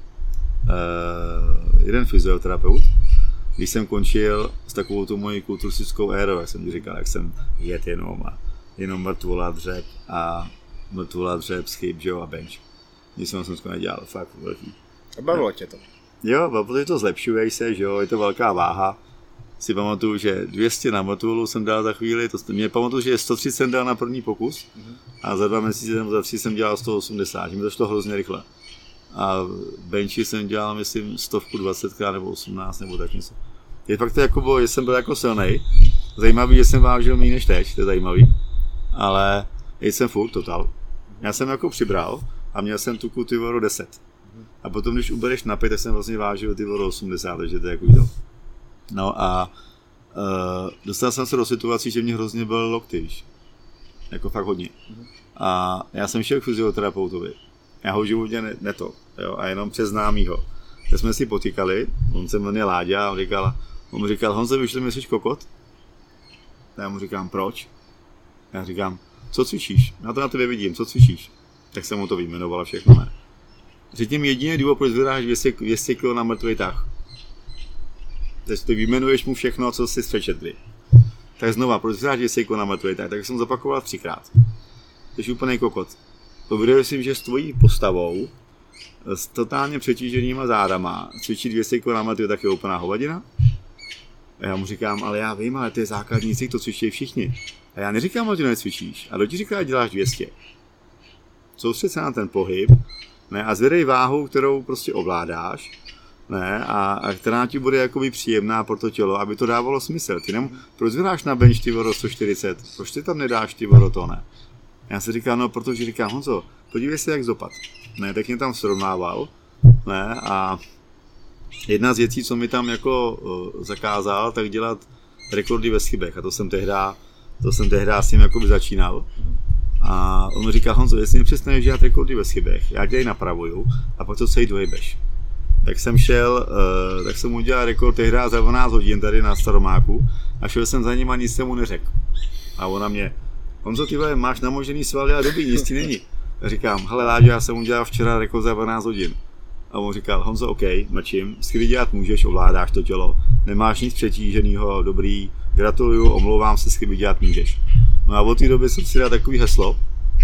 jeden fyzioterapeut, když jsem končil s takovou tu mojí kulturistickou érou, jak jsem ti říkal, jak jsem jet jenom mrtvola, dřep a mrtvola, dřep, schyb, že jo, a bench. Nic jsem skoro nedělal, fakt velký.
A bavilo tě to?
Jo, protože to zlepšuje se, že jo, je to velká váha. Si pamatuju, že 200 na mrtvolu jsem dal za chvíli, mě pamatuju, že 130 jsem dal na první pokus a za 2 měsíce nebo za 3 jsem dělal 180, že mi to šlo hrozně rychle. A benchi jsem dělal, myslím, 120 nebo 18 nebo tak něco. Je fakt to jako bylo, že jsem byl jako silnej. Zajímavý, že jsem vážil méně než teď, to je zajímavý. Ale jsem furt total. Já jsem jako přibral a měl jsem tuku ty voro 10. A potom, když ubereš na 5, tak jsem vlastně vážil ty voro 80, takže to je jako to. No a dostal jsem se do situací, že mě hrozně byl lokty, víš. Jako fakt hodně. A já jsem šel k fyzioterapeutovi. Já ho v životě jo, a jenom přes známýho. Tak jsme si potýkali, on se jmenuje Láďa a on mi říkal, Honzo, víš, že jsi kokot? A já mu říkám, proč? Já říkám, co cvičíš? Já to na tebe vidím, co cvičíš? Tak jsem mu to vyjmenoval všechno, ne. Řekni mi jediný důvod, proč zvedáš 200 kg na mrtvý tah. Teď ty vyjmenuješ mu všechno, co jsi přečetli. Tak znova, proč zvedáš 200 kg na mrtvý tah? Tak jsem zopakoval 3krát. To je úplný kokot. Povedal jsem, že s tvojí postavou, s totálně přetíženýma zádama, cvičit 200 kg na mrtvý tak je úplná hovadina. A já mu říkám, ale já vím, ale ty základníci to cvičí všichni. A já neříkám, že to necvičíš. A kdo ti říká, že děláš 200? Soustřed se na ten pohyb, ne, a zvedej váhu, kterou prostě ovládáš, ne, a která ti bude jakoby příjemná pro to tělo, aby to dávalo smysl. Proč zvedáš na bench ty voro 140? Proč ty tam nedáš ty voro to, ne? Já si říkám, no, protože říkám, Honzo, podívej se, jak zopad. Ne, tak mě tam srovnával, ne, a jedna z věcí, co mi tam jako zakázal, tak dělat rekordy ve schybech. A to jsem tehdy s tím jakoby začínal. A on mi říká, Honzo, jestli nepřestaneš dělat rekordy ve schybech, já tě napravuju a pak to celý dojebeš. Tak jsem udělal rekord tehdy za 12 hodin tady na Staromáku a šel jsem za ním a nic jsem mu neřekl. A ona mě, Honzo, ty vole, máš namožený svaly a doby, nic ti není. A říkám, hele Láďo, já jsem udělal včera rekord za 12 hodin. A on říkal, Honzo, OK, mlčím, skvěle dělat můžeš, ovládáš to tělo, nemáš nic přetíženého, dobrý, gratuluju, omlouvám se, skvěle dělat můžeš. No a od té doby jsem si dal takový heslo,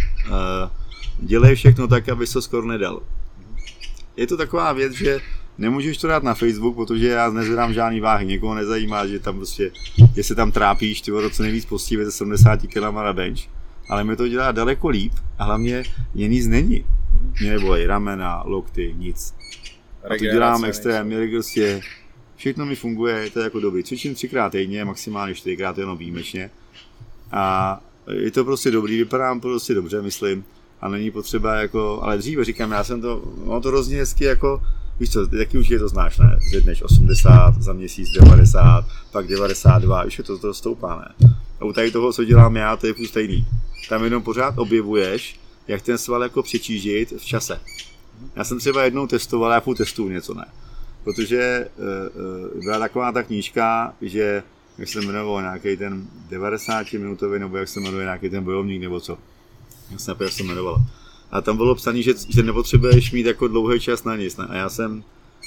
dělej všechno tak, aby se skoro nedal. Je to taková věc, že nemůžeš to dát na Facebook, protože já nezvedám žádný váhy, někoho nezajímá, že tam prostě, že se tam trápíš, ty vado co nejvíc postíve ze 70 kg na bench, ale mi to dělá daleko líp a hlavně mě nic není. Mě nebolej ramena, lokty, nic. A to dělám extrémně, prostě všechno mi funguje, to je jako dobrý. Cvičím 3x týdně, maximálně 4x jenom výjimečně. A je to prostě dobrý, vypadám prostě dobře, myslím. A není potřeba jako, ale dříve říkám, já jsem to, to hrozně hezky jako, víš co, jaký už je to znáš, ne? Zjedneš 80, za měsíc 90, pak 92, už je to stoupá, ne? A u tady toho, co dělám já, to je furt stejný. Tam jenom pořád objevuješ, jak ten sval jako přetížit v čase. Já jsem třeba jednou testoval, já furt testuju něco, ne? Protože byla taková ta knížka, že, jak se jmenoval, nějaký ten 90-minutový, nebo jak se jmenuje, nějaký ten bojovník, nebo co. Já jsem napěl, jak se jmenoval. A tam bylo psané, že nepotřebuješ mít jako dlouhý čas na nic, ne? A já jsem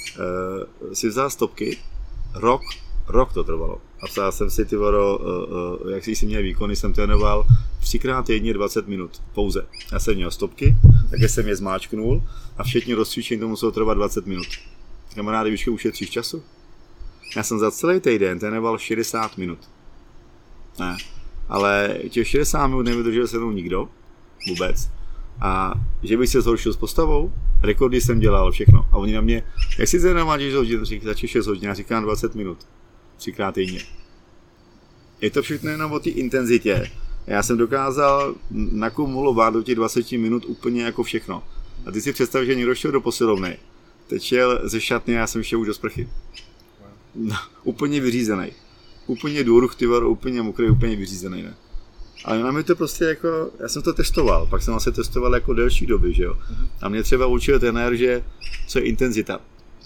si vzal stopky, rok to trvalo. A psal jsem si ty varo, jak si měl výkony, jsem trénoval 3x týdně 20 minut, pouze. Já jsem měl stopky, takže jsem je zmáčknul a všechny rozcvičení to muselo trvat 20 minut. Kamarády, víš, ušetříš času? Já jsem za celý týden trénoval 60 minut. Ne, ale těch 60 minut nevydržel se mnou nikdo, vůbec. A že bych se zhoršil s postavou, rekordy jsem dělal, všechno. A oni na mě, jak si trénoval 6 hodin, začít 6 hodin, já říkám 20 minut. 3x týdně. Je to všechno jenom o té intenzitě. Já jsem dokázal nakumulovat do těch 20 minut úplně jako všechno. A ty si představ, že někdo šel do posilovny, teď šel ze šatny a já jsem šel už do sprchy. No, úplně vyřízený. Úplně důruch, úplně mokrý, úplně vyřízený, ne? Ale na mě to prostě jako, já jsem to testoval, pak jsem vlastně testoval jako delší doby, že jo. A mě třeba učil trenér, že co je intenzita.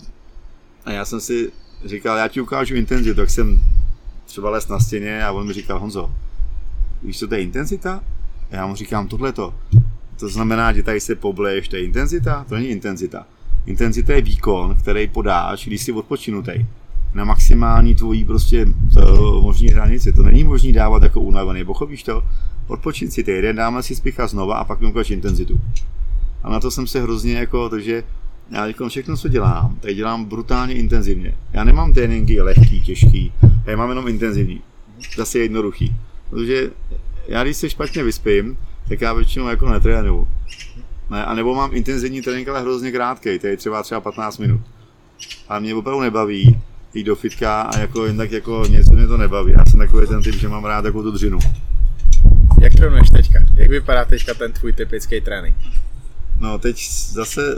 A já jsem si říkal, já ti ukážu intenzitu, tak jsem třeba les na stěně a on mi říkal, Honzo, víš, co to je intenzita? A já mu říkám, tohleto. To znamená, že tady se pobleješ, to je intenzita? To není intenzita. Intenzita je výkon, který podáš, když jsi odpočinutý. Na maximální tvojí prostě možný hranici. To není možný dávat jako unavený, pochopíš to? Odpočin si týden, dáme si spícha znova a pak mi ukáž intenzitu. A na to jsem se hrozně jako, takže já teď všechno, co dělám, tak dělám brutálně intenzivně. Já nemám tréninky lehký, těžký, já mám jenom intenzivní. Zase jednoduchý. Protože já když se špatně vyspím, tak já většinou jako netrénuju. Ne, a nebo mám intenzivní trénink, ale hrozně krátkej, to je třeba 15 minut. A mě opravdu nebaví jít do fitka a jako jen tak jako něco mě to nebaví. Já jsem takový ten typ, že mám rád takovou tu dřinu.
Jak trénuješ teďka? Jak vypadá teďka ten tvůj typický trénink?
No teď zase,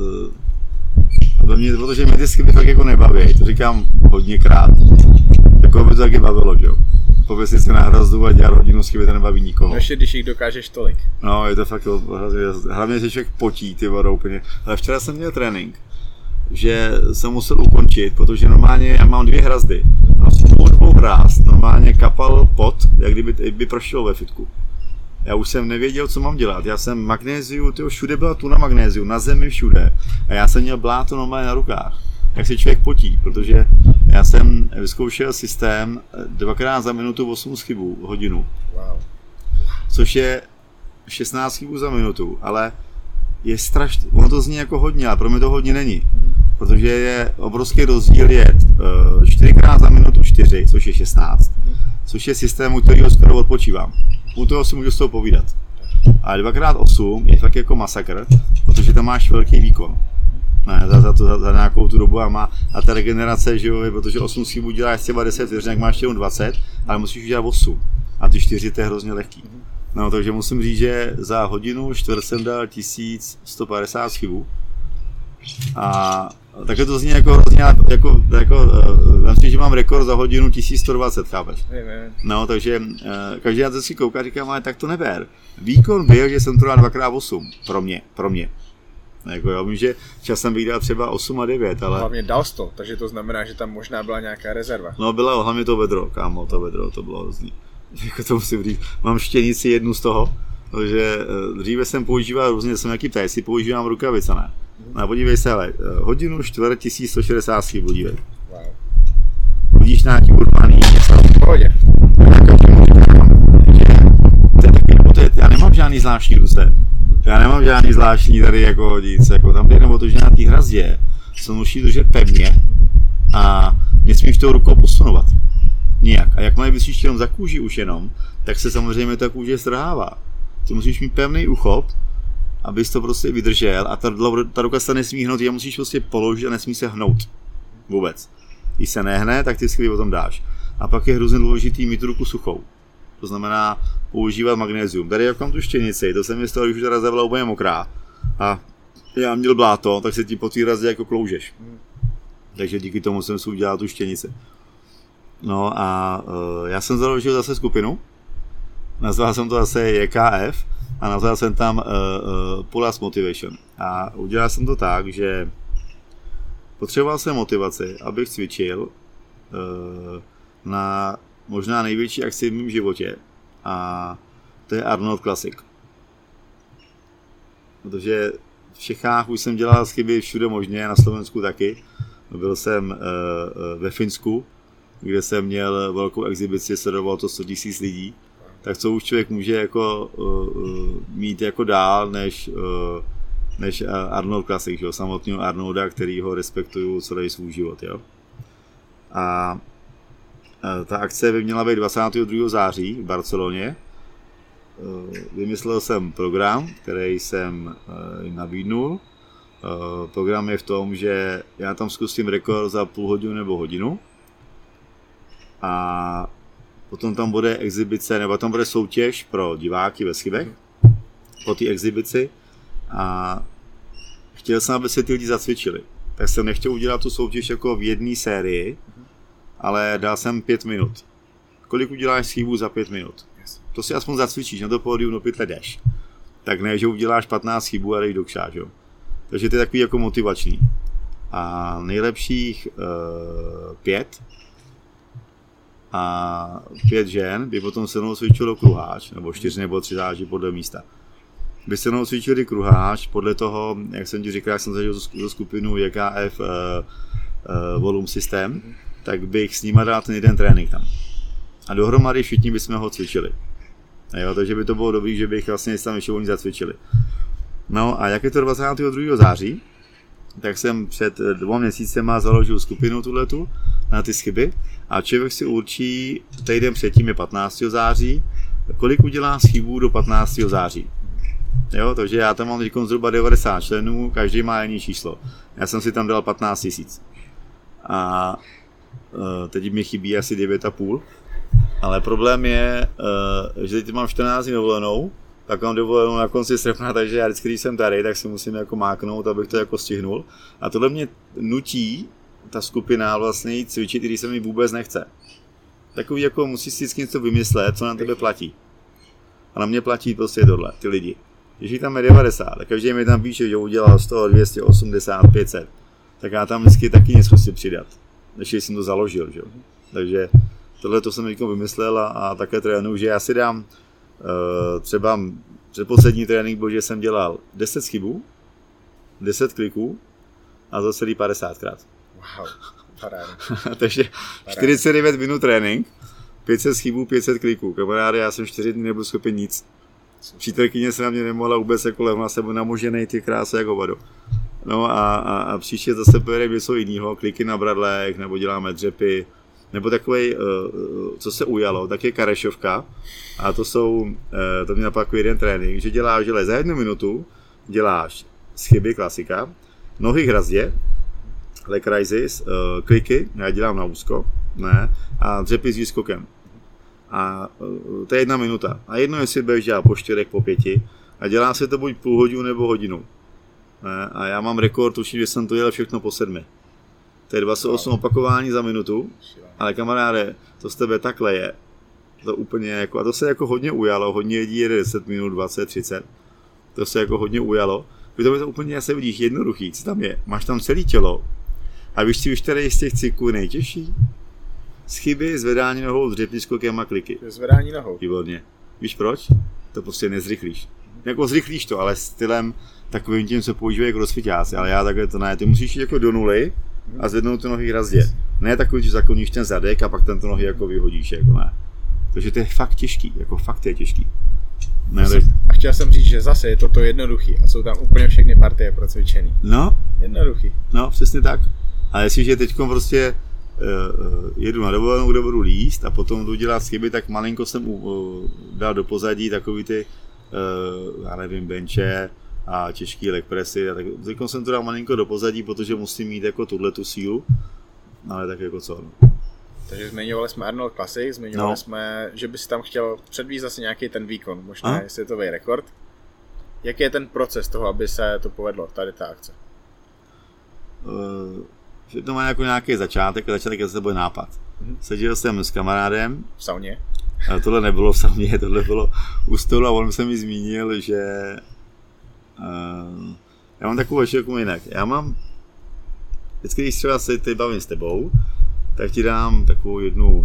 protože mě ty skipy fakt jako nebaví, to říkám hodněkrát. Jako by to taky bavilo, jo. Pověsit si na hrazdu a dělat hodinu skipy, to nebaví nikoho.
No ještě když jich dokážeš tolik.
No je to fakt, hlavně se člověk potí, ty vado úplně. Ale včera jsem měl trénink, že jsem musel ukončit, protože normálně já mám 2 hrazdy. A z 2 hrazd normálně kapal pot, jak kdyby prošel ve fitku. Já už jsem nevěděl, co mám dělat. Já jsem magnéziu, všude byla tuna magnéziu, na zemi všude. A já jsem měl bláto normálně na rukách. Jak se člověk potí, protože já jsem vyzkoušel systém 2x za minutu 8 schybů, hodinu.
Wow.
Což je 16 chybů za minutu, ale je strašně, ono to zní jako hodně, ale pro mě to hodně není. Protože je obrovský rozdíl je 4x za minutu 4, což je 16, což je systém, u kterého skoro odpočívám. U toho si můžu z toho povídat. A 2x8 je fakt jako masakr, protože tam máš velký výkon. Ne, za nějakou tu dobu a ta regenerace, že jo, protože 8 schybů děláš třeba 10 vteřin, máš jenom 20, ale musíš udělat 8. A ty 4 to je hrozně lehký. No, takže musím říct, že za hodinu čtvrt jsem dal 1150 schybů. A také to zní jako hrozně, myslím, že mám rekord za hodinu 1120, chápeš? No, takže každý den si kouká a říkám, ale tak to neber. Výkon byl, že jsem to dal 2x8, pro mě. Jako já vím, že časem bych dal třeba 8 a 9, ale...
Hlavně dal 100, takže to znamená, že tam možná byla nějaká rezerva.
No bylo hlavně to vedro, kámo, to bylo hrozný. Jako to musím říct, mám štěnici jednu z toho, takže dříve jsem používal různě, jsem nějaký pták, si používám rukavice, ne? No podívej se, ale hodinu čtvrt 1160 schybů, podívej.
Wow.
Vidíš nějaký urbaný něco?
V pohodě.
Já nemám žádný zvláštní ruce. Já nemám žádný zvláštní tady jako hodince, jako tam jde jenom o to, že na té hrazdě se musí držet pevně a nesmíš tou rukou posunovat. Nijak. A jakmile vysíš jenom za kůži už jenom, tak se samozřejmě ta kůže strhává. Ty musíš mít pevný uchop, abys to prostě vydržel a ta ruka se nesmí hnout, já musíš prostě položit a nesmí se hnout. Vůbec. Když se nehne, tak ty skily potom dáš. A pak je hrozně důležitý mít ruku suchou. To znamená používat magnézium. Tady jak mám tu štěnici, to se mi stalo, když už ta byla úplně mokrá. A já měl bláto, tak se ti po té razdě jako kloužeš. Takže díky tomu jsem si udělal tu štěnici. No a já jsem založil zase skupinu. Nazval jsem to zase JKF a nazval jsem tam Pull-Ups Motivation. A udělal jsem to tak, že potřeboval jsem motivaci, abych cvičil na možná největší akci v mém životě. A to je Arnold Classic. Protože v Čechách už jsem dělal chyby všude možně, na Slovensku taky. Byl jsem ve Finsku, kde jsem měl velkou exibici, sledovalo to 100 000 lidí. Tak co už člověk může jako mít jako dál, než Arnold Classic, jo? Samotného Arnolda, který ho respektuju celý svůj život. Jo? A ta akce by měla být 22. září v Barceloně. Vymyslel jsem program, který jsem nabídnul. Program je v tom, že já tam zkusím rekord za půl hodinu nebo hodinu. A potom tam bude exibice, nebo tam bude soutěž pro diváky ve Schybech po té exibici a chtěl jsem, aby se ty lidi zacvičili. Tak jsem nechtěl udělat tu soutěž jako v jedné sérii, ale dal jsem 5 minut. Kolik uděláš schybů za 5 minut? To si aspoň zacvičíš, na to pódium do pytle jdeš. Tak ne, že uděláš 15 chybů a jdeš do kšáč, jo. Takže to je takový jako motivační. A nejlepších 5 a 5 žen by potom se mnou cvičilo kruháč, nebo 4 nebo 3 záleží podle místa. By se mnou cvičili kruháč, podle toho, jak jsem ti říkal, jak jsem zažil za skupinu JKF Volume System, tak bych s nima dal ten jeden trénink tam. A dohromady všichni bychom ho cvičili. Jo, takže by to bylo dobrý, že bych vlastně tam ještě oni zacvičili. No a jak je to 22. září, tak jsem před 2 měsícema založil skupinu tuhletu na ty chyby a člověk si určí, týden předtím je 15. září, kolik udělá chybů do 15. září. Jo, takže já tam mám teď zhruba 90 členů, každý má jiný číslo. Já jsem si tam dal 15 000. A teď mi chybí asi 9,5. Ale problém je, že teď mám 14 dní dovolenou, tak mám dovolenou na konci srpna, takže já vždycky, když jsem tady, tak si musím jako máknout, abych to jako stihnul. A tohle mě nutí, ta skupina vlastně jít cvičit, i když se mi vůbec nechce. Takový jako musíš si vždycky něco vymyslet, co na tebe platí. A na mě platí prostě tohle, ty lidi. Když jich tam je 90, tak každý mi tam píše, že udělal 100, 280, 500, tak já tam vždycky taky něco si přidat, než jsem to založil, že? Takže tohle to jsem vymyslel a také trénuju, že já si dám třeba předposlední trénink byl, že jsem dělal 10 chybů, 10 kliků a za celý 50krát.
Wow, paráda.
Takže 49 minut trénink, 500 chybů, 500 kliků. Kamaráde, já jsem 4 dny nebyl schopen nic. Přítelkyně se na mě nemohla vůbec jako lehla, jsem namožený ty krásy jako vado. No a příště zase pojedeme něco jiného, kliky na bradlech, nebo děláme dřepy, nebo takovej, co se ujalo, tak je karešovka. A to mě napadl jeden trénink, že děláš za 1 minutu, děláš chyby klasika, nohy k hrazdě, leg rises, kliky, já dělám na úzko, ne, a dřepy s výskokem. A to je 1 minuta. A jedno, jestli budeš dělat po 4, po 5, a dělá se to buď půl hodinu nebo hodinu. Ne? A já mám rekord, tuším, že jsem to dělal všechno po 7. To je 28 opakování za minutu, ale kamaráde, to z tebe takhle je. To úplně jako, a to se jako hodně ujalo, hodně lidí jede 10 minut, 20, 30. To se jako hodně ujalo. Protože to úplně jasně vidíš, jednoduchý, co tam je. Máš tam celé tělo. A víš si už tady z těch cyklů nejtěžší? Z chyby, zvedání nohou, dřepy, skokem a kliky.
Zvedání nohou.
Výborně. Víš proč? To prostě nezrychlíš. Jako zrychlíš to, ale stylem takovým tím, co používají jako rozfiťáci, ale já takhle to ne. Ty musíš jít jako do nuly a zvednout tu nohy k hrazdě. Ne takový, že zakloníš ten zadek a pak tento nohy jako vyhodíš, jako ne. Takže to je fakt těžký, jako fakt je těžký. Ne,
a chtěl jsem říct, že zase je to jednoduchý a jsou tam úplně všechny partie procvičený.
No.
Jednoduchý.
No, přesně tak. A jestliže teďkom prostě jedu na dovolenou, kde budu líst a potom jdu dělat chyby, tak malinko jsem dal do pozadí takový ty, já nevím, benče a těžký leg pressy. A tak teďkom jsem to dal malinko do pozadí, protože musím mít jako tuhletu sílu. ale tak jako co.
Takže zmiňovali jsme Arnold Classic, zmiňovali jsme, že bys tam chtěl předvízt zase nějaký ten výkon, možná světový rekord. Jaký je ten proces toho, aby se to povedlo, tady ta akce?
Že to má jako nějaký začátek a začátek zase bude nápad. Seděl jsem s kamarádem.
V sauně?
Tohle nebylo v sauně, tohle bylo u stolu a on se mi zmínil, že já mám takovou večerku jinak. Já mám, vždycky když třeba se teď bavím s tebou, tak ti dám takovou jednu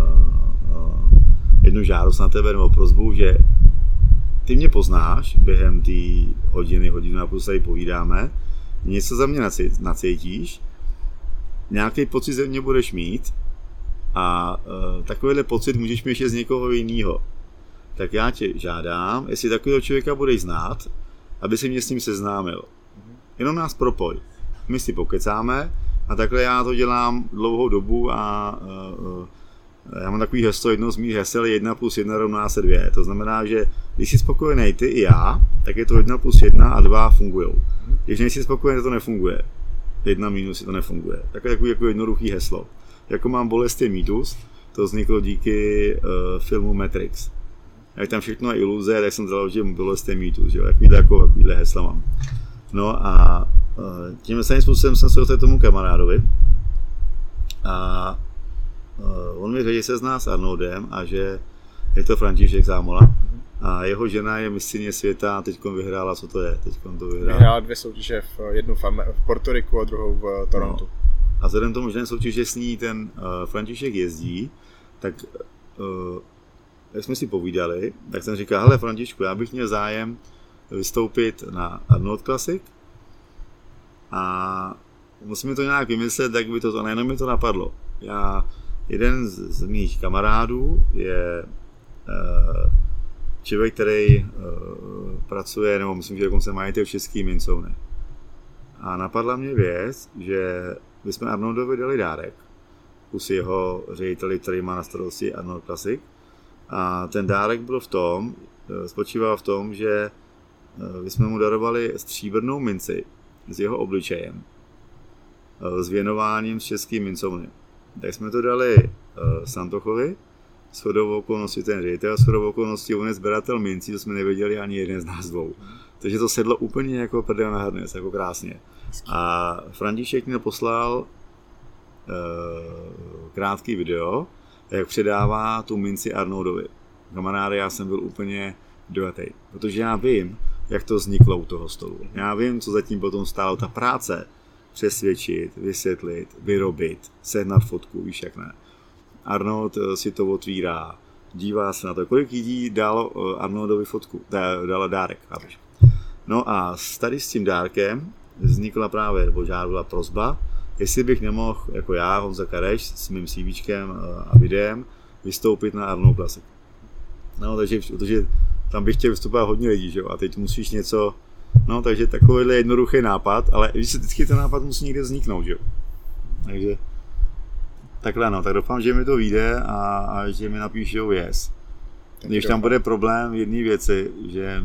žádost na tebe nebo prosbu, že ty mě poznáš během té hodinu a půl se tady povídáme, něco za mě nacítíš, nějaký pocit ze mě budeš mít a takovýhle pocit můžeš mít ještě z někoho jiného. Tak já tě žádám, jestli takového člověka budeš znát, aby si mě s ním seznámil. Jenom nás propoj. My si pokecáme a takhle já to dělám dlouhou dobu a já mám takový heslo, jedno z mých hesel 1 + 1 = 2. To znamená, že když jsi spokojený ty i já, tak je to 1 + 1 a 2 fungujou. Když nejsi spokojený, to nefunguje. 1 - to nefunguje. Takový jako jednoduchý heslo. Jako mám bolest je mýtus, to vzniklo díky filmu Matrix. Jak tam všechno je iluze, tak jsem založil bolest je mýtus. Takovýhle hesla mám. No a tím samým způsobem jsem se dostal tomu kamarádovi a on mi řekl, že se zná s Arnoldem a že je to František Zámola a jeho žena je mistryně světa a teďkon vyhrála, co to je?
Vyhrála 2 soutěže, jednu v Portoriku a druhou v Torontu.
No. A vzhledem tomu, že ten soutěže s ní ten František jezdí, tak jak jsme si povídali, tak jsem říkal, hele Františku, já bych měl zájem vystoupit na Arnold Classic a musíme to nějak vymyslet, tak by to nejenom mi to napadlo. Jeden z mých kamarádů je člověk, který pracuje, nebo myslím, že dokonce majitel Český mincovny. A napadla mě věc, že bychom Arnoldovi dali dárek, kus jeho řediteli, který má na starosti Arnold Classic. A ten dárek byl spočíval v tom, že bychom mu darovali stříbrnou minci s jeho obličejem, s věnováním z České mincovny. Tak jsme to dali Santochovi, shodou okolností ten ředitel, shodou okolností on je sběratel mincí, to jsme nevěděli ani jeden z nás dvou. Takže to sedlo úplně jako prdel na hrnec, jako krásně. A František mi poslal krátký video, jak předává tu minci Arnoldovi. Kamaráde, já jsem byl úplně dojatej, protože já vím, jak to vzniklo u toho stolu. Já vím, co zatím potom stálo, ta práce přesvědčit, vysvětlit, vyrobit, sehnat fotku, víš jak ne. Arnold si to otvírá, dívá se na to, kolik lidí dalo Arnoldovi fotku, dala dárek, chápeš. No a tady s tím dárkem vznikla právě, nebo žádala prosba, jestli bych nemohl, jako já, Honza Kareš, s mým CVčkem a videem, vystoupit na Arnold Classic. No, protože tam bych chtěl vystupovat hodně lidí, že jo, a teď musíš něco, no, takže takovýhle jednoduchý nápad, ale vždycky ten nápad musí někde vzniknout, že jo. Takže takhle, no, tak doufám, že mi to vyjde a že mi napíšou yes. Když tam bude problém v jedné věci, že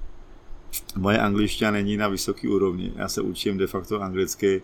moje angličtina není na vysoké úrovni, já se učím de facto anglicky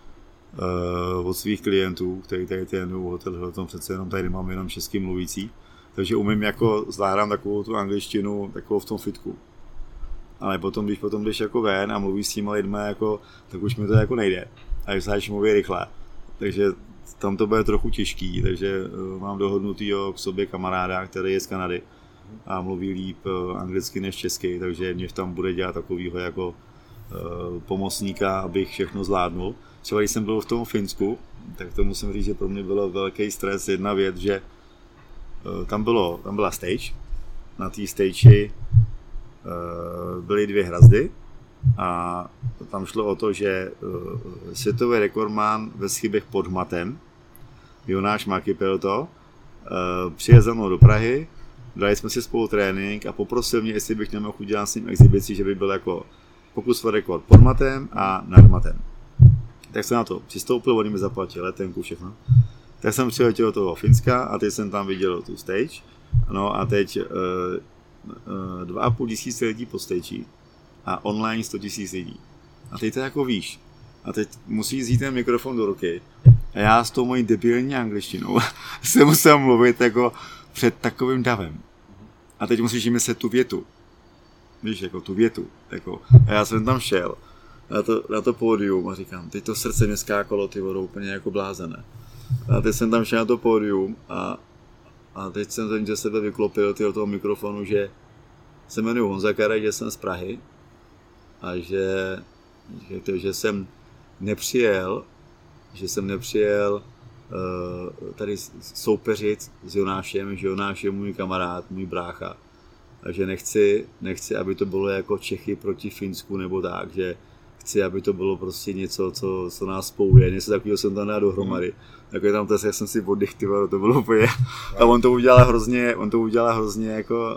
od svých klientů, který tady trénují hotel, tom přece jenom tady mám jenom český mluvící, takže umím jako zvládám takovou tu angličtinu takovou v tom fitku. Ale potom, když jdeš jako ven a mluvíš s těma lidma, jako, tak už mi to jako nejde. A když začneš mluvit rychle. Takže tam to bude trochu těžký, takže mám dohodnutýho k sobě kamaráda, který je z Kanady a mluví líp anglicky než česky, takže mě tam bude dělat takovýho jako pomocníka, abych všechno zvládnul. Třeba když jsem byl v tom Finsku, tak to musím říct, že pro mě bylo velký stres jedna věc, že tam byla stage, na té stage byly 2 hrazdy a tam šlo o to, že světový rekordman ve schybech pod hmatem, Jonáš Makipelto, přijel za mnou do Prahy, dali jsme si spolu trénink a poprosil mě, jestli bych nemohl udělat s ním exibici, že by byl jako pokus o rekord pod hmatem a nad hmatem. Tak jsem na to přistoupil, oni mi zaplatili letenku, všechno. Tak jsem přiletěl do toho Finska a teď jsem tam viděl tu stage. No a teď 2,5 tisíce lidí po stage a online 100 000 lidí. A teď to jako víš. A teď musíš vzít ten mikrofon do ruky A já s tou mojí debilní angličtinou jsem musel mluvit jako před takovým davem. A teď musíš myslet tu větu. Víš, jako tu větu. Jako. A já jsem tam šel na to pódium a říkám, teď to srdce mě skákalo, ty vodou úplně jako blázené. A teď jsem tam šel na to pódium a teď jsem ze sebe vyklopil do toho mikrofonu, že se jmenuji Honza Karaj, že jsem z Prahy a že jsem nepřijel tady soupeřit s Jonášem, že Jonáš je můj kamarád, můj brácha. A že nechci, aby to bylo jako Čechy proti Finsku nebo tak, že chci, aby to bylo prostě něco, co nás spojuje, něco takového jsem tam dal dohromady. Jako je tam to, jak jsem si oddych, to bylo úplně. A on to udělal hrozně jako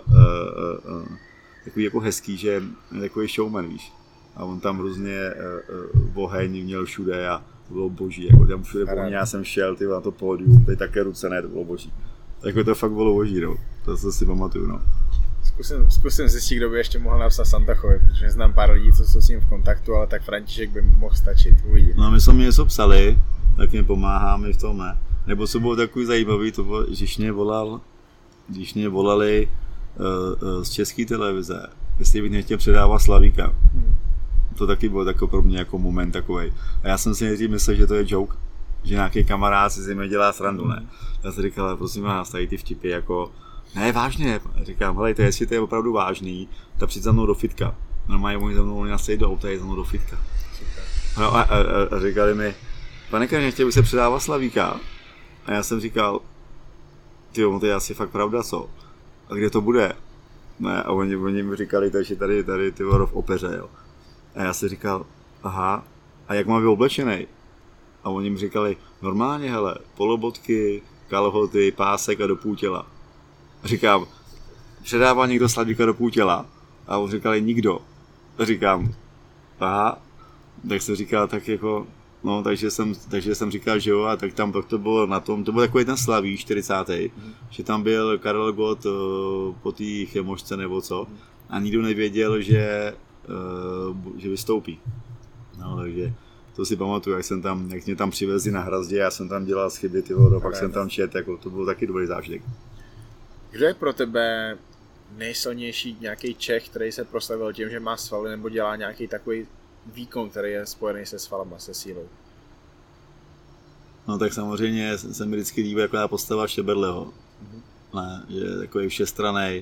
takový jako hezký, že takový showman, víš. A on tam hrozně oheň měl všude a to bylo boží, jako tam všude po mně, já jsem šel na to pódium, tady také ruce, ne, to bylo boží. Jako to fakt bylo boží, no. To si pamatuju, no.
Zkusím zjistit, kdo by ještě mohl napsat Santachovi, protože znám pár lidí, co jsou s ním v kontaktu, ale tak František by mohl stačit, uvidím.
No my jsme mi něco psali, tak mě pomáhá mi v tom, ne. Nebo co bylo takový zajímavý, to bylo, když mě volali z České televize, jestli bych nechtěl předávat Slavíka. To taky bylo takový pro mě jako moment takovej. A já jsem si nejdřív myslel, že to je joke, že nějaký kamarád si mě dělá srandu, ne. Já jsem říkal, prosím vás, tady ty vtipy jako, ne, vážně, říkám, helejte, jestli to je opravdu vážný, tak přijď za mnou do fitka. Normálně oni za mnou nasedí do auta, jít za mnou do fitka. No a říkali mi, pane Karně, chtěl bych se předávat Slavíka. A já jsem říkal, tyjo, to je asi fakt pravda, co? A kde to bude? Ne, a oni mi říkali, takže tady ty v opeře, jo. A já jsem říkal, aha, a jak mám být oblečenej? A oni mi říkali, normálně, hele, polobotky, kalhoty, pásek a do půl těla. A říkám, předává někdo Slavíka do půl těla? A on říkali, nikdo. A říkám, aha, tak jsem říkal, tak jako, no, takže jsem říkal, že jo, a tak tam to bylo na tom, to byl takový ten Slavík 40. Že tam byl Karel Gott po té chemošce nebo co, a nikdo nevěděl, že vystoupí. No, takže to si pamatuju, jak mě tam přivezli na Hrazdě, já jsem tam dělal chyby, pak jsem tam čet, jako to byl taky dobrý zážitek.
Kdo je pro tebe nejsilnější nějaký Čech, který se proslavil tím, že má svaly, nebo dělá nějaký takový výkon, který je spojený se svalama, se sílou?
No tak samozřejmě se mi vždycky líbí jako ta postava Šeberleho. Ne, že je takový všestrannej.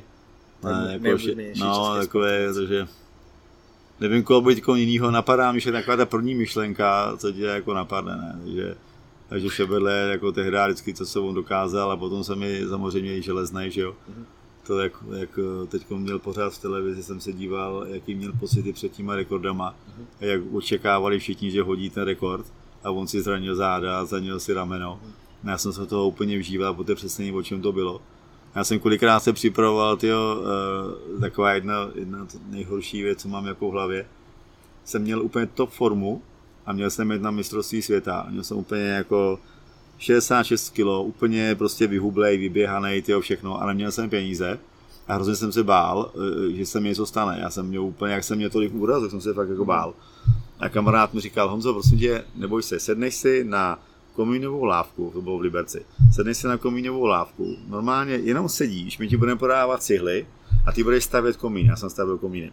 Takové, že nevím, koho být někoho jinýho, napadá mi, že taková ta první myšlenka, co tě jako napadne, ne, takže Šeberle jako tehdy vždycky, co se on dokázal, a potom se mi samozřejmě i Železnej, že jo. To, jak teď měl pořád v televizi, jsem se díval, jaký měl pocity před těma rekordama, a jak očekávali všichni, že hodí ten rekord, a on si zranil záda, zranil si rameno. Já jsem se toho úplně vžíval, protože přesně nevím, o čem to bylo. Já jsem kolikrát se připravoval, taková jedna nejhorší věc, co mám jako v hlavě. Jsem měl úplně top formu a měl jsem jít na mistrovství světa. Měl jsem úplně jako 66 kg, úplně prostě vyhublej, vyběhanej, všechno, a neměl jsem peníze. A hrozně jsem se bál, že se mi něco stane. Já jsem měl úplně, jak jsem měl tolik úrazů, jsem se fakt jako bál. A kamarád mi říkal, Honzo, prosím tě, neboj se, sedneš si na komínovou lávku, to bylo v Liberci. Sedneš si na komínovou lávku, normálně jenom sedíš, my ti budeme podávat cihly a ty budeš stavět komín. Já jsem stavil komíny.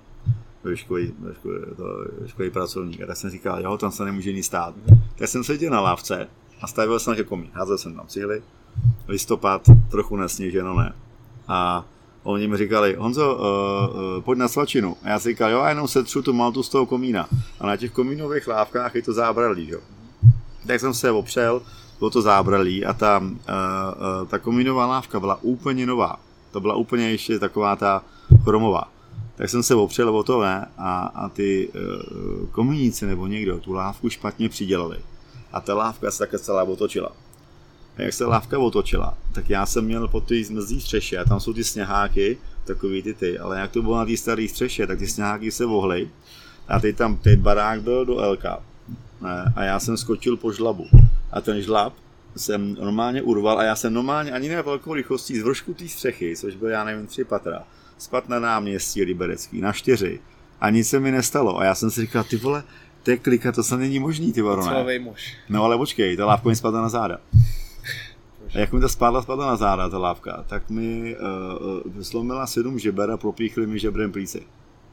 Školní pracovník. A tak jsem říkal, jo, tam se nemůže nic stát. Tak jsem seděl na lávce a stavil jsem na komín. Házel jsem tam cihly, listopad, trochu nesněženo, ne. A oni mi říkali, Honzo, pojď na svačinu. A já si říkal, jo, já jenom setřu tu maltu z toho komína. A na těch komínových lávkách je to zábralí, jo. Tak jsem se opřel, bylo to zábralí a ta komínová lávka byla úplně nová. To byla úplně ještě taková ta chromová. Tak jsem se opřel o to, ne, a ty komíníci nebo někdo tu lávku špatně přidělali. A ta lávka se také celá otočila. A jak se lávka otočila, tak já jsem měl po té zmrzlý střeše, a tam jsou ty sněháky, takový ty, ale jak to bylo na té staré střeše, tak ty sněháky se vohly a teď barák byl do Elka. A já jsem skočil po žlabu. A ten žlab jsem normálně urval a já jsem normálně ani ne velkou rychlostí z vršku té střechy, což byl, já nevím, 3 patra, spadl na náměstí Liberecký, na 4. A nic se mi nestalo. A já jsem si říkal, ty vole, je klika, to se není možný, ty varo,
ne? Muž.
No ale počkej, ta lávka mi spadla na záda. A jak mi ta spadla na záda, ta lávka, tak mi zlomila 7 žeber a propíchli mi žebrem plíci.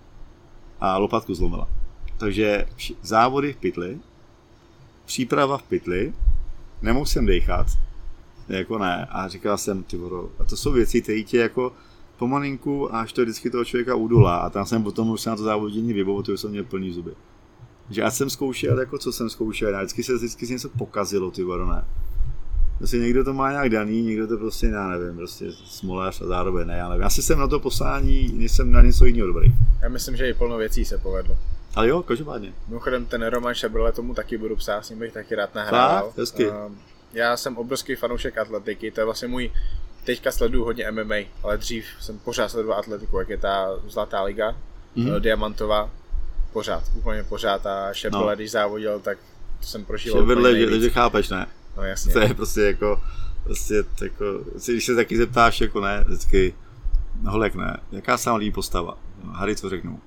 A lopatku zlomila. Takže závody v pytli, příprava v pytli, nemohl jsem dejchat, jako ne, a říkal jsem, ty voro, a to jsou věci, které tě jako pomalinku, až to vždycky toho člověka udulá, a tam jsem potom už se na to závodění vybavoval, jsem měl plný zuby. Že ať jsem zkoušel, jako co jsem zkoušel, vždycky se něco pokazilo, ty voro, ne. Prostě někdo to má nějak daný, někdo to prostě, já nevím, prostě smoléř a zároveň ne, já nevím. Asi jsem na to poslání, nejsem na něco jiného dobrý.
Já myslím, že i plno věcí se povedlo.
Ale jo, každopádně.
Mimochodem ten Roman Šebrle, tomu taky budu psát, s ním bych taky rád nahrával. Já jsem obrovský fanoušek atletiky, to je vlastně můj, teďka sleduju hodně MMA, ale dřív jsem pořád sledoval atletiku, jak je ta zlatá liga, diamantová, úplně pořád a Šebrle, když závodil, tak to jsem prožíval.
Šebrle, že chápeš, ne?
No jasně.
To je prostě jako, když se taky zeptáš, jako ne, vždycky, holek ne, jaká se vám líbí postava? Harry, co řeknu?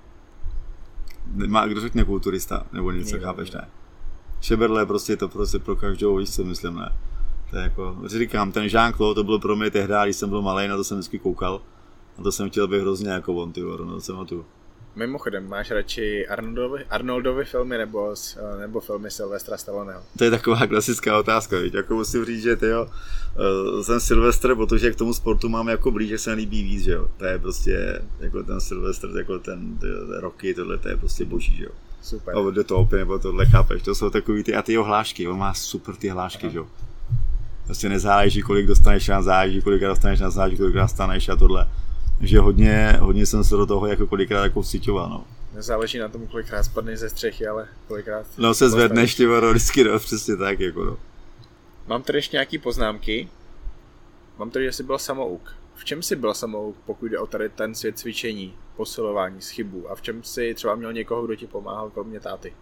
Kdo řekne kulturista, nebo něco, chápeš, ne? Šebrle prostě to prostě pro každou, víš co myslím, ne? To je jako, říkám, ten Jean-Claude, to bylo pro mě tehdy, když jsem byl malej, na to jsem vždycky koukal. A to jsem chtěl být hrozně jako on, ty voro, no to jsem tu.
Mimochodem, máš radši Arnoldovy filmy nebo filmy Sylvestra Stalloneho?
To je taková klasická otázka, víš, jako musím říct, že tyjo, jsem Sylvester, protože k tomu sportu mám jako blíž, že se mi líbí víc, že jo. To je prostě, jako ten Sylvester, jako ten Rocky, tohle, to je prostě boží, že jo.
Super.
A do toho nebo tohle, chápeš, to jsou takový ty, a ty jeho hlášky, on má super ty hlášky, že jo. Prostě nezáleží, kolik dostaneš na záží, kolikrát dostaneš na záží, kolikrát staneš a tohle. Takže hodně jsem se do toho jako kolikrát jako vcíťoval, no.
Nezáleží na tom, kolikrát spadneš ze střechy, ale kolikrát...
No se zvedneš, ty varo, vždycky, no, přesně tak, jako no.
Mám tady ještě nějaký poznámky. Mám tady, že jsi byl samouk. V čem jsi byl samouk, pokud jde o tady ten svět cvičení, posilování, chybu? A v čem jsi třeba měl někoho, kdo ti pomáhal, kromě táty?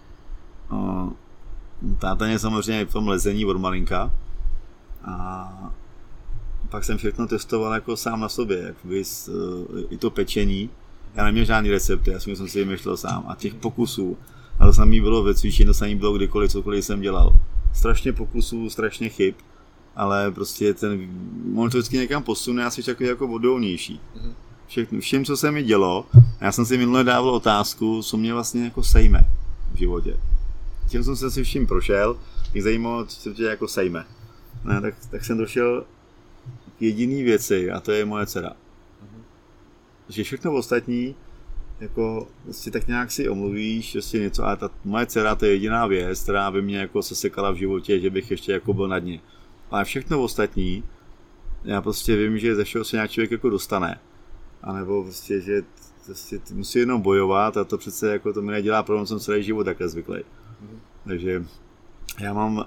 Táta mě samozřejmě v tom lezení od malinka. A pak jsem všechno testoval jako sám na sobě, jako i to pečení. Já neměl žádný recepty, já jsem si vymýšlel sám. A těch pokusů, a to samé bylo ve cvičení, to samé bylo kdykoliv, cokoliv jsem dělal. Strašně pokusů, strašně chyb, ale prostě on to vždycky někam posune, já jsem takový jako odolnější. Všem, co se mi dělo, já jsem si minule dával otázku, co mě vlastně jako sejme v životě. Tím jsem se si vším prošel, mě zajímalo, co tě jako sejme. Ne, tak jsem došel k jediný věci a to je moje dcera. Že všechno ostatní, jako vlastně tak nějak si omluvíš, že si něco, ale moje dcera to je jediná věc, která by mě jako sesekala v životě, že bych ještě jako byl na dně. Ale všechno ostatní, já prostě vím, že ze všeho se nějak člověk jako dostane. A nebo prostě, že prostě musí jenom bojovat a to přece jako to mi nedělá problém, jsem celý život takhle zvyklý. Takže já mám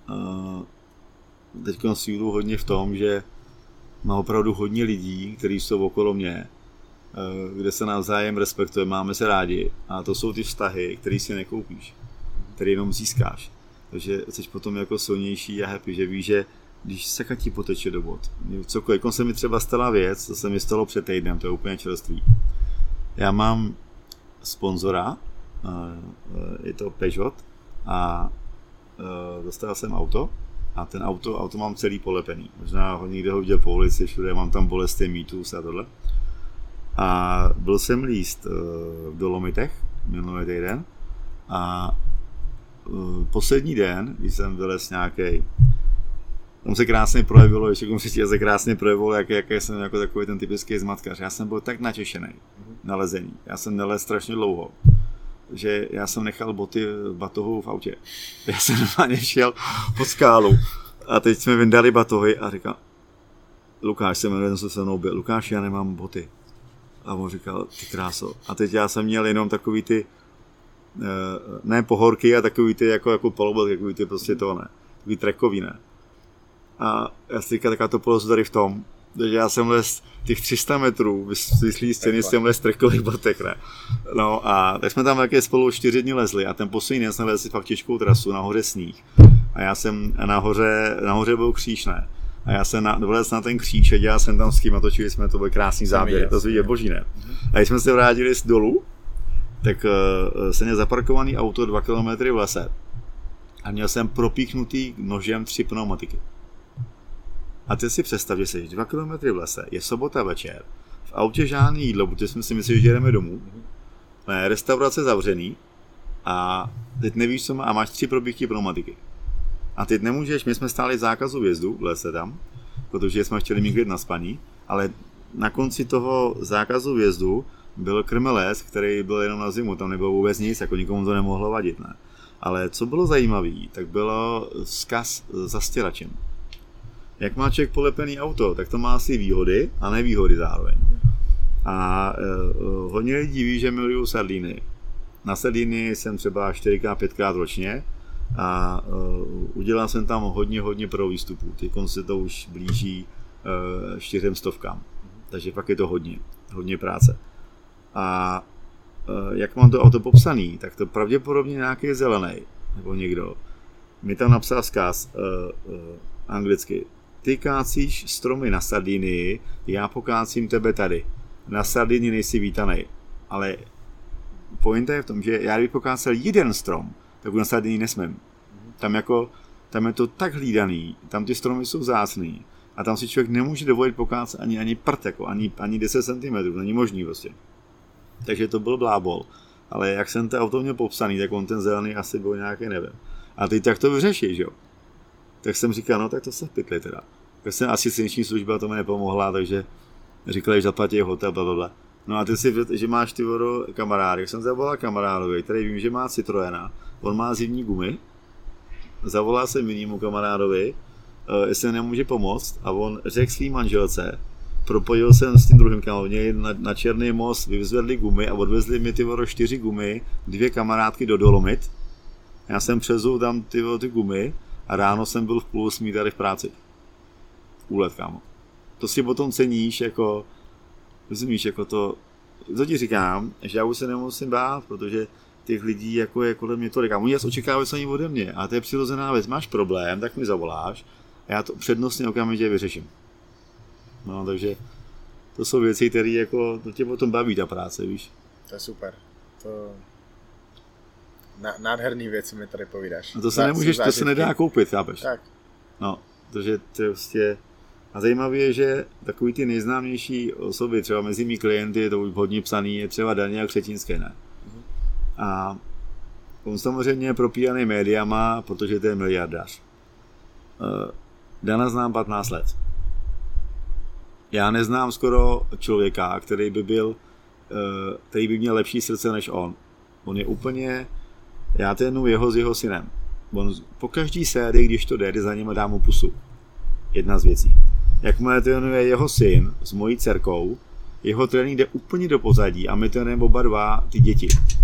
teď sílu hodně v tom, že mám opravdu hodně lidí, kteří jsou okolo mě, kde se navzájem respektujeme, máme se rádi a to jsou ty vztahy, které si nekoupíš, které jenom získáš. Takže jsi potom jako silnější a happy, že víš, že když se ti poteče do bod, cokoliv, jako se mi třeba stala věc, to se mi stalo před týdnem, to je úplně čerstvý. Já mám sponzora, je to Peugeot a dostal jsem auto a ten auto mám celý polepený. Možná ho někde ho viděl po ulici, všude mám tam bolesty, mýtus a tohle. A byl jsem líst v Dolomitech minulý týden a poslední den, když jsem vylez nějaký, tam se krásně projevilo, ještě končitě se krásně projevilo, jak jsem jako takový ten typický zmatkař. Já jsem byl tak natěšený na lezení. Já jsem nelez strašně dlouho, že já jsem nechal boty batohu v autě. Já jsem normálně šel po skálu a teď jsme vyndali batohy a říkal, Lukáš se jmenuje, se mnou byl, Lukáš, já nemám boty. A on říkal, ty kráso. A teď já jsem měl jenom takový ty, ne pohorky, a takový ty jako polobot, takový ty prostě to ne, takový trekový, ne. A já si říkal, taká to polozu tady v tom, takže já jsem les těch 300 metrů vyslý scény, jsem les trekových botech, ne. No a tak jsme tam také spolu 4 dny lezli a ten poslední den jsme lezli fakt těžkou trasu, nahoře sníh. A já jsem nahoře byl kříž, ne. A já jsem dolez na ten kříč a dělal jsem tam s kým a točili jsme, to byl krásný záběr, to vidět boží, ne. A když jsme se vrátili z dolů, tak jsem měl zaparkovaný auto 2 kilometry v lese a měl jsem propíchnutý nožem 3 pneumatiky. A teď si představ, že jsi 2 kilometry v lese, je sobota večer, v autě žádný jídlo, protože jsme si mysleli, že jdeme domů, restaurace zavřený a teď nevíš, co má, a máš 3 propíchty pneumatiky. A teď nemůžeš, my jsme stáli zákazu vjezdu v lese tam, protože jsme chtěli mít klid na spaní, ale na konci toho zákazu vjezdu byl krmeles, který byl jenom na zimu, tam nebylo vůbec nic, jako nikomu to nemohlo vadit, ne. Ale co bylo zajímavé, tak bylo vzkaz zastěračem. Jak má člověk polepený auto, tak to má asi výhody a nevýhody zároveň. A hodně lidí ví, že miluju sardíny. Na sardíny jsem třeba 4x, 5x ročně a udělal jsem tam hodně pro výstupů. Teď se to už blíží 400. Takže pak je to hodně práce. A jak mám to auto popsaný, tak to pravděpodobně nějaký zelený nebo někdo mi tam napsal vzkaz anglicky. Ty kácíš stromy na Sardinii, já pokácím tebe tady. Na Sardinii nejsi vítanej. Ale pointa je v tom, že já kdybych pokácel jeden strom, tak na Sardinii nesmím. Tam je to tak hlídaný, tam ty stromy jsou vzácný a tam si člověk nemůže dovolit pokácet ani prd, jako, ani 10 cm, není možný prostě. Takže to byl blábol. Ale jak jsem to auto měl popsaný, tak on ten zelený asi byl nějaký, nevím. A teď tak to vyřešíš, jo. Tak jsem říkal, no tak to se v pytli teda. Tak jsem asi silniční služba to mi nepomohla, takže říkali, že zaplatí hotel, blablabla. No a ty si, že máš ty kamarády, jak jsem zavolal kamarádovi, který vím, že má Citroena, on má zimní gumy, zavolal jsem jinému kamarádovi, jestli nemůže pomoct a on řekl svý manželce, propojil jsem s tím druhým kamarádem na Černý most, vyzvedli gumy a odvezli mi 4 gumy, 2 kamarádky do Dolomit. Já jsem přezul tam ty gumy a ráno jsem byl v 7:30 tady v práci. Úlet, kámo. To si potom ceníš, jako, rozumíš, jako to ti říkám, že já už se nemusím bát, protože těch lidí jako je kolem mě tolik. A oni očekávají co ode mě. A to je přirozená věc. Máš problém, tak mi zavoláš a já to přednostně okamžitě vyřeším. No, takže to jsou věci, které jako, to tě potom baví ta práce, víš.
To je super. To nádherný věci mi tady povídáš.
No to se nemůžeš, to se nedá koupit, chápeš?
Tak.
No, protože to je prostě. A zajímavé je, že takový ty nejznámější osoby, třeba mezi mými klienty, to už hodně psaný, je třeba Daniel Křetínský, ne? A on samozřejmě je propíjaný médiama, protože to je miliardář. Dana znám 15 let. Já neznám skoro člověka, který by měl lepší srdce než on. On je úplně, já trénuji jeho s jeho synem. On po každý sérii, když to jde za ním a dá mu pusu. Jedna z věcí. Jakmile trénuje jeho syn s mojí dcerkou, jeho trénink jde úplně do pozadí a my trénujeme oba dva ty děti.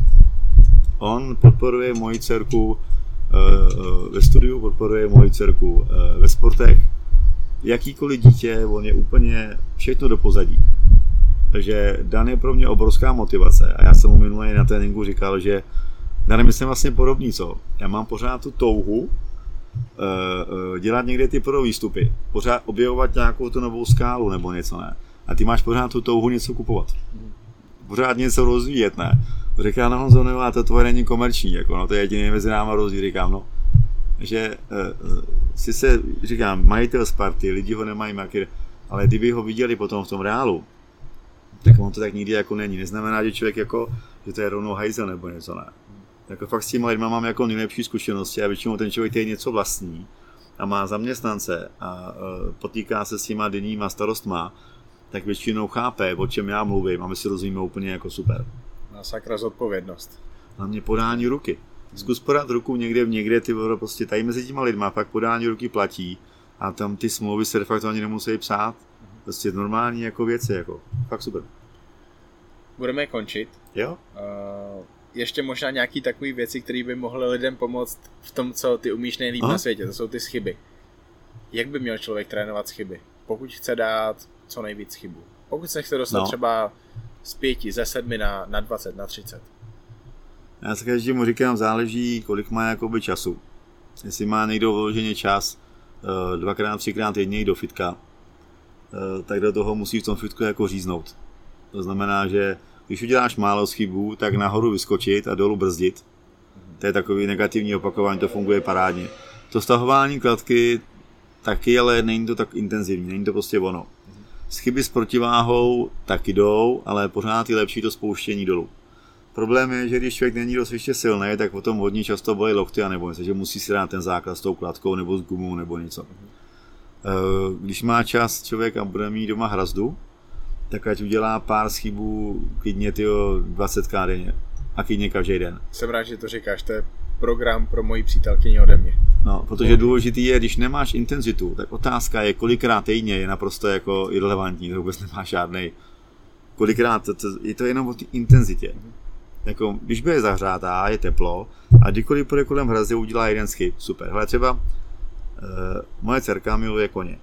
On podporuje moji dcerku ve studiu, podporuje moji dcerku ve sportech. Jakýkoliv dítě, on je úplně všechno do pozadí. Takže Dan je pro mě obrovská motivace a já jsem mu minule na tréninku říkal, že Dan, my jsme vlastně podobný, co? Já mám pořád tu touhu dělat někde ty pro výstupy, pořád objevovat nějakou tu novou skálu nebo něco, ne? A ty máš pořád tu touhu něco kupovat. Pořád něco rozvíjet, ne? Říká, no Honzo, no, a to tvoje není komerční, jako, no to je jediný mezi náma rozdíl, říkám, no. Že si se, říkám, majitel Sparty, lidi ho nemají market, ale kdyby ho viděli potom v tom reálu, tak on to tak nikdy jako není. Neznamená, že člověk jako, že to je rovnou hajzel nebo něco, ne. Jako fakt s těma lidma mám jako nejlepší zkušenosti a většinou ten člověk je něco vlastní a má zaměstnance a potýká se s těma denníma starostma, tak většinou chápe, o čem já mluvím a my si rozumíme úplně jako super.
Má sakra zodpovědnost.
Hlavně podání ruky. Zkus podat ruku někde ty prostě tady mezi těma lidma, pak podání ruky platí a tam ty smlouvy se de facto ani nemusí psát. Prostě normální jako věci, jako fakt super.
Budeme končit.
Jo?
Ještě možná nějaký takový věci, které by mohly lidem pomoct v tom, co ty umíš nejlíp na světě. To jsou ty chyby. Jak by měl člověk trénovat chyby? Pokud chce dát co nejvíc chybu. Pokud se chce dostat třeba z 5, ze 7 na 20, na 30.
Já se každému říkám, záleží, kolik má jakoby času. Jestli má někdo vyloženě čas 2x, 3x týdně do fitka, tak do toho musí v tom fitku jako říznout. To znamená, že Když uděláš málo chybů, tak nahoru vyskočit a dolů brzdit. To je takový negativní opakování, to funguje parádně. To stahování kladky taky, ale není to tak intenzivní, není to prostě ono. Chyby s protiváhou taky jdou, ale pořád je lepší to spouštění dolů. Problém je, že když člověk není dost ještě silný, tak potom hodně často bolí lokty a nebo něco, že musí si dát ten základ s tou kladkou nebo s gumou nebo něco. Když má čas člověk a bude mít doma hrazdu, tak ať udělá pár schybů klidně 20krát denně a klidně každý den.
Jsem rád, že to říkáš, to je program pro moji přítelkyni ode mě.
No, protože důležitý je, když nemáš intenzitu, tak otázka je, kolikrát týdně je naprosto jako irrelevantní, to vůbec nemá žádnej. Kolikrát, je to jenom o té intenzitě. Jako, když bude zahřátá, je teplo a kdykoliv půjde kolem hrazdy, udělá jeden schyb, super. Hele, třeba moje dcerka miluje koně.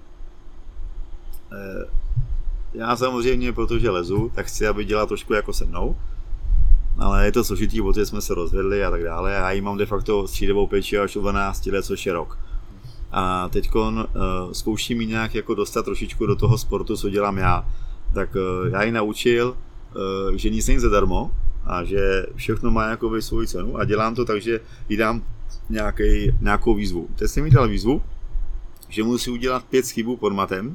Já samozřejmě, protože lezu, tak chci, aby dělala trošku jako se mnou, ale je to složitý, protože jsme se rozvedli a tak dále. Já jí mám de facto střídavou péči až u 12 let, což je rok. A teďkon zkouším jí nějak jako dostat trošičku do toho sportu, co dělám já. Tak já ji naučil, že nic není zadarmo a že všechno má jakoby svou cenu a dělám to tak, že jí dám nějakou výzvu. Teď jsem jí dal výzvu, že musí udělat 5 chybů pod matem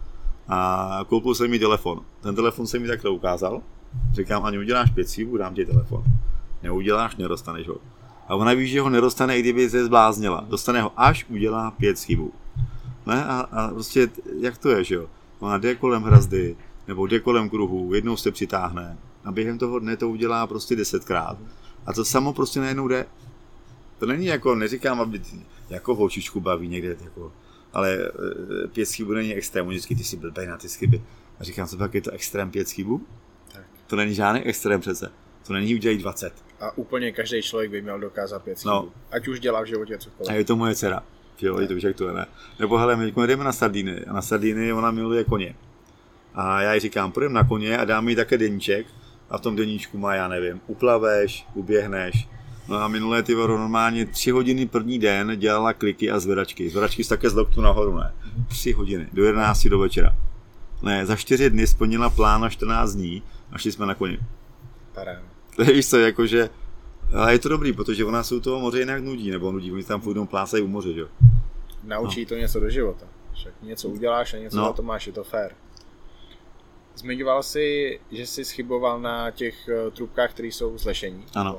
a koupil jsem jí telefon. Ten telefon jsem jí takhle ukázal. Říkám, ani uděláš 5 chybů, dám ti telefon. Neuděláš, nedostaneš ho. A ona ví, že ho nedostane, i kdyby se zbláznila. Dostane ho, až udělá 5 chybů. Ne? A prostě, jak to je, že jo? Ona jde kolem hrazdy, nebo jde kolem kruhu, jednou se přitáhne a během toho dne to udělá prostě 10krát. A to samo prostě najednou jde. To není jako, neříkám, aby jako holčičku baví někde, jako, ale 5 chybů není extrém, vždycky ty si blbej na ty chyby. A říkám se, pak je to extrém 5 chybů? Tak. To není žádný extrém přece. To není udělat 20.
A úplně každý člověk by měl dokázat 5 chybů. No. Ať už dělá v životě cokoliv.
A je to moje dcera. Jo, to víš, jak to je, ne? Nebo hele, my jdeme na Sardiny a na Sardiny ona miluje koně. A já jí říkám, půjdeme na koně a dám jí také deníček a v tom deníčku má, já nevím, uplaveš, uběhneš. No a minulé ty normálně 3 hodiny první den dělala kliky a zvedačky. Zvedačky také z loktu nahoru, ne? 3 hodiny, do 11 do večera. Ne, za 4 dny splnila plán na 14 dní a šli jsme na koni.
Paráda.
Víš co, jakože, ale je to dobrý, protože ona se u toho moře jinak nudí, nebo nudí, oni tam půjdou plácají u moře, jo.
Naučí to něco do života. Však něco uděláš a něco na to máš, je to fér. Zmiňoval jsi, že jsi schyboval na těch trubkách, které jsou z lešení.
Ano.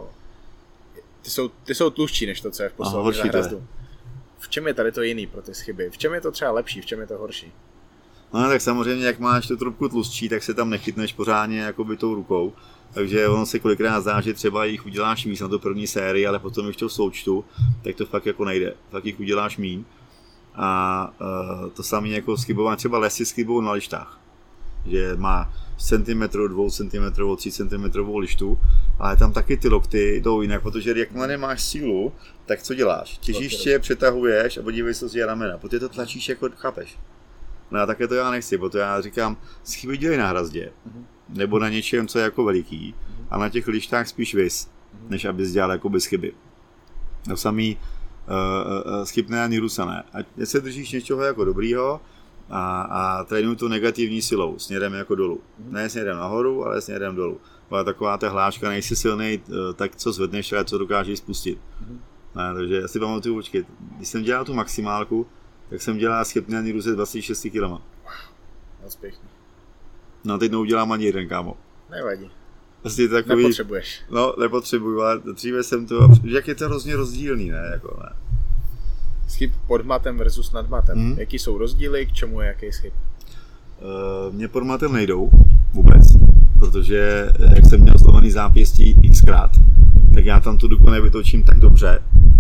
Ty jsou tlustší než to, co je v poslední zahrazdu. V čem je tady to jiný pro ty schyby? V čem je to třeba lepší, v čem je to horší?
No tak samozřejmě, jak máš tu trubku tlustší, tak se tam nechytneš pořádně jakoby tou rukou. Takže ono se kolikrát zdá, že třeba jich uděláš víc na tu první sérii, ale potom když to součtu, tak to fakt jako nejde. Fakt jich uděláš míň. A to samé jako schybování, třeba lesy schybou na lištách. Že má centimetru, 2 cm, 3 cm lištu, ale tam taky ty lokty jdou jinak, protože jakmile nemáš sílu, tak co děláš? Těžiště přetahuješ a podívej se si ramena, protože to tlačíš jako chápeš. No a také to já nechci, protože já říkám, schyby dělej na hrazdě, nebo na něčem, co je jako veliký, a na těch lištách spíš vys, než abys dělal jakoby schyby. No samý schybné ani rusané. Ať se držíš něčeho jako dobrýho, a trénuju to negativní silou, směrem jako dolů. Ne směrem nahoru, ale směrem dolů. Ale taková ta hláška, nejsi silnej, tak co zvedneš, ale co dokážeš spustit. Ne, takže já si pamatuju, počkej, když jsem dělal tu maximálku, tak jsem dělal schybný ruce 26 kg.
Moc pěkný.
No teď neudělám ani jeden, kámo.
Nevadí.
Vlastně takový,
nepotřebuješ.
No, nepotřebuju, ale dříve jsem to, jak je to hrozně rozdílný, ne, jako ne.
Schyb pod matem versus nad matem. Jaký jsou rozdíly, k čemu je jaký schyb?
Mně pod matem nejdou vůbec, protože jak jsem měl zlomený zápěstí xkrát, tak já tam tu duku nevytočím tak dobře.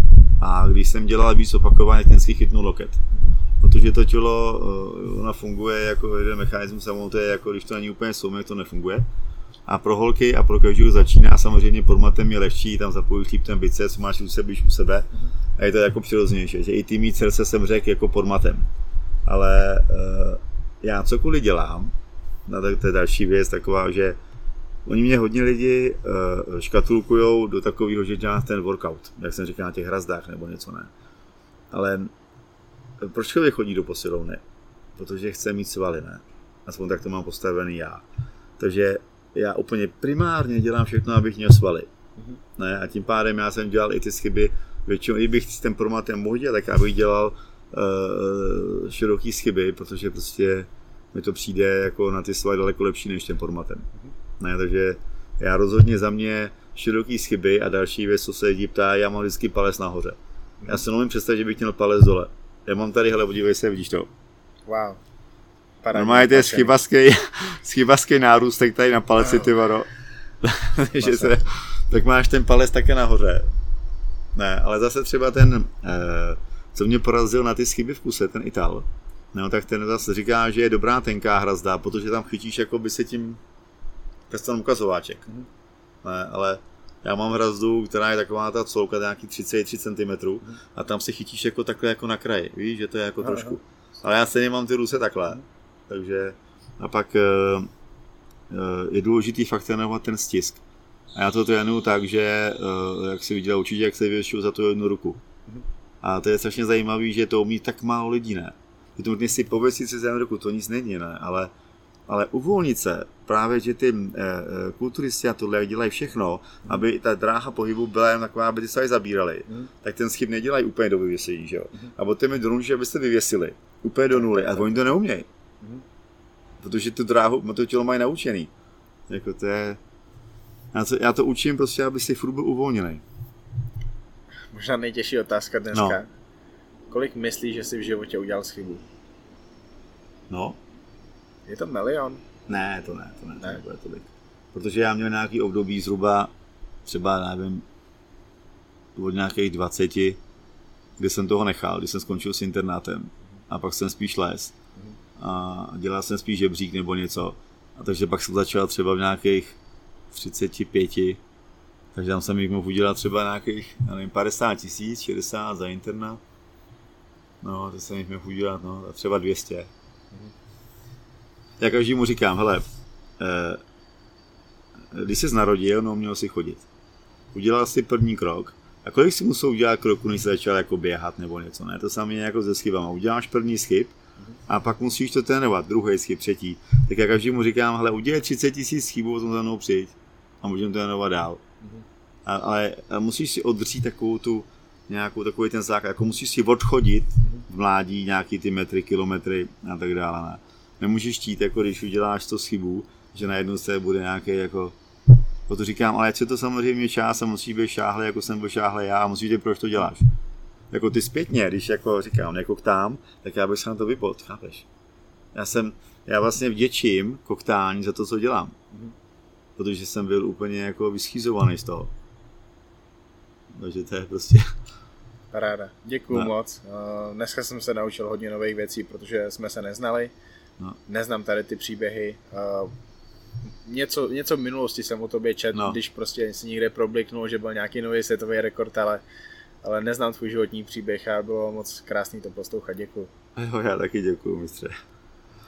A když jsem dělal víc opakování, tak ten si chytnul loket. Protože to tělo, ona funguje jako jeden mechanismus samou, to je jako když to není úplně souměk, to nefunguje. A pro holky a pro každého začíná samozřejmě pod matem je lehčí, tam zapojíš líp ten biceps, máš u sebe, u sebe. A je to jako přirozenější, že i ty mít srdce jsem řekl jako pod matem. Ale já cokoliv dělám, to je další věc taková, že oni mě hodně lidi škatulkujou do takového, že dělá ten workout, jak jsem říkal na těch hrazdách nebo něco, ne. Ale proč člověk chodí do posilovny? Protože chce mít svaly, ne. Aspoň tak to mám postavený já. Takže já úplně primárně dělám všechno, abych měl svaly. Ne? A tím pádem já jsem dělal i ty chyby, většinou, i bych s tím formátem mohl dělat, tak abych dělal široký chyby, protože prostě mi to přijde jako na ty svaly daleko lepší než tím formátem. Ne? Takže já rozhodně za mě široký chyby a další věc, co se lidí ptá, já mám vždycky palec nahoře. Já se nemůžu představit, že bych měl palec dole. Já mám tady, hele, podívej se, vidíš to?
Wow.
Normálně to je schybaský nárůstek tady na paleci, ty varo. Tak máš ten palec také nahoře. Ne, ale zase třeba ten, co mě porazil na ty schyby v kuse, ten Ital, no, tak ten zase říká, že je dobrá tenká hrazda, protože tam chytíš jako by se tím ten ukazováček. Ne, ale já mám hrazdu, která je taková ta colka, nějaký 33 cm a tam se chytíš jako takhle jako na kraji, víš, že to je jako trošku. Ale já stejně mám ty ruce takhle, takže a pak je důležitý fakt trénovat ten stisk. A já to trénuju tak, že jak si viděl určitě, jak se vyvěšuju za tu jednu ruku. A to je strašně zajímavý, že to umí tak málo lidí, ne? Že to si pověsit si za jednu ruku, to nic není, ne? Ale uvolnit se, právě že ty kulturisti a tohle dělají všechno, aby ta dráha pohybu byla jen taková, aby ty svaly zabírali, tak ten schyb nedělají úplně do vyvěsení, že jo? A potom je donuží, abyste vyvěsili úplně do nuly a oni to neumějí. Protože tu dráhu, to tělo mají naučený. Jako to je... Já to učím prostě, aby si furt byl uvolněný.
Možná nejtěžší otázka dneska.
No.
Kolik myslíš, že jsi v životě udělal chybu?
No.
Je to milion?
Ne, to nebude tolik. Protože já měl nějaký období zhruba, třeba nevím, od nějakých 20, kdy jsem toho nechal, kdy jsem skončil s internátem. A pak jsem spíš les. A dělal jsem spíš žebřík nebo něco. A takže pak jsem začal třeba v nějakých 35, takže tam jsem jich mohl udělat třeba nějakých, nevím, 50 000, 60 za internát. No, to jsem jich mohl udělat, no, třeba 200. Já každému říkám, hele, když jsi narodil, no, měl si chodit. Udělal si první krok. A kolik si musel udělat kroků, než jsi začal jako běhat nebo něco, ne? To samé jako se schybama. Uděláš první schyb a pak musíš to trénovat, druhý schyb, třetí. Tak já každému říkám, hele, udělej 30 000 schybů, potom za mnou přijď a můžeme trénovat dál. Ale musíš si odřít takový ten základ, jako musíš si odchodit v mládí nějaký ty metry, kilometry a tak dále. Ne? Nemůžeš chtít, jako když uděláš 100 schybů, že najednou se bude nějaký jako... To říkám, ale je to samozřejmě čas a musíš být šáhlý, jako jsem byl šáhlý já a musíš vědět, proč to děláš. Jako ty zpětně, když jako říkám, nekoktám, tak já bych se na to vypot, chápeš? Já vlastně vděčím koktání za to, co dělám. Protože jsem byl úplně jako vyschýzovaný z toho. Takže to je prostě...
Paráda. Děkuju moc. Dneska jsem se naučil hodně nových věcí, protože jsme se neznali. No. Neznám tady ty příběhy. Něco v minulosti jsem o tobě četl, když prostě si někde probliknul, že byl nějaký nový světový rekord, ale neznám tvůj životní příběh a bylo moc krásný to poslouchat. Děkuju.
Jo, já taky děkuju, mistře.